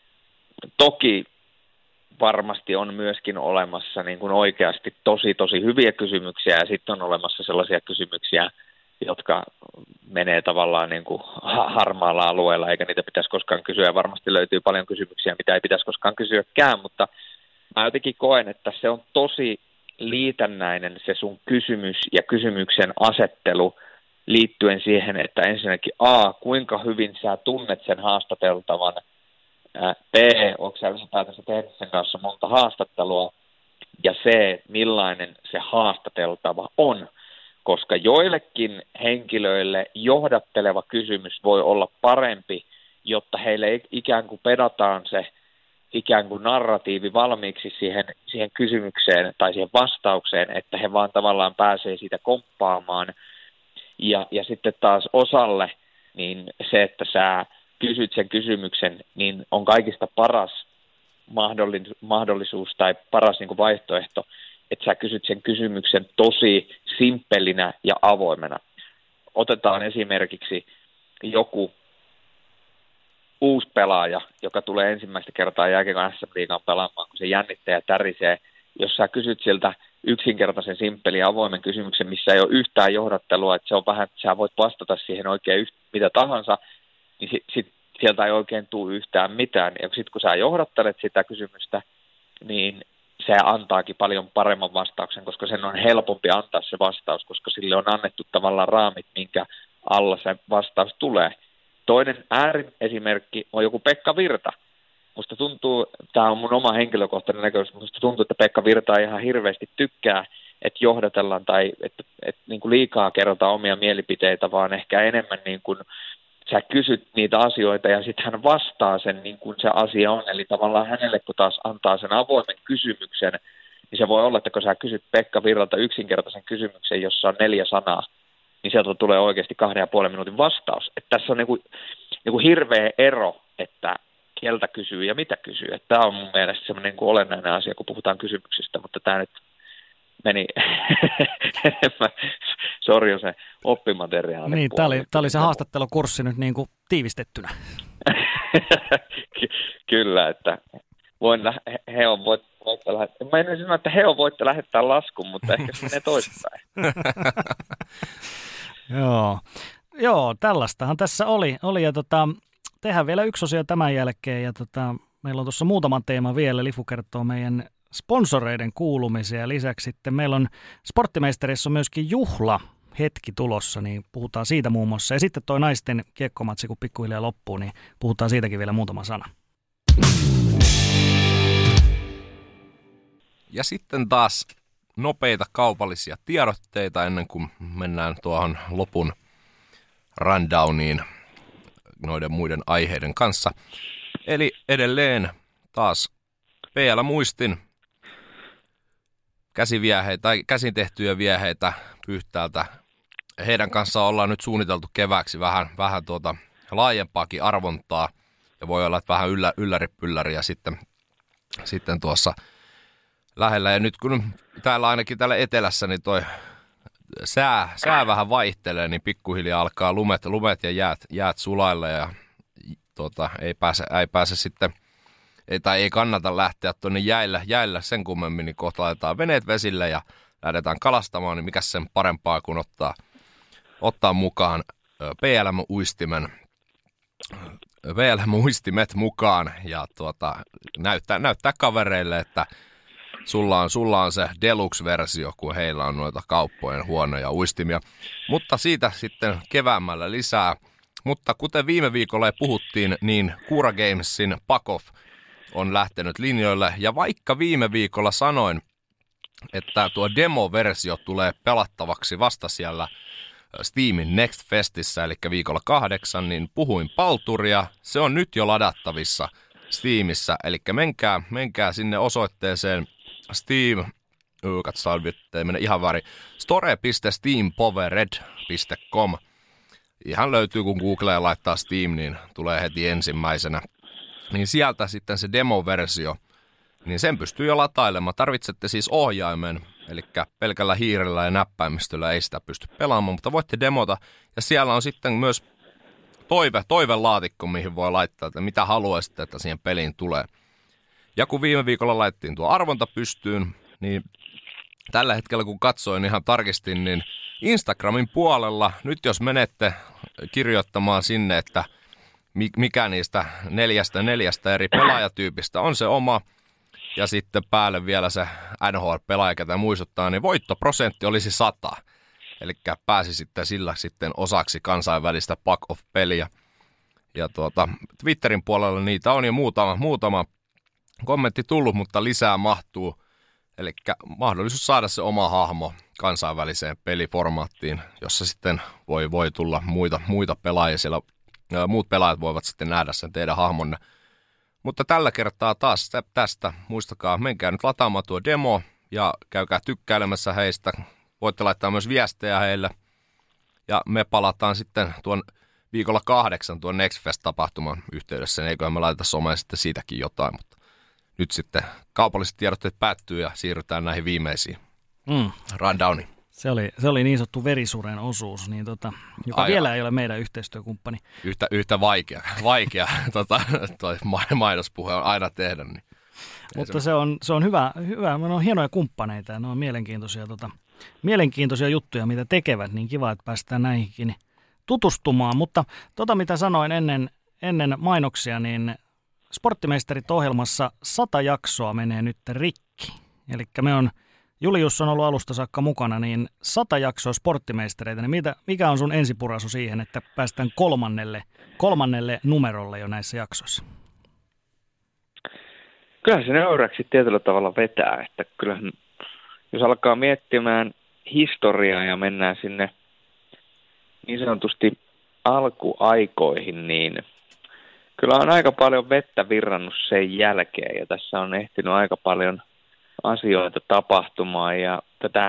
toki varmasti on myöskin olemassa niin kuin oikeasti tosi, tosi hyviä kysymyksiä ja sitten on olemassa sellaisia kysymyksiä, jotka menee tavallaan niin kuin harmaalla alueella, eikä niitä pitäisi koskaan kysyä. Varmasti löytyy paljon kysymyksiä, mitä ei pitäisi koskaan kysyäkään, mutta mä jotenkin koen, että se on tosi liitännäinen se sun kysymys ja kysymyksen asettelu liittyen siihen, että ensinnäkin A, kuinka hyvin sä tunnet sen haastateltavan, B, onko sä ylipäätänsä tehnyt sen kanssa monta haastattelua, ja C, millainen se haastateltava on, koska joillekin henkilöille johdatteleva kysymys voi olla parempi, jotta heille ikään kuin pedataan se ikään kuin narratiivi valmiiksi siihen, siihen kysymykseen tai siihen vastaukseen, että he vaan tavallaan pääsee siitä komppaamaan, ja, ja sitten taas osalle, niin se, että sä kysyt sen kysymyksen, niin on kaikista paras mahdollisuus tai paras niin kuin vaihtoehto, että sä kysyt sen kysymyksen tosi simppelinä ja avoimena. Otetaan esimerkiksi joku uusi pelaaja, joka tulee ensimmäistä kertaa jääkiekon S M-liigaan pelaamaan, kun se jännittää ja tärisee. Jos sä kysyt siltä yksinkertaisen, simppelin ja avoimen kysymyksen, missä ei ole yhtään johdattelua, että se on vähän, että sä voit vastata siihen oikein yht, mitä tahansa, niin sit, sit, sieltä ei oikein tule yhtään mitään. Ja sitten kun sä johdattelet sitä kysymystä, niin se antaakin paljon paremman vastauksen, koska sen on helpompi antaa se vastaus, koska sille on annettu tavallaan raamit, minkä alla se vastaus tulee. Toinen ääriesimerkki on joku Pekka Virta. Musta tuntuu, tämä on mun oma henkilökohtainen näkemys, musta tuntuu, että Pekka Virta ihan hirveästi tykkää, että johdatellaan tai että, että niin kuin liikaa kerrotaan omia mielipiteitä, vaan ehkä enemmän niin kuin sä kysyt niitä asioita ja sitten hän vastaa sen niin kuin se asia on. Eli tavallaan hänelle, kun taas antaa sen avoimen kysymyksen, niin se voi olla, että kun sä kysyt Pekka Virralta yksinkertaisen kysymyksen, jossa on neljä sanaa, niin sieltä tulee oikeasti kahden ja puolen minuutin vastaus. Että tässä on niin kuin, niin kuin hirveä ero, että keltä kysyy ja mitä kysyy. Että tämä on mun mielestä semmoinen niin kuin olennainen asia, kun puhutaan kysymyksistä, mutta tämä nyt meni enemmän sorjo se oppimateriaali. Niin, tämä oli, oli se haastattelukurssi nyt niin kuin tiivistettynä. Ky- kyllä, että voin lä- he on voit, voitte lähettää. Mä en sanoa, että he on voitte lähettää laskun, mutta ehkä se menee toisinpäin. Joo. Joo, tällaistahan tässä oli. oli ja tota, tehdään vielä yksi osio tämän jälkeen. Ja tota, meillä on tuossa muutaman teema vielä. Lifu kertoo meidän sponsoreiden kuulumisia. Ja lisäksi sitten meillä on Sporttimeisterissä myöskin juhla hetki tulossa, niin puhutaan siitä muun muassa. Ja sitten toi naisten kiekkomatsi, kun pikkuhiljaa loppuu, niin puhutaan siitäkin vielä muutama sana. Ja sitten taas nopeita kaupallisia tiedotteita ennen kuin mennään tuohon lopun rundowniin noiden muiden aiheiden kanssa. Eli edelleen taas P L-muistin käsivieheitä tai käsin tehtyjä vieheitä Pyhtäältä. Heidän kanssaan ollaan nyt suunniteltu kevääksi vähän, vähän tuota laajempaakin arvontaa ja voi olla, että vähän yllä, ylläripylläriä sitten, sitten tuossa lähellä. Ja nyt kun täällä ainakin täällä etelässä niin toi sää, sää vähän vaihtelee, niin pikkuhiljaa alkaa lumet, lumet ja jäät, jäät sulailla ja tuota, ei, pääse, ei pääse sitten, ei, tai ei kannata lähteä tuonne jäillä, jäillä sen kummemmin, niin kohta laitetaan veneet vesille ja lähdetään kalastamaan, niin mikäs sen parempaa kuin ottaa, ottaa mukaan P L M-uistimen, P L M-uistimet mukaan ja tuota, näyttää, näyttää kavereille, että Sulla on, sulla on se deluxe-versio, kun heillä on noita kauppojen huonoja uistimia. Mutta siitä sitten keväämällä lisää. Mutta kuten viime viikolla puhuttiin, niin Kura Gamesin Pakoff on lähtenyt linjoille. Ja vaikka viime viikolla sanoin, että tuo demo-versio tulee pelattavaksi vasta siellä Steamin Next Festissä, eli viikolla kahdeksan, niin puhuin palturia. Se on nyt jo ladattavissa Steamissa, eli menkää, menkää sinne osoitteeseen Steam, öö, katsotaan, ei mene ihan väärin, store piste steampowered piste com. Ihan löytyy, kun Googleen laittaa Steam, niin tulee heti ensimmäisenä. Niin sieltä sitten se demo-versio, niin sen pystyy jo latailemaan. Tarvitsette siis ohjaimen, eli pelkällä hiirellä ja näppäimistöllä ei sitä pysty pelaamaan, mutta voitte demota. Ja siellä on sitten myös toive, toivelaatikko, mihin voi laittaa, että mitä haluaisitte, että siihen peliin tulee. Ja kun viime viikolla laitettiin tuo arvonta pystyyn, niin tällä hetkellä kun katsoin ihan tarkistin, niin Instagramin puolella, nyt jos menette kirjoittamaan sinne, että mikä niistä neljästä neljästä eri pelaajatyypistä on se oma, ja sitten päälle vielä se N H L-pelaaja, ketä muistuttaa, niin voittoprosentti olisi sata. Eli pääsi sitten sillä sitten osaksi kansainvälistä Pack-off-peliä. Ja tuota, Twitterin puolella niitä on jo muutama, muutama kommentti tullut, mutta lisää mahtuu. Eli mahdollisuus saada se oma hahmo kansainväliseen peliformaattiin, jossa sitten voi, voi tulla muita, muita pelaajia. Siellä ää, muut pelaajat voivat sitten nähdä sen teidän hahmonne. Mutta tällä kertaa taas tästä, muistakaa, menkää nyt lataamaan tuo demo ja käykää tykkäilemässä heistä. Voitte laittaa myös viestejä heille. Ja me palataan sitten tuon viikolla kahdeksan tuon Next Fest-tapahtuman yhteydessä. Eiköhän me laiteta someen sitten siitäkin jotain, mutta nyt sitten kaupalliset tiedotteet päättyy ja siirrytään näihin viimeisiin mm. rundowniin. Se oli, se oli niin sanottu verisuren osuus, niin tota, joka Ai, vielä ei ole meidän yhteistyökumppani. Yhtä, yhtä vaikea, vaikea tota, toi mainospuhe on aina tehdä. Niin. Mutta se on, se on hyvä, hyvä, ne on hienoja kumppaneita ja ne on mielenkiintoisia, tota, mielenkiintoisia juttuja, mitä tekevät, niin kiva, että päästään näihinkin tutustumaan. Mutta tota, mitä sanoin ennen, ennen mainoksia, niin Sporttimeisterit-ohjelmassa sata jaksoa menee nyt rikki. Eli me on, Julius on ollut alusta saakka mukana, niin sata jaksoa sporttimeistereitä. Niin mitä, mikä on sun ensipurasu siihen, että päästään kolmannelle, kolmannelle numerolle jo näissä jaksoissa? Kyllähän se nöyräksi tietyllä tavalla vetää, että kyllähän jos alkaa miettimään historiaa ja mennään sinne niin sanotusti alkuaikoihin, niin kyllä on aika paljon vettä virrannut sen jälkeen ja tässä on ehtinyt aika paljon asioita tapahtumaan ja tätä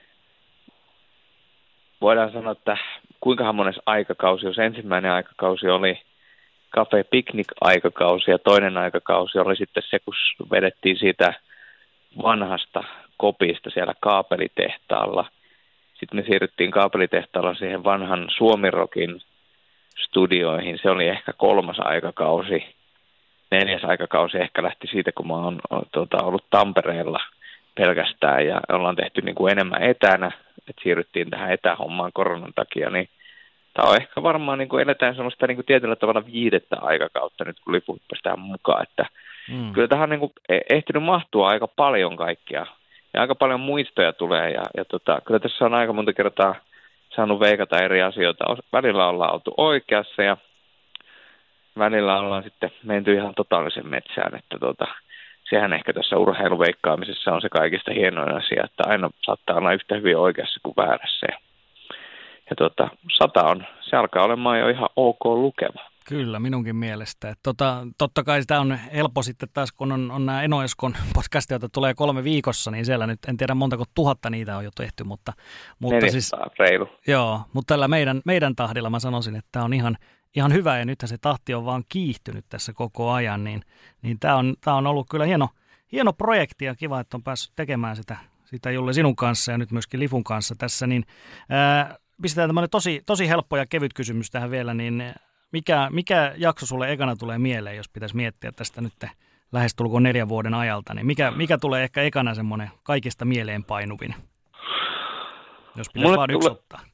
voidaan sanoa, että kuinkahan monessa aikakausi, jos ensimmäinen aikakausi oli Cafe Picnic-aikakausi ja toinen aikakausi oli sitten se, kun vedettiin siitä vanhasta kopista siellä kaapelitehtaalla. Sitten me siirryttiin kaapelitehtaalla siihen vanhan Suomirokin studioihin. Se oli ehkä kolmas aikakausi. Neljäs aikakausi ehkä lähti siitä, kun mä oon tuota, ollut Tampereella pelkästään ja ollaan tehty niin kuin enemmän etänä, että siirryttiin tähän etähommaan koronan takia, niin tämä on ehkä varmaan, niin kuin eletään sellaista niin kuin tietyllä tavalla viidettä aikakautta nyt, kun liput päästään mukaan, että mm. kyllä tähän on niin kuin ehtinyt mahtua aika paljon kaikkia ja aika paljon muistoja tulee ja, ja tota, kyllä tässä on aika monta kertaa saanut veikata eri asioita. Välillä ollaan oltu oikeassa ja välillä ollaan sitten menty ihan totaalisen metsään, että tota, sehän ehkä tässä urheiluveikkaamisessa on se kaikista hienoin asia, että aina saattaa olla yhtä hyvin oikeassa kuin väärässä. Ja, ja tota, sata on, se alkaa olemaan jo ihan ok lukema. Kyllä, minunkin mielestä. Että tota, totta kai sitä on helppo sitten taas, kun on, on nämä Eno Eskon podcastia, joita tulee kolme viikossa, niin siellä nyt en tiedä montako tuhatta niitä on jo tehty, mutta, mutta siis, reilu. Joo, mutta tällä meidän, meidän tahdilla mä sanoisin, että tämä on ihan, ihan hyvä ja nythän se tahti on vaan kiihtynyt tässä koko ajan, niin, niin tämä on, tämä on ollut kyllä hieno, hieno projekti ja kiva, että on päässyt tekemään sitä, sitä Julle sinun kanssa ja nyt myöskin Lifun kanssa tässä, niin ää, pistetään tämmöinen tosi, tosi helppo ja kevyt kysymys tähän vielä, niin Mikä, mikä jakso sulle ekana tulee mieleen, jos pitäisi miettiä tästä nyt lähestulkoon neljän vuoden ajalta, niin mikä, mikä tulee ehkä ekana semmoinen kaikista mieleenpainuvin, jos pitäisi mulle vaan yksi tule... ottaa?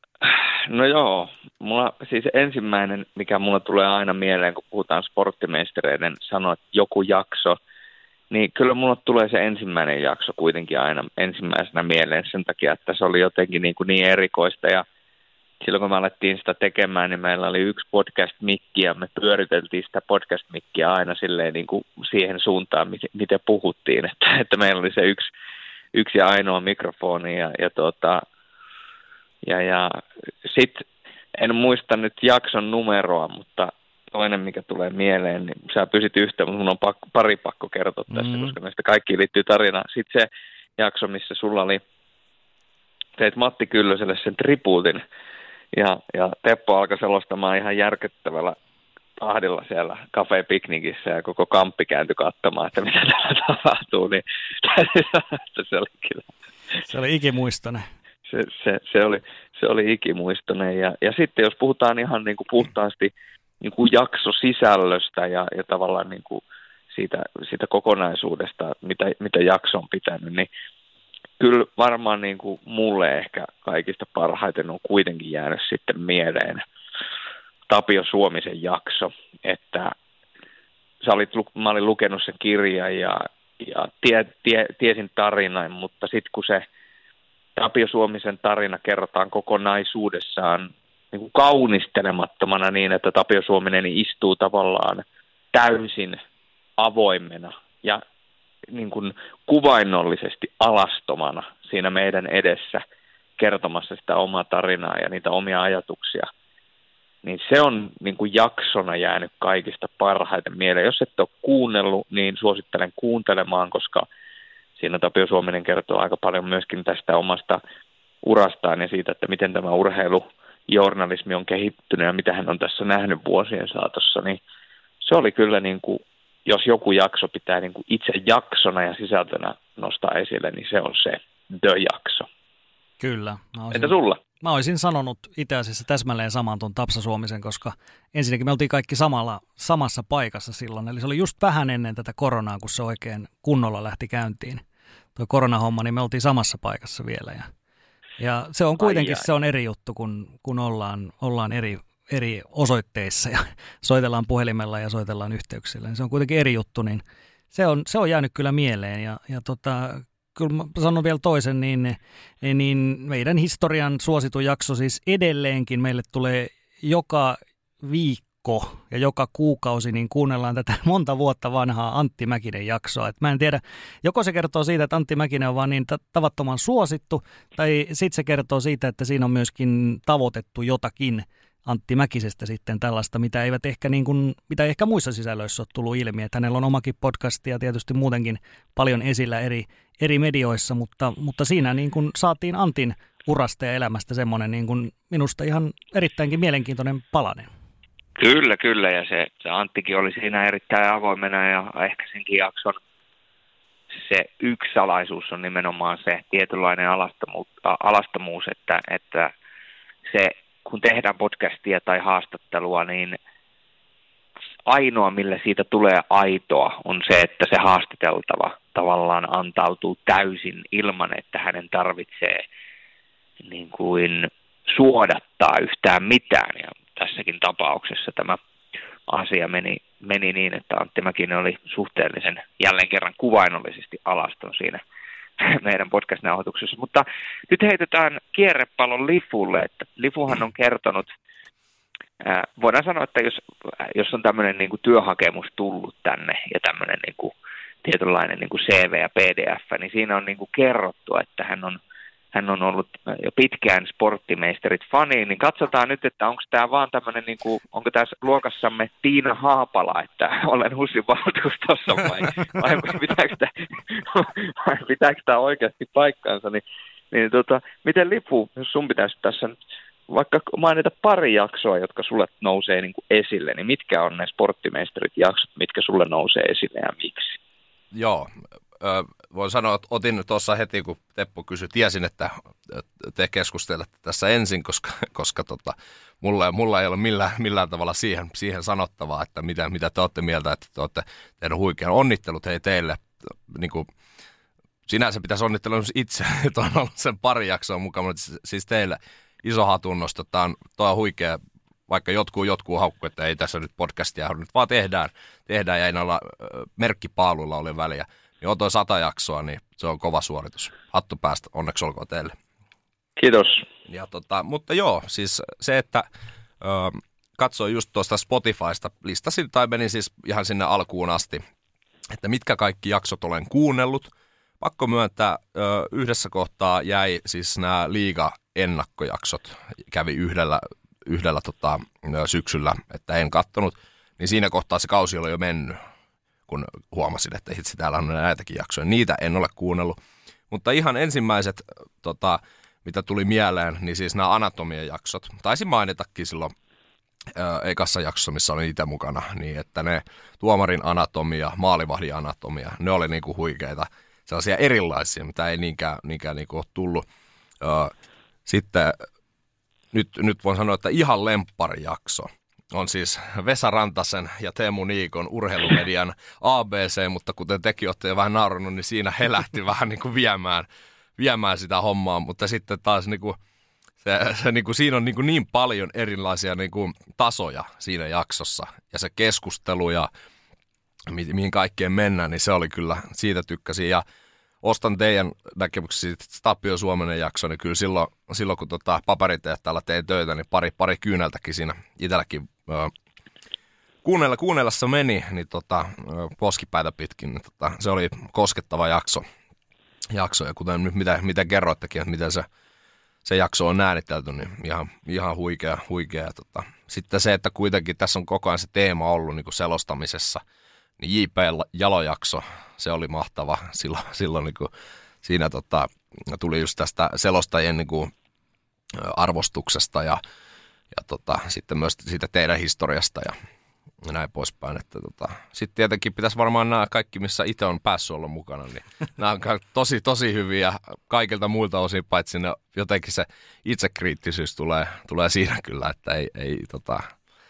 No joo, mulla siis ensimmäinen, mikä mulla tulee aina mieleen, kun puhutaan sporttimeistereiden, sanoa, että joku jakso, niin kyllä mulla tulee se ensimmäinen jakso kuitenkin aina ensimmäisenä mieleen sen takia, että se oli jotenkin niin, kuin niin erikoista ja silloin kun me alettiin sitä tekemään, niin meillä oli yksi podcast-mikki ja me pyöriteltiin sitä podcast-mikkiä aina silleen niin kuin siihen suuntaan, miten puhuttiin. Että, että meillä oli se yksi, yksi ja ainoa mikrofoni ja, ja, tuota, ja, ja sitten en muista nyt jakson numeroa, mutta toinen mikä tulee mieleen, niin sä pysyt yhtä, mutta mun on pakko, pari pakko kertoa tässä, mm-hmm. koska näistä kaikki liittyy tarinaan. Sitten se jakso, missä sulla oli, teit Matti Kyllöselle sen tribuutin, Ja, ja Teppo alkoi selostamaan ihan järkyttävällä tahdilla siellä Cafe Picnicissä ja koko kamppi kääntyi katsomaan, että mitä täällä tapahtuu. Niin, se, oli kyllä. se oli ikimuistoinen. Se, se, se, oli, se oli ikimuistoinen. Ja, ja sitten jos puhutaan ihan niin kuin puhtaasti niin kuin jaksosisällöstä ja, ja tavallaan niin kuin siitä, siitä kokonaisuudesta, mitä, mitä jakso on pitänyt, niin kyllä varmaan niin kuin mulle ehkä kaikista parhaiten on kuitenkin jäänyt sitten mieleen Tapio Suomisen jakso, että sä olit, mä olin lukenut sen kirjan ja, ja tie, tie, tiesin tarinan, mutta sitten kun se Tapio Suomisen tarina kerrotaan kokonaisuudessaan niin kuin kaunistelemattomana niin, että Tapio Suominen istuu tavallaan täysin avoimena ja niin kuin kuvainnollisesti alastomana siinä meidän edessä kertomassa sitä omaa tarinaa ja niitä omia ajatuksia, niin se on niin kuin jaksona jäänyt kaikista parhaiten mieleen. Jos et ole kuunnellut, niin suosittelen kuuntelemaan, koska siinä Tapio Suominen kertoo aika paljon myöskin tästä omasta urastaan ja siitä, että miten tämä urheilujournalismi on kehittynyt ja mitä hän on tässä nähnyt vuosien saatossa, niin se oli kyllä niin kuin jos joku jakso pitää niin kuin itse jaksona ja sisältönä nostaa esille, niin se on se The-jakso. Kyllä. Olisin, Entä sulla? Mä olisin sanonut itse asiassa täsmälleen saman tuon Tapsa Suomisen, koska ensinnäkin me oltiin kaikki samalla, samassa paikassa silloin. Eli se oli just vähän ennen tätä koronaa, kun se oikein kunnolla lähti käyntiin. Tuo koronahomma, niin me oltiin samassa paikassa vielä. Ja, ja se on kuitenkin ai, ai. se on eri juttu, kun, kun ollaan, ollaan eri, eri osoitteissa ja soitellaan puhelimella ja soitellaan yhteyksillä. Niin se on kuitenkin eri juttu, niin se on, se on jäänyt kyllä mieleen. Ja, ja tota, kyllä mä sanon vielä toisen, niin, niin meidän historian suositun jakso siis edelleenkin meille tulee joka viikko ja joka kuukausi, niin kuunnellaan tätä monta vuotta vanhaa Antti Mäkinen jaksoa. Et mä en tiedä, joko se kertoo siitä, että Antti Mäkinen on vaan niin tavattoman suosittu, tai sitten se kertoo siitä, että siinä on myöskin tavoitettu jotakin Antti Mäkisestä sitten tällaista, mitä eivät ehkä niin kuin, mitä ei ehkä muissa sisällöissä ole tullut ilmi, että hänellä on omakin podcasti ja tietysti muutenkin paljon esillä eri, eri medioissa, mutta, mutta siinä niin kuin saatiin Antin urasta ja elämästä semmoinen niin kuin minusta ihan erittäinkin mielenkiintoinen palanen. Kyllä, kyllä, ja se, se Anttikin oli siinä erittäin avoimena, ja ehkä senkin jakson se yksi salaisuus on nimenomaan se tietynlainen alastomuus, alastomuus että, että se, kun tehdään podcastia tai haastattelua, niin ainoa, millä siitä tulee aitoa, on se, että se haastateltava tavallaan antautuu täysin ilman, että hänen tarvitsee niin kuin suodattaa yhtään mitään, ja tässäkin tapauksessa tämä asia meni, meni niin, että Antti Mäkinen oli suhteellisen jälleen kerran kuvainnollisesti alaston siinä meidän podcast-nauhoituksessa. Mutta nyt heitetään kierrepallon Lifulle, että Lifuhan on kertonut, ää, voidaan sanoa, että jos, jos on tämmöinen niin kuin työhakemus tullut tänne ja tämmöinen niin kuin tietynlainen niin kuin C V ja P D F, niin siinä on niin kuin kerrottu, että hän on Hän on ollut jo pitkään Sporttimeisterit fani, niin katsotaan nyt, että onko tämä vaan tämmöinen, niin kuin, onko tässä luokassamme Tiina Haapala, että olen HUSin valtuustossa vai, vai pitääkö, tämä, vai pitääkö tämä oikeasti paikkaansa, niin, niin tota, miten Lifu, jos sun pitäisi tässä nyt vaikka mainita pari jaksoa, jotka sulle nousee niin kuin esille, niin mitkä on ne Sporttimeisterit jaksot, mitkä sulle nousee esille ja miksi? Joo. Voin sanoa, että otin tuossa heti, kun Teppo kysyi, tiesin, että te keskustelette tässä ensin, koska, koska tota, mulla, mulla ei ole millään, millään tavalla siihen, siihen sanottavaa, että mitä, mitä te olette mieltä, että te olette tehneet huikean onnittelut hei teille. Niin kuin, sinänsä pitäisi onnitella itse, että on ollut sen pari jaksoa mukaan, mutta siis teille iso hatunnosto, tämä on, on huikea, vaikka jotkut, jotkut haukku, että ei tässä nyt podcastia, nyt vaan tehdään, tehdään ja ei noilla merkkipaaluilla ole väliä. Niin on toi sata jaksoa, niin se on kova suoritus. Hattu päästä, onneksi olkoon teille. Kiitos. Ja tota, mutta joo, siis se, että ö, katsoin just tuosta Spotifysta, listasin tai menin siis ihan sinne alkuun asti, että mitkä kaikki jaksot olen kuunnellut. Pakko myöntää, ö, yhdessä kohtaa jäi siis nämä liiga-ennakkojaksot, kävi yhdellä, yhdellä tota, syksyllä, että en kattonut, niin siinä kohtaa se kausi oli jo mennyt, kun huomasin, että itse täällä on näitäkin jaksoja. Niitä en ole kuunnellut. Mutta ihan ensimmäiset, tota, mitä tuli mieleen, niin siis nämä anatomian jaksot. Taisin mainitakin silloin ää, ekassa jaksossa, missä olin itse mukana, niin että ne tuomarin anatomia, maalivahdin anatomia, ne oli niinku huikeita. Sellaisia erilaisia, mitä ei niinkään, niinkään niinku ole tullut. Ää, sitten nyt, nyt voin sanoa, että ihan lempparijakso on siis Vesa Rantasen ja Teemu Niikon urheilumedian A B C, mutta kuten tekin olette jo vähän naurannut, niin siinä he lähti vähän niin kuin viemään, viemään sitä hommaa, mutta sitten taas niin kuin se, se, niin kuin, siinä on niin, kuin niin paljon erilaisia niin kuin tasoja siinä jaksossa ja se keskustelu ja mi- mihin kaikkeen mennään, niin se oli kyllä, siitä tykkäsin ja ostan teidän näkemyksiä siitä Tapio Suomenen jakso, niin kyllä silloin, silloin kun tota paperitehtaalla tein töitä, niin pari, pari kyyneltäkin siinä itselläkin öö, kuunnella, kuunnellessa meni, niin tota, poskipäitä pitkin, niin tota, se oli koskettava jakso. jakso. Ja kuten nyt mitä, mitä kerroittekin, että miten se, se jakso on äänitelty, niin ihan, ihan huikea. huikea. Ja tota, sitten se, että kuitenkin tässä on koko ajan se teema ollut niin kuin selostamisessa, niin J P Jalo-jakso, se oli mahtava. Silloin, silloin niin kuin siinä tota, tuli just tästä selostajien niin kuin arvostuksesta ja, ja tota, sitten myös siitä teidän historiasta ja, ja näin poispäin. Että tota. Sitten tietenkin pitäisi varmaan nämä kaikki, missä itse on päässyt olla mukana, niin nämä on tosi, tosi hyviä kaikilta muilta osin, paitsi ne, jotenkin se itsekriittisyys tulee, tulee siinä kyllä, että ei, ei tota,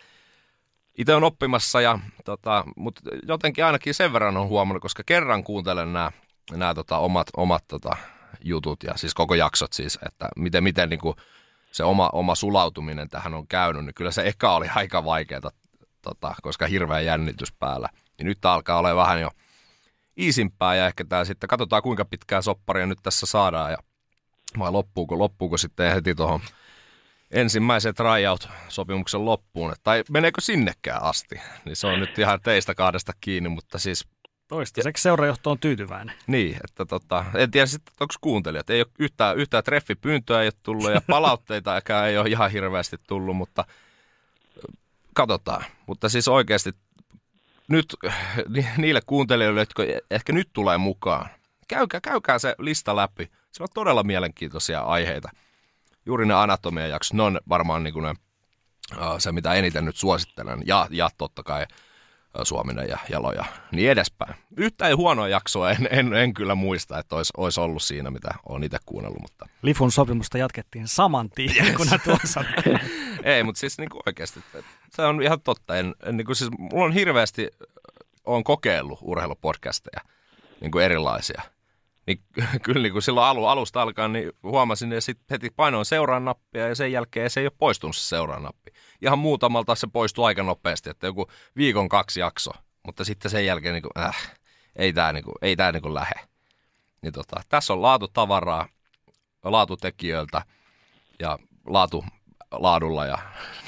itse on oppimassa, ja, tota, mutta jotenkin ainakin sen verran on huomannut, koska kerran kuuntelen nämä, nämä tota, omat, omat tota, jutut, ja siis koko jaksot siis, että miten, miten niin kuin se oma, oma sulautuminen tähän on käynyt, niin kyllä se eka oli aika vaikeaa, tota, koska hirveä jännitys päällä. Ja nyt alkaa olla vähän jo iisimpää, ja ehkä tämä sitten, katsotaan kuinka pitkää sopparia nyt tässä saadaan, ja vai loppuuko, loppuuko sitten heti tuohon ensimmäisen tryout-sopimuksen loppuun, tai meneekö sinnekään asti, niin se on nyt ihan teistä kahdesta kiinni, mutta siis toistaiseksi seurajohto on tyytyväinen. Niin, että tota, en tiedä sitten, onko kuuntelijat. Ei ole yhtään, yhtään treffipyyntöä ei ole tullut ja palautteita ei ole ihan hirveästi tullut, mutta katsotaan. Mutta siis oikeasti nyt niille kuuntelijoille, jotka ehkä nyt tulee mukaan, käykää, käykää se lista läpi. Se on todella mielenkiintoisia aiheita. Juuri ne anatomiajaksot, ne on varmaan niin kuin ne, se, mitä eniten nyt suosittelen. Ja, ja totta kai Suominen ja Jalo ja niin edespäin. Yhtään huonoa jaksoa en, en, en kyllä muista, että olisi, olisi ollut siinä, mitä olen itse kuunnellut. Mutta Lifun sopimusta jatkettiin saman tien, yes. kun ne tuossa. Ei, mutta siis niin kuin oikeasti, se on ihan totta. En, en, niin kuin siis, mulla on hirveästi, olen kokeillut urheilupodcasteja, niin kuin erilaisia. Niin, kyllä niin kuin silloin alu, alusta alkaen niin huomasin, ja sitten heti painoin seuraan nappia, ja sen jälkeen se ei ole poistunut se seuraan nappi. Ihan muutamalta se poistui aika nopeasti, että joku viikon kaksi jakso, mutta sitten sen jälkeen niin kuin, äh, ei tämä niin kuin, ei tää niin kuin lähe. Niin tota, tässä on laatutavaraa laatutekijöiltä ja laatu laadulla ja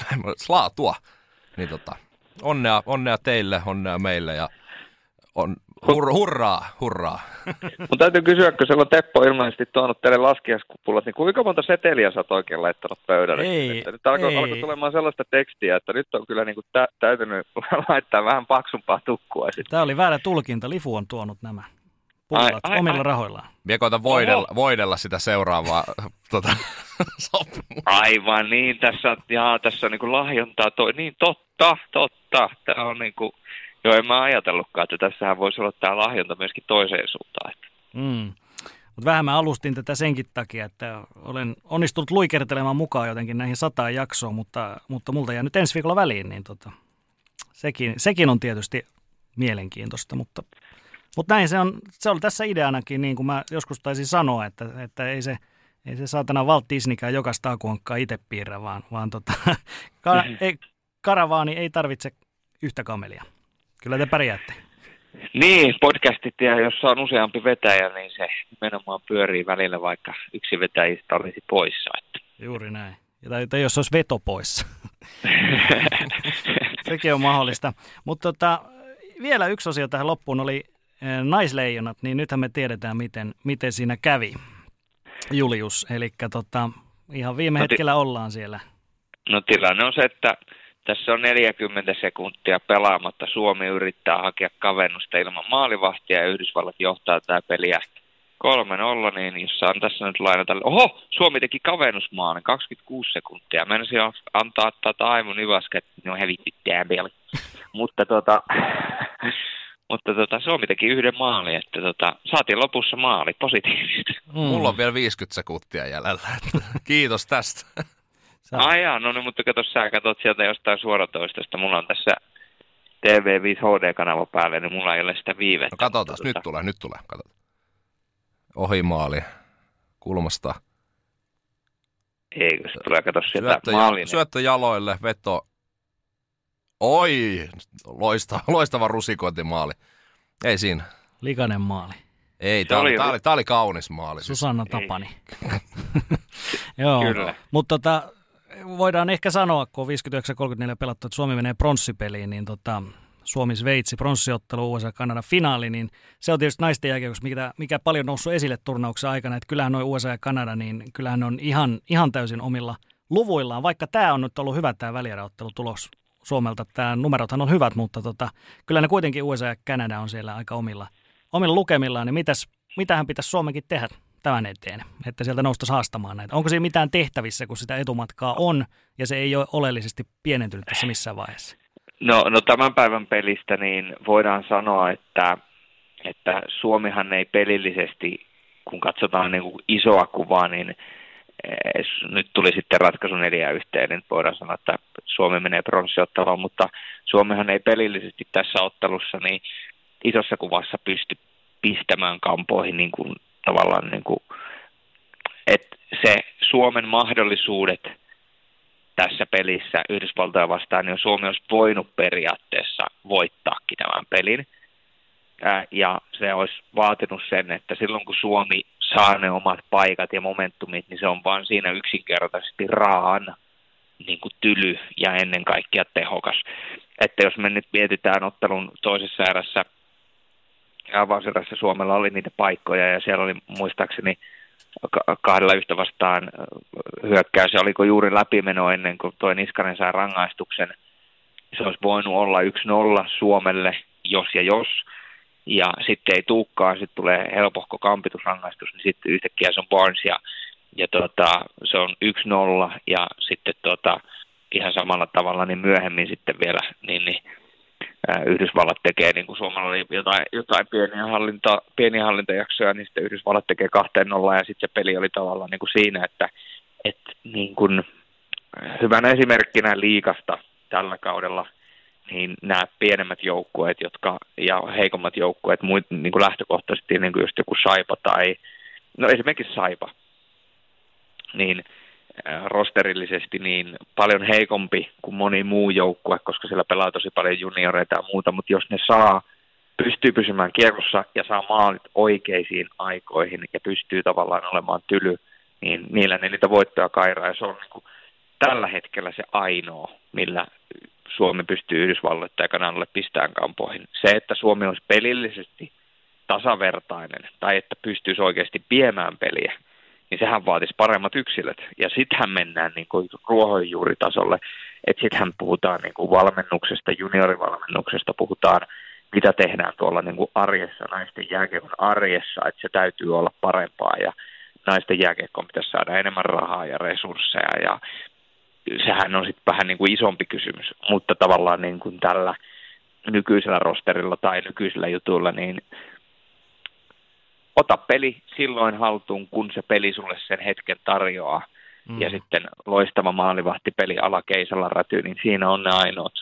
laatua. Niin tota, onnea, onnea teille, onnea meille ja on, hur, hurraa, hurraa. Mun täytyy kysyä, kun siellä on Teppo ilmeisesti tuonut teille laskiaiskupulat, niin kuinka monta seteliä sä oot oikein laittanut pöydälle? Ei, että nyt alkoi, alkoi tulemaan sellaista tekstiä, että nyt on kyllä niin kuin tä- täytynyt laittaa vähän paksumpaa tukkua. Tämä oli väärä tulkinta. Lifu on tuonut nämä pullat ai, ai, omilla ai. rahoillaan. Mie koitan voidella, voidella sitä seuraavaa tota, sopimusta. Aivan niin, tässä on, jaa, tässä on niin kuin lahjontaa. Toi, niin totta, totta. Tämä on niin kuin, joo, en mä ajatellutkaan, että tässähän voisi olla tämä lahjonta myöskin toiseen suuntaan. Mm. Mutta vähän mä alustin tätä senkin takia, että olen onnistunut luikertelemaan mukaan jotenkin näihin sataan jaksoon, mutta, mutta multa jää nyt ensi viikolla väliin, niin tota, sekin, sekin on tietysti mielenkiintoista, mutta, mutta näin se on, se oli tässä ideanakin, niin kuin mä joskus taisin sanoa, että, että ei se, ei se saatana Walt Disneykään joka staakuankkaa itse piirrä, vaan, vaan tota, ka, ei, karavaani ei tarvitse yhtä kamelia. Kyllä te pärjäätte. Niin, podcastit, ja jos on useampi vetäjä, niin se nimenomaan pyörii välillä, vaikka yksi vetäjistä olisi poissa. Että. Juuri näin. Tai, tai jos olisi veto poissa. Sekin on mahdollista. Mutta tota, vielä yksi osio tähän loppuun oli eh, naisleijonat, niin nythän me tiedetään, miten, miten siinä kävi, Julius. Eli tota, ihan viime no, hetkellä ollaan siellä. No tilanne on se, että tässä on neljäkymmentä sekuntia pelaamatta. Suomi yrittää hakea kavennusta ilman maalivahtia ja Yhdysvallat johtaa tämä peliä kolme nolla, niin jos saan tässä nyt lainata. Oho, Suomi teki kavennusmaalin, kaksikymmentäkuusi sekuntia. Mennäisin antaa tätä Aimo Nivaska, että ne on hävitty tämä peli. mutta tota, mutta tota, Suomi teki yhden maalin, että tota, saatiin lopussa maali, positiivista. Mm. Mulla on vielä viisikymmentä sekuntia jäljellä. Kiitos tästä. Ai jaa, no niin, mutta kato, sä katot sieltä jostain suoratoistosta. Mulla on tässä T V viisi H D-kanava päälle, niin mulla ei ole sitä viivettä. No katsotaan, nyt tota... tulee, nyt tulee. Katsotaan. Ohi maali, kulmasta. Eikö se tulee, kato sieltä syöttö, maalin. Syöttö jaloille, veto. Oi, loistava, loistava rusikointimaali. Ei siinä. Likainen maali. Ei, tämä oli, oli, oli, oli kaunis maali. Susanna Tapani. Joo, kyllä. Mutta tota, voidaan ehkä sanoa, kun on viisikymmentäyhdeksän kolmekymmentäneljä pelattu, että Suomi menee pronssipeliin, niin tota, Suomi-Sveitsi pronssiottelu, U S A-Kanadan finaali, niin se on tietysti naisten jälkeen, mikä, mikä paljon noussut esille turnauksen aikana, että kyllähän nuo U S A ja Kanada, niin kyllähän ne on ihan, ihan täysin omilla luvuillaan, vaikka tämä on nyt ollut hyvä tämä välieräottelutulos Suomelta, tämä numerothan on hyvät, mutta tota, kyllä ne kuitenkin U S A ja Kanada on siellä aika omilla, omilla lukemillaan, niin mitäs, mitähän pitäisi Suomenkin tehdä tämän eteen, että sieltä noustaisi haastamaan näitä. Onko siinä mitään tehtävissä, kun sitä etumatkaa on, ja se ei ole oleellisesti pienentynyt tässä missään vaiheessa? No, no tämän päivän pelistä niin voidaan sanoa, että, että Suomihan ei pelillisesti, kun katsotaan niin kuin isoa kuvaa, niin nyt tuli sitten ratkaisu neljä yhteen, niin voidaan sanoa, että Suomi menee pronssiotteluun, mutta Suomihan ei pelillisesti tässä ottelussa niin isossa kuvassa pysty pistämään kampoihin niin kuin, tavallaan, niin kuin, että se Suomen mahdollisuudet tässä pelissä Yhdysvaltoja vastaan, niin Suomi olisi voinut periaatteessa voittaakin tämän pelin. Ää, ja se olisi vaatinut sen, että silloin kun Suomi saa ne omat paikat ja momentumit, niin se on vaan siinä yksinkertaisesti raan niin kuin tyly ja ennen kaikkea tehokas. Että jos me nyt mietitään ottelun toisessa erässä, avauserässä Suomella oli niitä paikkoja ja siellä oli muistaakseni kahdella yhtä vastaan hyökkäys, ja oliko juuri läpimeno ennen kuin tuo Niskanen sai rangaistuksen. Se olisi voinut olla yksi nolla Suomelle, jos ja jos, ja sitten ei tuukkaan, sitten tulee helpohko kampitusrangaistus, niin sitten yhtäkkiä se on Barnes, ja, ja tota, se on yksi nolla, ja sitten tota, ihan samalla tavalla niin myöhemmin sitten vielä, niin, niin Yhdysvallat tekee, niin kuin Suomella oli jotain, jotain pieniä, hallinta, pieniä hallintajaksoja, niin sitten Yhdysvallat tekee kahteen nollaan, ja sitten se peli oli tavallaan niin kuin siinä, että, että niin kuin hyvänä esimerkkinä liigasta tällä kaudella, niin nämä pienemmät joukkueet jotka, ja heikommat joukkueet, muut, niin kuin lähtökohtaisesti niin kuin just joku Saipa tai, no esimerkiksi Saipa, niin rosterillisesti niin paljon heikompi kuin moni muu joukkue, koska siellä pelaa tosi paljon junioreita ja muuta, mutta jos ne saa, pystyy pysymään kiekossa ja saa maalit oikeisiin aikoihin ja pystyy tavallaan olemaan tyly, niin niillä ne niitä voittoja kairaa, ja se on niin kuin tällä hetkellä se ainoa, millä Suomi pystyy Yhdysvalloille tai Kanadalle pistämään kampoihin. Se, että Suomi olisi pelillisesti tasavertainen tai että pystyisi oikeasti viemään peliä, niin sehän vaatisi paremmat yksilöt. Ja sittenhän mennään niin kuin ruohonjuuritasolle, että sittenhän puhutaan niin kuin valmennuksesta, juniorivalmennuksesta, puhutaan mitä tehdään tuolla niin kuin arjessa, naisten jääkiekon arjessa, että se täytyy olla parempaa ja naisten jääkiekkoon pitäisi saada enemmän rahaa ja resursseja ja sehän on sitten vähän niin kuin isompi kysymys, mutta tavallaan niin kuin tällä nykyisellä rosterilla tai nykyisellä jutuilla, niin ota peli silloin haltuun, kun se peli sulle sen hetken tarjoaa. Mm. Ja sitten loistava maalivahtipeli alakeisalla räty, niin siinä on ne ainoat,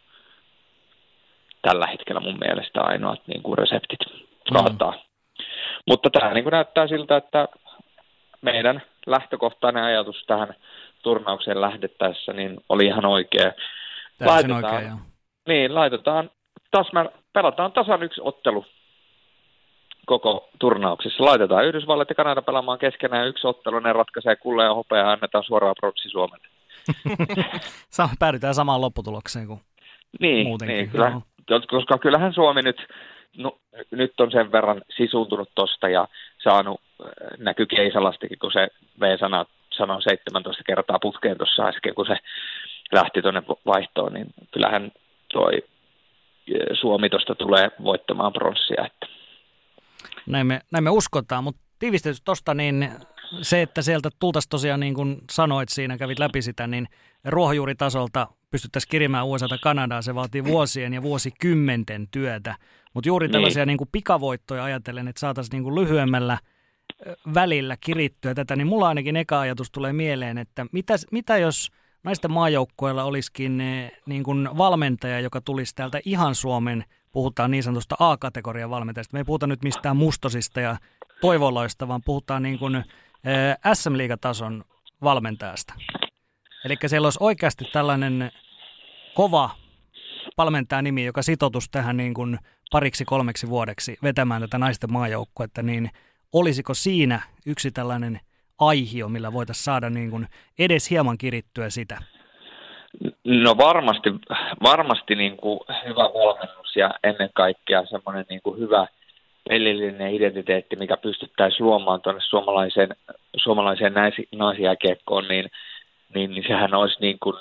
tällä hetkellä mun mielestä ainoat niin kuin reseptit kaataa. Mm. Mutta tämä niin kuin näyttää siltä, että meidän lähtökohtainen ajatus tähän turnaukseen lähdettäessä niin oli ihan oikea. Täysin oikea, joo. Niin, laitetaan, tasma, pelataan tasan yksi ottelu koko turnauksessa. Laitetaan Yhdysvallat ja Kanada pelaamaan keskenään yksi ottelu, ne ratkaisee kulleen ja hopeaa ja annetaan suoraan pronssi Suomelle. Päädytään samaan lopputulokseen kuin niin, muutenkin. Niin, kyllä, koska kyllähän Suomi nyt, no, nyt on sen verran sisuuntunut tosta ja saanut, näky Keisalastikin, kun se V-sana sanoi seitsemäntoista kertaa putkeen tuossa äsken, kun se lähti tuonne vaihtoon, niin kyllähän toi Suomi tuosta tulee voittamaan pronssia. Että. Näin me, näin me uskotaan, mutta tiivistetysti tuosta niin se, että sieltä tultaisiin tosiaan niin kuin sanoit siinä, kävit läpi sitä, niin ruohonjuuritasolta pystyttäisiin kirimään U S A:ta Kanadaa, se vaatii vuosien ja vuosikymmenten työtä, mutta juuri tällaisia niin. Niin kuin pikavoittoja ajatellen, että saataisiin niin kuin lyhyemmällä välillä kirittyä tätä, niin mulla ainakin eka ajatus tulee mieleen, että mitä, mitä jos naisten maajoukkueella olisikin niin kuin valmentaja, joka tulisi täältä ihan Suomen, puhutaan niin sanotusta A-kategorian valmentajista. Me ei puhuta nyt mistään mustosista ja toivoloista, vaan puhutaan niin kuin S M-liigatason valmentajasta. Eli siellä olisi oikeasti tällainen kova valmentajanimi, joka sitoutuisi tähän niin kuin pariksi kolmeksi vuodeksi vetämään tätä naisten maajoukkuetta, niin olisiko siinä yksi tällainen aihio, millä voitaisiin saada niin kuin edes hieman kirittyä sitä? No varmasti, varmasti niin kuin hyvä valmennus ja ennen kaikkea semmoinen niin kuin hyvä pelillinen identiteetti, mikä pystyttäisiin luomaan tuonne suomalaiseen, suomalaiseen naisjääkiekkoon, niin, niin, niin sehän olisi niin kuin,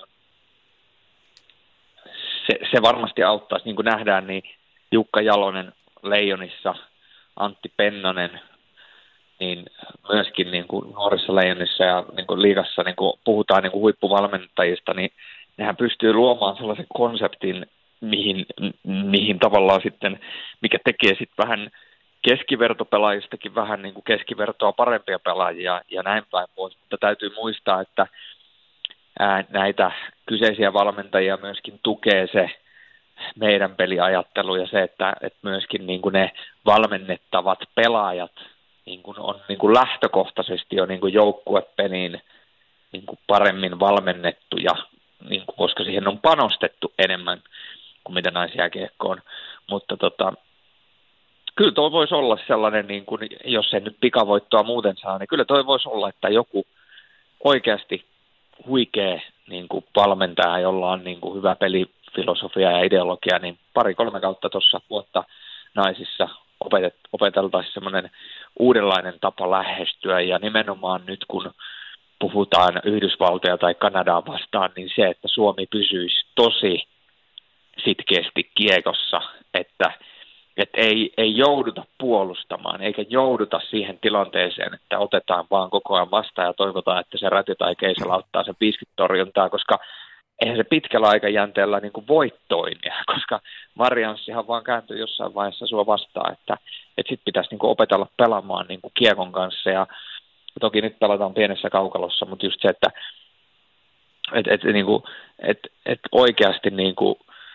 se, se varmasti auttaisi, niin kuin nähdään, niin Jukka Jalonen Leijonissa, Antti Pennanen, niin myöskin niin kuin nuorissa Leijonissa ja niin kuin liigassa niin kuin puhutaan niin kuin huippuvalmentajista, niin nehän pystyy luomaan sellaisen konseptin mihin, mihin tavallaan sitten, mikä tekee sitten vähän keskivertopelaajistakin vähän niin kuin keskivertoa parempia pelaajia ja näin päin pois. Mutta täytyy muistaa, että ää, näitä kyseisiä valmentajia myöskin tukee se meidän peliajattelu ja se, että, että myöskin niin kuin ne valmennettavat pelaajat niin kuin on niin kuin lähtökohtaisesti jo niin kuin joukkuepeliin niin kuin paremmin valmennettuja, niin kuin, koska siihen on panostettu enemmän kuin mitä naisjääkiekkoon. Mutta tota, kyllä toi voisi olla sellainen, niin kuin, jos ei nyt pikavoittoa muuten saa, niin kyllä toi voisi olla, että joku oikeasti huikea niin kuin valmentaja, jolla on niin kuin hyvä pelifilosofia ja ideologia, niin pari-kolme kautta tuossa vuotta naisissa opetet, opeteltaisiin semmoinen uudenlainen tapa lähestyä, ja nimenomaan nyt kun puhutaan Yhdysvaltoja tai Kanadaa vastaan, niin se, että Suomi pysyisi tosi sitkeästi kiekossa, että, että ei, ei jouduta puolustamaan, eikä jouduta siihen tilanteeseen, että otetaan vaan koko ajan vastaan ja toivotaan, että se Räty tai Keisala ottaa sen viisikymmentä torjuntaa, koska eihän se pitkällä aikajänteellä niin kuin voi toimia, koska varianssihan vaan kääntyy jossain vaiheessa sua vastaan, että, että sit pitäisi niin kuin opetella pelaamaan niin kuin kiekon kanssa, ja toki nyt pelataan pienessä kaukalossa, mutta just se, että et, et, niin kuin, et, et oikeasti niin kuin,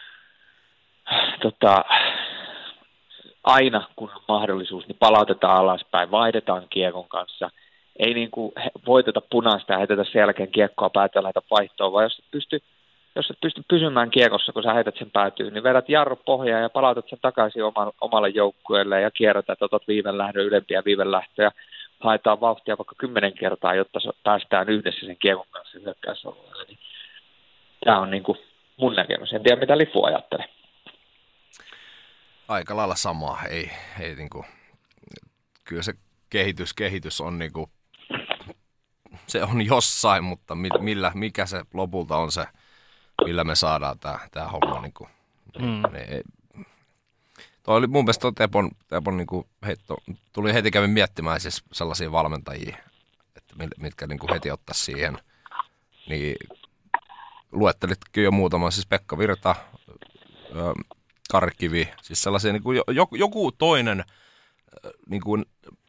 tota, aina kun on mahdollisuus, niin palautetaan alaspäin, vaihdetaan kiekon kanssa, ei niin kuin voiteta punaista ja heitetä sen jälkeen kiekkoa päätä laita vaihtoon, vaan jos et pysty, jos et pysty pysymään kiekossa, kun sä heität sen päätyyn, niin vedät jarru pohjaan ja palautat sen takaisin omalle, omalle joukkueelle ja kierrätät, otat viivenlähdön ylempiä viivenlähtöjä, haetaan vauhtia vaikka kymmenen kertaa, jotta päästään yhdessä sen kiekon kanssa hyökkäysalueelle. Niin tämä on niin kuin mun näkemys. En tiedä, mitä Lifu ajattelee. Aika lailla samaa. Ei, ei niin kuin, kyllä se kehitys, kehitys on niin kuin, se on jossain, mutta millä, mikä se lopulta on se, millä me saadaan tämä, tämä homma. Niin kuin, mm. ne, Toi oli mun mielestä Tepon, Tepon niin kuin heitto, tuli heti kävin miettimään siis sellaisia valmentajia, että mitkä niin kuin heti ottaisi siihen. Niin luettelitkin jo muutama, siis Pekka Virta, Kari Kivi, siis sellaisia niin kuin joku toinen niin kuin,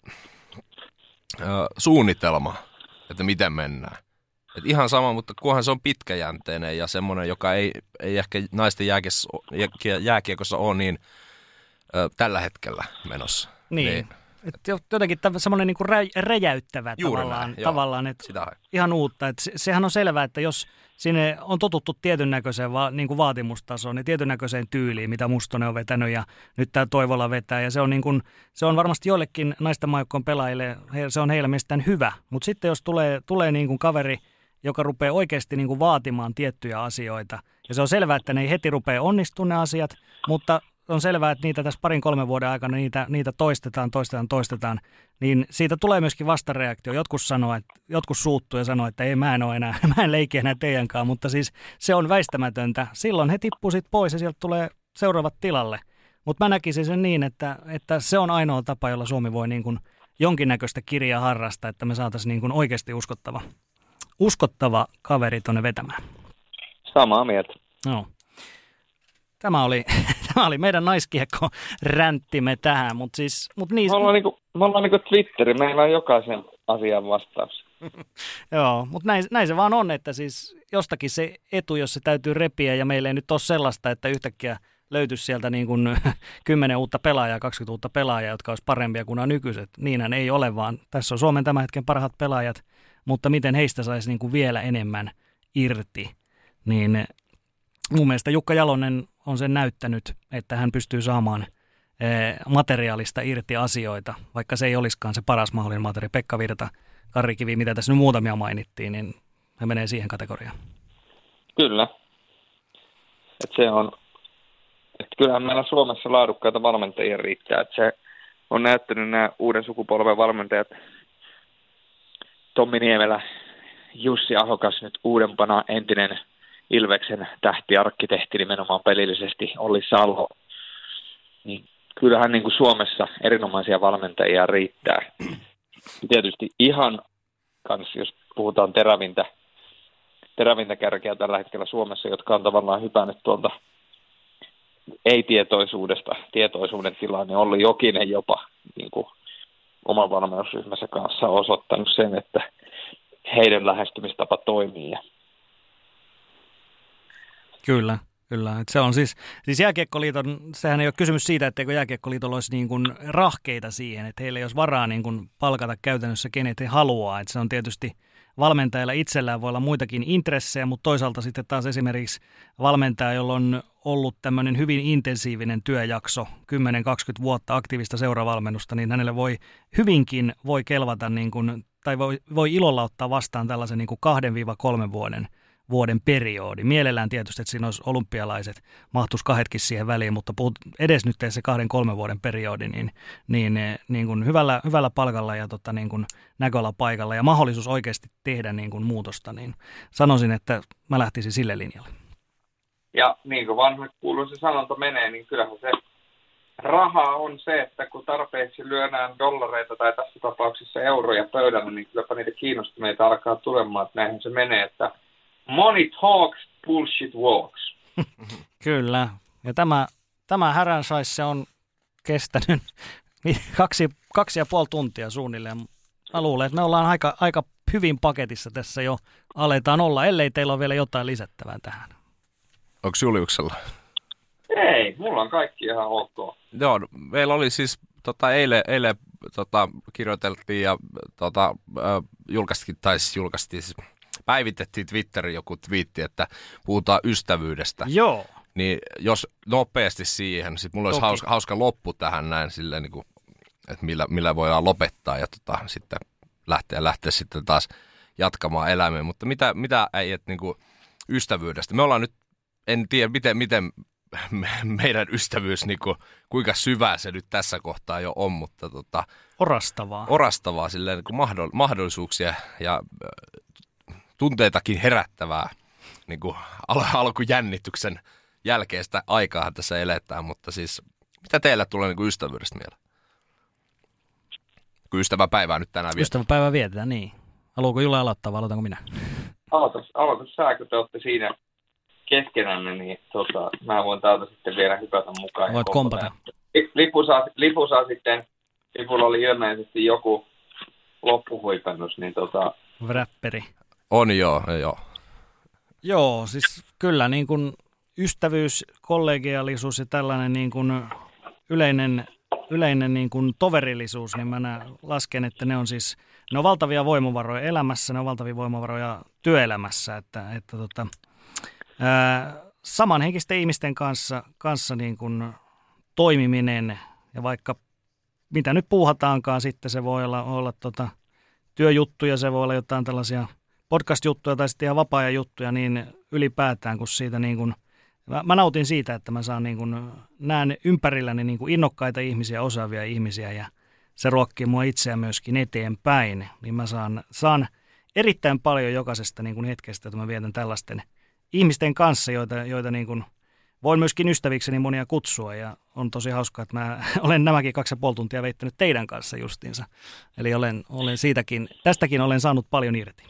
suunnitelma, että miten mennään. Et ihan sama, mutta kunhan se on pitkäjänteinen ja semmoinen, joka ei, ei ehkä naisten jääkiekossa ole niin tällä hetkellä menossa. Niin, niin. Et jotenkin semmoinen niinku rä, räjäyttävä Juuri tavallaan, näin, tavallaan että ihan uutta. Et se, sehän on selvää, että jos sinne on totuttu tietyn näköiseen va, niinku vaatimustasoon ja tietyn näköiseen tyyliin, mitä Mustonen on vetänyt ja nyt tämä Toivola vetää, ja se on, niinku, se on varmasti joillekin naisten maajoukkueen pelaajille, he, se on heillä mielestään hyvä, mutta sitten jos tulee, tulee niinku kaveri, joka rupeaa oikeasti niinku vaatimaan tiettyjä asioita, ja se on selvää, että ne ei heti rupea onnistumaan ne asiat, mutta on selvää, että niitä tässä parin kolmen vuoden aikana niitä, niitä toistetaan, toistetaan, toistetaan, niin siitä tulee myöskin vastareaktio. Jotkut sanoo, että jotkut suuttuu ja sanoo, että ei, mä en ole enää, mä en leiki enää teidän kanssa, mutta siis se on väistämätöntä. Silloin he tippuu sit pois ja sieltä tulee seuraavat tilalle. Mutta mä näkisin sen niin, että, että se on ainoa tapa, jolla Suomi voi niin kuin jonkinnäköistä kirjaa harrastaa, että me saataisiin niin kuin oikeasti uskottava, uskottava kaveri tuonne vetämään. Samaa mieltä. No. Tämä oli, tämä oli meidän naiskiekko-ränttimme tähän, mutta siis... Mut niin, me ollaan, niinku, me ollaan niinku Twitteri, meillä on jokaisen asian vastaus. Joo, mutta näin, näin se vaan on, että siis jostakin se etu, jos se täytyy repiä, ja meillä ei nyt ole sellaista, että yhtäkkiä löytyisi sieltä niin kuin kymmenen uutta pelaajaa, kaksikymmentä uutta pelaajaa, jotka olisi parempia kuin nämä nykyiset. Niinhän ei ole, vaan tässä on Suomen tämän hetken parhaat pelaajat, mutta miten heistä saisi niin kuin vielä enemmän irti, niin mun mielestä Jukka Jalonen on sen näyttänyt, että hän pystyy saamaan materiaalista irti asioita, vaikka se ei olisikaan se paras mahdollinen materiaali. Pekka Virta, Kari Kivi, mitä tässä nyt muutamia mainittiin, niin he menee siihen kategoriaan. Kyllä. Et se on, että kyllähän meillä Suomessa laadukkaita valmentajia riittää. Et se on näyttänyt nämä uuden sukupolven valmentajat, Tommi Niemelä, Jussi Ahokas nyt uudempana, entinen Ilveksen tähtiarkkitehti nimenomaan pelillisesti, Olli Salo. Niin kyllähän niin kuin Suomessa erinomaisia valmentajia riittää. Tietysti ihan kanssa, jos puhutaan terävintä, terävintä kärkeä tällä hetkellä Suomessa, jotka on tavallaan hypännyt tuolta ei-tietoisuudesta tietoisuuden tilanne Olli Jokinen jopa niin kuin oman valmennusryhmänsä kanssa on osoittanut sen, että heidän lähestymistapa toimii. Kyllä, kyllä. Et se on siis, siis Jääkiekkoliiton, sehän ei ole kysymys siitä, etteikö Jääkiekkoliitolla olisi niin kuin rahkeita siihen, että heillä ei olisi varaa niin kuin palkata käytännössä kenet he haluaa. Et se on tietysti valmentajilla itsellään voi olla muitakin intressejä, mutta toisaalta sitten taas esimerkiksi valmentaja, jolla on ollut tämmöinen hyvin intensiivinen työjakso, kymmenen kaksikymmentä vuotta aktiivista seuravalmennusta, niin hänelle voi hyvinkin voi kelvata niin kuin, tai voi, voi ilolla ottaa vastaan tällaisen niin kuin kahden kolmen vuoden vuoden periodi. Mielellään tietysti, että siinä olisi olympialaiset, mahtuisi kahdetkin siihen väliin, mutta puhut edes nyt se kahden kolmen vuoden periodi, niin, niin, niin kuin hyvällä, hyvällä palkalla ja tota, niin kuin näköala paikalla ja mahdollisuus oikeasti tehdä niin kuin muutosta, niin sanoisin, että mä lähtisin sille linjalle. Ja niin kuin vanha kuuluisa sanonta menee, niin kyllähän se raha on se, että kun tarpeeksi lyödään dollareita tai tässä tapauksessa euroja pöydällä, niin kylläpä niitä kiinnostuneita alkaa tulemaan, että näinhän se menee, että money talks, bullshit walks. Kyllä. Ja tämä, tämä häränsaisse se on kestänyt kaksi, kaksi ja puoli tuntia suunnilleen. Mä luulen, että me ollaan aika, aika hyvin paketissa tässä jo aletaan olla, ellei teillä ole vielä jotain lisättävää tähän. Onko Juliuksella? Ei, mulla on kaikki ihan ok. Joo, meillä oli siis tota, eilen, eilen tota, kirjoiteltiin ja tota, äh, julkaistiin, tai siis julkaistiin siis päivitettiin Twitteriin joku twiitti, että puhutaan ystävyydestä. Joo. Niin jos nopeasti siihen, sitten mulla olisi hauska, hauska loppu tähän näin silleen, niin kuin, että millä, millä voidaan lopettaa ja tota, sitten lähteä, lähteä sitten taas jatkamaan elämää. Mutta mitä, mitä äijät niin kuin ystävyydestä? Me ollaan nyt, en tiedä miten, miten me, meidän ystävyys, niin kuin, kuinka syvää se nyt tässä kohtaa jo on, mutta tota, orastavaa. Orastavaa silleen niin kuin mahdollisuuksia ja tunteitakin herättävää niin kuin al- alkujännityksen jälkeistä aikaa tässä eletään, mutta siis mitä teillä tulee niin kuin ystävyydestä mieleen? Kun ystäväpäivää nyt tänään vietetään. Ystäväpäivää vietetään, niin. Haluatko Jule aloittaa vai aloitanko minä? Aloitas, aloitas sä, kun te olette siinä keskenänne, niin tota, mä voin täältä sitten vielä hypätä mukaan. Voit kompata. Lipu saa, lipu saa sitten, lipulla oli ilmeisesti joku loppuhuipennus, niin tota... Räpperi. On joo, joo. Joo, siis kyllä niin kuin ystävyys, kollegiaalisuus ja tällainen niin kuin yleinen, yleinen niin kuin toverillisuus, niin mä lasken, että ne on siis, ne on valtavia voimavaroja elämässä, ne on valtavia voimavaroja työelämässä, että, että tota, ää, samanhenkisten ihmisten kanssa, kanssa niin kuin toimiminen ja vaikka mitä nyt puuhataankaan sitten, se voi olla, olla tota, työjuttuja, se voi olla jotain tällaisia podcast-juttuja tai sitten ihan vapaa-ajan juttuja, niin ylipäätään, kun siitä niin kuin, mä, mä nautin siitä, että mä saan niin kuin, näen ympärilläni niin kuin innokkaita ihmisiä, osaavia ihmisiä ja se ruokkii mua itseä myöskin eteenpäin, niin mä saan, saan erittäin paljon jokaisesta niin kuin hetkestä, että mä vietän tällaisten ihmisten kanssa, joita, joita niin kuin voin myöskin ystävikseni monia kutsua ja on tosi hauskaa, että mä olen nämäkin kaksi ja puoli tuntia veittänyt teidän kanssa justiinsa. Eli olen, olen siitäkin, tästäkin olen saanut paljon irti.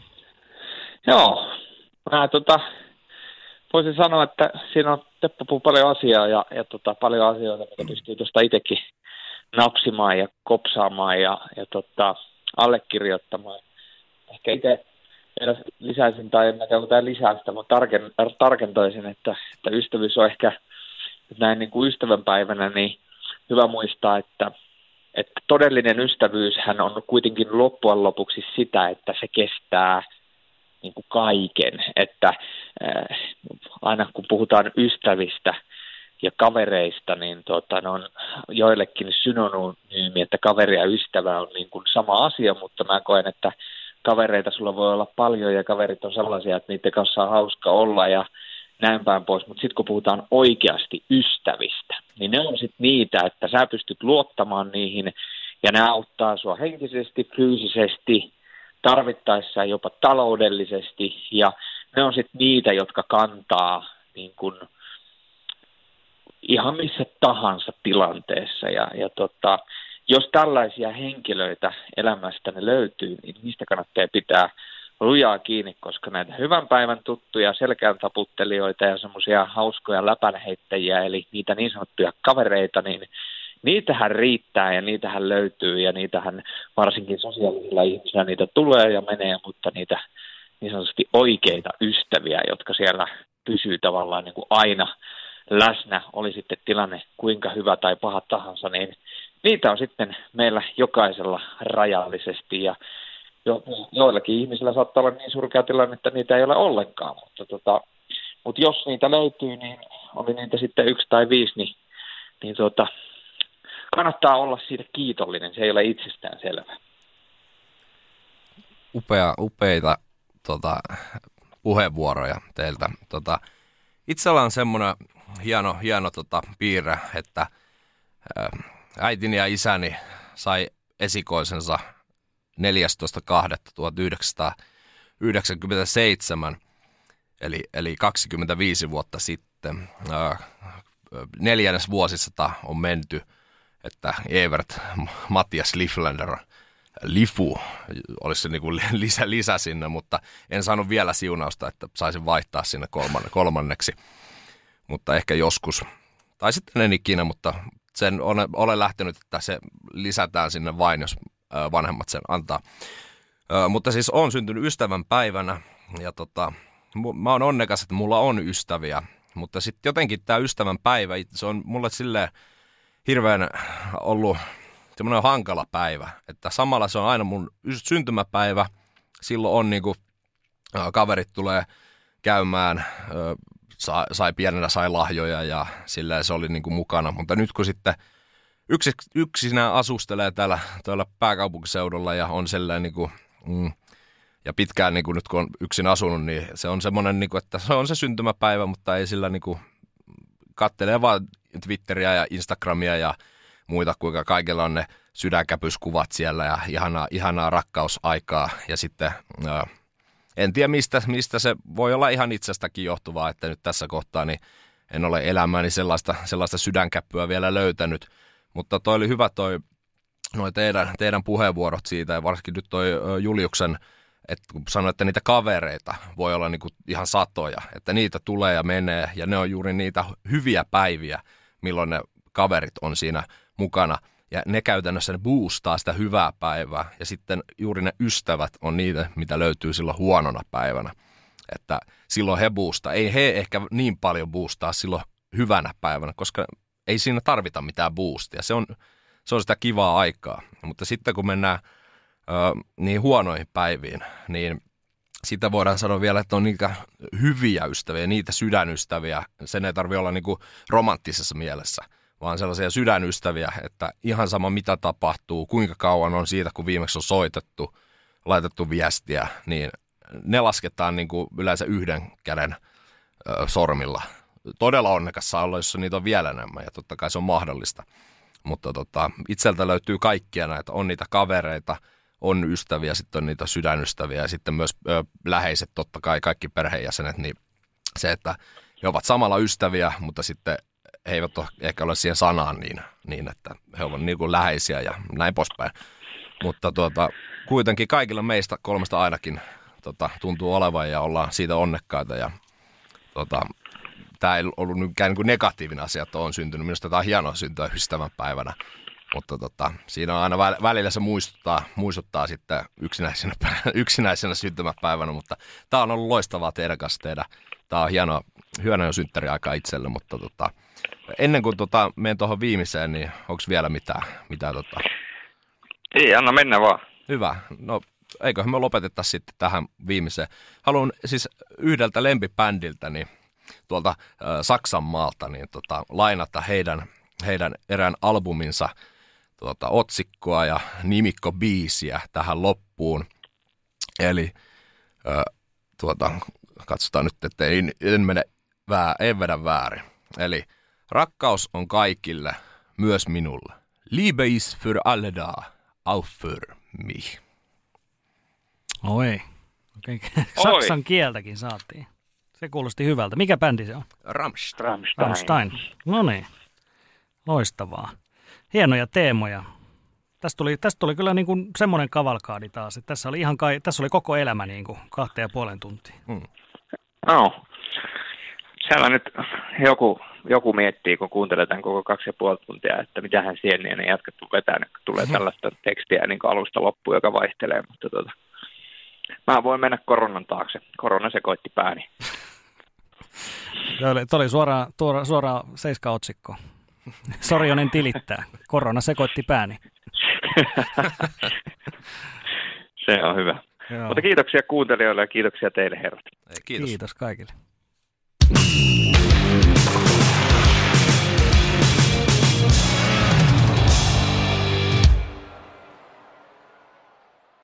Joo, mä tota, voisin sanoa, että siinä on Teppo puhuu paljon asiaa ja, ja tota, paljon asioita, mitä pystyy tuosta itsekin napsimaan ja kopsaamaan ja, ja tota, allekirjoittamaan. Ehkä itse lisäisin, tai en tiedä, onko tämä lisäistä, mutta tarken, tarkentaisin, että, että ystävyys on ehkä näin niin kuin ystävänpäivänä, niin hyvä muistaa, että, että todellinen ystävyyshän on kuitenkin loppujen lopuksi sitä, että se kestää niin kuin kaiken, että äh, aina kun puhutaan ystävistä ja kavereista, niin tota, ne on joillekin synonyymi, että kaveri ja ystävä on niin kuin sama asia, mutta mä koen, että kavereita sulla voi olla paljon ja kaverit on sellaisia, että niiden kanssa on hauska olla ja näin päin pois, mutta sitten kun puhutaan oikeasti ystävistä, niin ne on sitten niitä, että sä pystyt luottamaan niihin ja ne auttaa sua henkisesti, fyysisesti, tarvittaessa jopa taloudellisesti ja ne on sitten niitä, jotka kantaa niin kun ihan missä tahansa tilanteessa ja, ja tota, jos tällaisia henkilöitä elämästä ne löytyy, niin niistä kannattaa pitää lujaa kiinni, koska näitä hyvän päivän tuttuja selkään taputtelijoita ja semmoisia hauskoja läpänheittäjiä, eli niitä niin sanottuja kavereita, niin niitähän riittää ja niitähän löytyy ja niitähän varsinkin sosiaalisilla ihmisillä niitä tulee ja menee, mutta niitä niin sanotusti oikeita ystäviä, jotka siellä pysyy tavallaan niin kuin aina läsnä, oli sitten tilanne kuinka hyvä tai paha tahansa, niin niitä on sitten meillä jokaisella rajallisesti ja jo, joillakin ihmisillä saattaa olla niin surkea tilanne, että niitä ei ole ollenkaan, mutta, tota, mutta jos niitä löytyy, niin oli niitä sitten yksi tai viisi, niin, niin tota, kannattaa olla siitä kiitollinen, se ei ole itsestään selvä. Upea, upeita tota, puheenvuoroja teiltä. Tota, itsellä on semmoinen hieno, hieno tota, piirre, että ää, äitini ja isäni sai esikoisensa neljästoista toinen tuhatyhdeksänsataayhdeksänkymmentäseitsemän, eli, eli kaksikymmentäviisi vuotta sitten. Ää, neljännes vuosisata on menty, että Evert Mattias Liflander, Lifu, olisi se niin kuin lisä, lisä sinne, mutta en saanut vielä siunausta, että saisin vaihtaa sinne kolmanne, kolmanneksi, mutta ehkä joskus, tai sitten en ikinä, mutta sen olen, olen lähtenyt, että se lisätään sinne vain, jos vanhemmat sen antaa. Mutta siis olen syntynyt ystävän päivänä, ja tota, mä oon onnekas, että mulla on ystäviä, mutta sitten jotenkin tämä ystävän päivä, se on mulle silleen hirveän ollut semmoinen hankala päivä, että samalla se on aina mun syntymäpäivä, silloin on niinku, kaverit tulee käymään, sai, sai pienenä sai lahjoja ja silleen se oli niinku mukana, mutta nyt kun sitten yksi, yksinään asustelee täällä, täällä pääkaupunkiseudulla ja on silleen niinku, mm, ja pitkään niinku nyt kun on yksin asunut, niin se on semmoinen, niinku, että se on se syntymäpäivä, mutta ei sillä niinku, kattelee vaan Twitteriä ja Instagramia ja muita, kuinka kaikilla on ne sydänkäpyskuvat siellä ja ihanaa, ihanaa rakkausaikaa. Ja sitten ää, en tiedä, mistä, mistä se voi olla ihan itsestäkin johtuvaa, että nyt tässä kohtaa niin en ole elämääni sellaista, sellaista sydänkäppyä vielä löytänyt. Mutta toi oli hyvä toi, noi teidän, teidän puheenvuorot siitä ja varsinkin nyt toi Juliuksen, että kun sanoitte, että niitä kavereita voi olla niinku ihan satoja, että niitä tulee ja menee ja ne on juuri niitä hyviä päiviä, milloin ne kaverit on siinä mukana ja ne käytännössä ne boostaa sitä hyvää päivää ja sitten juuri ne ystävät on niitä, mitä löytyy silloin huonona päivänä, että silloin he boostaa, ei he ehkä niin paljon boostaa silloin hyvänä päivänä, koska ei siinä tarvita mitään boostia, se on, se on sitä kivaa aikaa, mutta sitten kun mennään ö, niin huonoihin päiviin, niin sitä voidaan sanoa vielä, että on niitä hyviä ystäviä, niitä sydänystäviä. Sen ei tarvitse olla niinku romanttisessa mielessä, vaan sellaisia sydänystäviä, että ihan sama mitä tapahtuu, kuinka kauan on siitä, kun viimeksi on soitettu, laitettu viestiä, niin ne lasketaan niinku yleensä yhden käden ö, sormilla. Todella onnekas saa olla, jos niitä on vielä enemmän, ja totta kai se on mahdollista. Mutta tota, itseltä löytyy kaikkia näitä, on niitä kavereita, on ystäviä, sitten on niitä sydänystäviä ja sitten myös ö, läheiset, totta kai kaikki perheenjäsenet, niin se, että he ovat samalla ystäviä, mutta sitten he eivät ole, ehkä ole siihen sanaan niin, niin että he ovat niin kuin läheisiä ja näin poispäin. Mutta tuota, kuitenkin kaikilla meistä kolmesta ainakin tota, tuntuu olevan ja ollaan siitä onnekkaita ja tota, tämä ei ollut mikään niin kuin negatiivinen asia, että on syntynyt. Minusta tämä on hienoa syntyä ystävänpäivänä. Mutta tota, siinä on aina välillä se muistuttaa, muistuttaa sitten yksinäisenä, yksinäisenä syntymäpäivänä, mutta tämä on ollut loistavaa teidän kanssa tehdä. Tämä on hienoa, hienoa synttäriaikaa itselle, mutta tota, ennen kuin tota, menen tuohon viimeiseen, niin onko vielä mitään? mitään tota... Ei, anna mennä vaan. Hyvä. No eiköhän me lopeteta sitten tähän viimeiseen. Haluan siis yhdeltä lempibändiltä, niin tuolta äh, Saksan maalta, niin tota, lainata heidän, heidän erään albuminsa Tuota, otsikkoa ja nimikkobiisiä tähän loppuun. Eli ö, tuota, katsotaan nyt, että ei, en, mene vää, en vedä väärin. Eli rakkaus on kaikille, myös minulle. Liebe ist für alle da, auch für mich. Oi. Okay. Saksan kieltäkin saatiin. Se kuulosti hyvältä. Mikä bändi se on? Rammstein. Rammstein. No niin. Loistavaa. Hienoja teemoja. Tästä tuli, tästä tuli kyllä niin kuin semmoinen kavalkaadi taas, että tässä oli, ihan kai, tässä oli koko elämä niin kuin kahteen ja puolen tuntia. Hmm. No, siellä nyt joku, joku miettii, kun kuuntelee tämän koko kaksi ja puoli tuntia, että mitähän Sieniäinen jatkettu vetää, kun tulee tällaista tekstiä niin kuin alusta loppuun, joka vaihtelee, mutta tota, mä voin mennä koronan taakse. Korona sekoitti pääni. Tuo oli, oli suoraan, tuora, suoraan Seiska-otsikko. Sorjonen tilittää. Korona sekoitti pääni. Se on hyvä. Joo. Mutta kiitoksia kuuntelijoille ja kiitoksia teille herrat. Kiitos. Kiitos kaikille.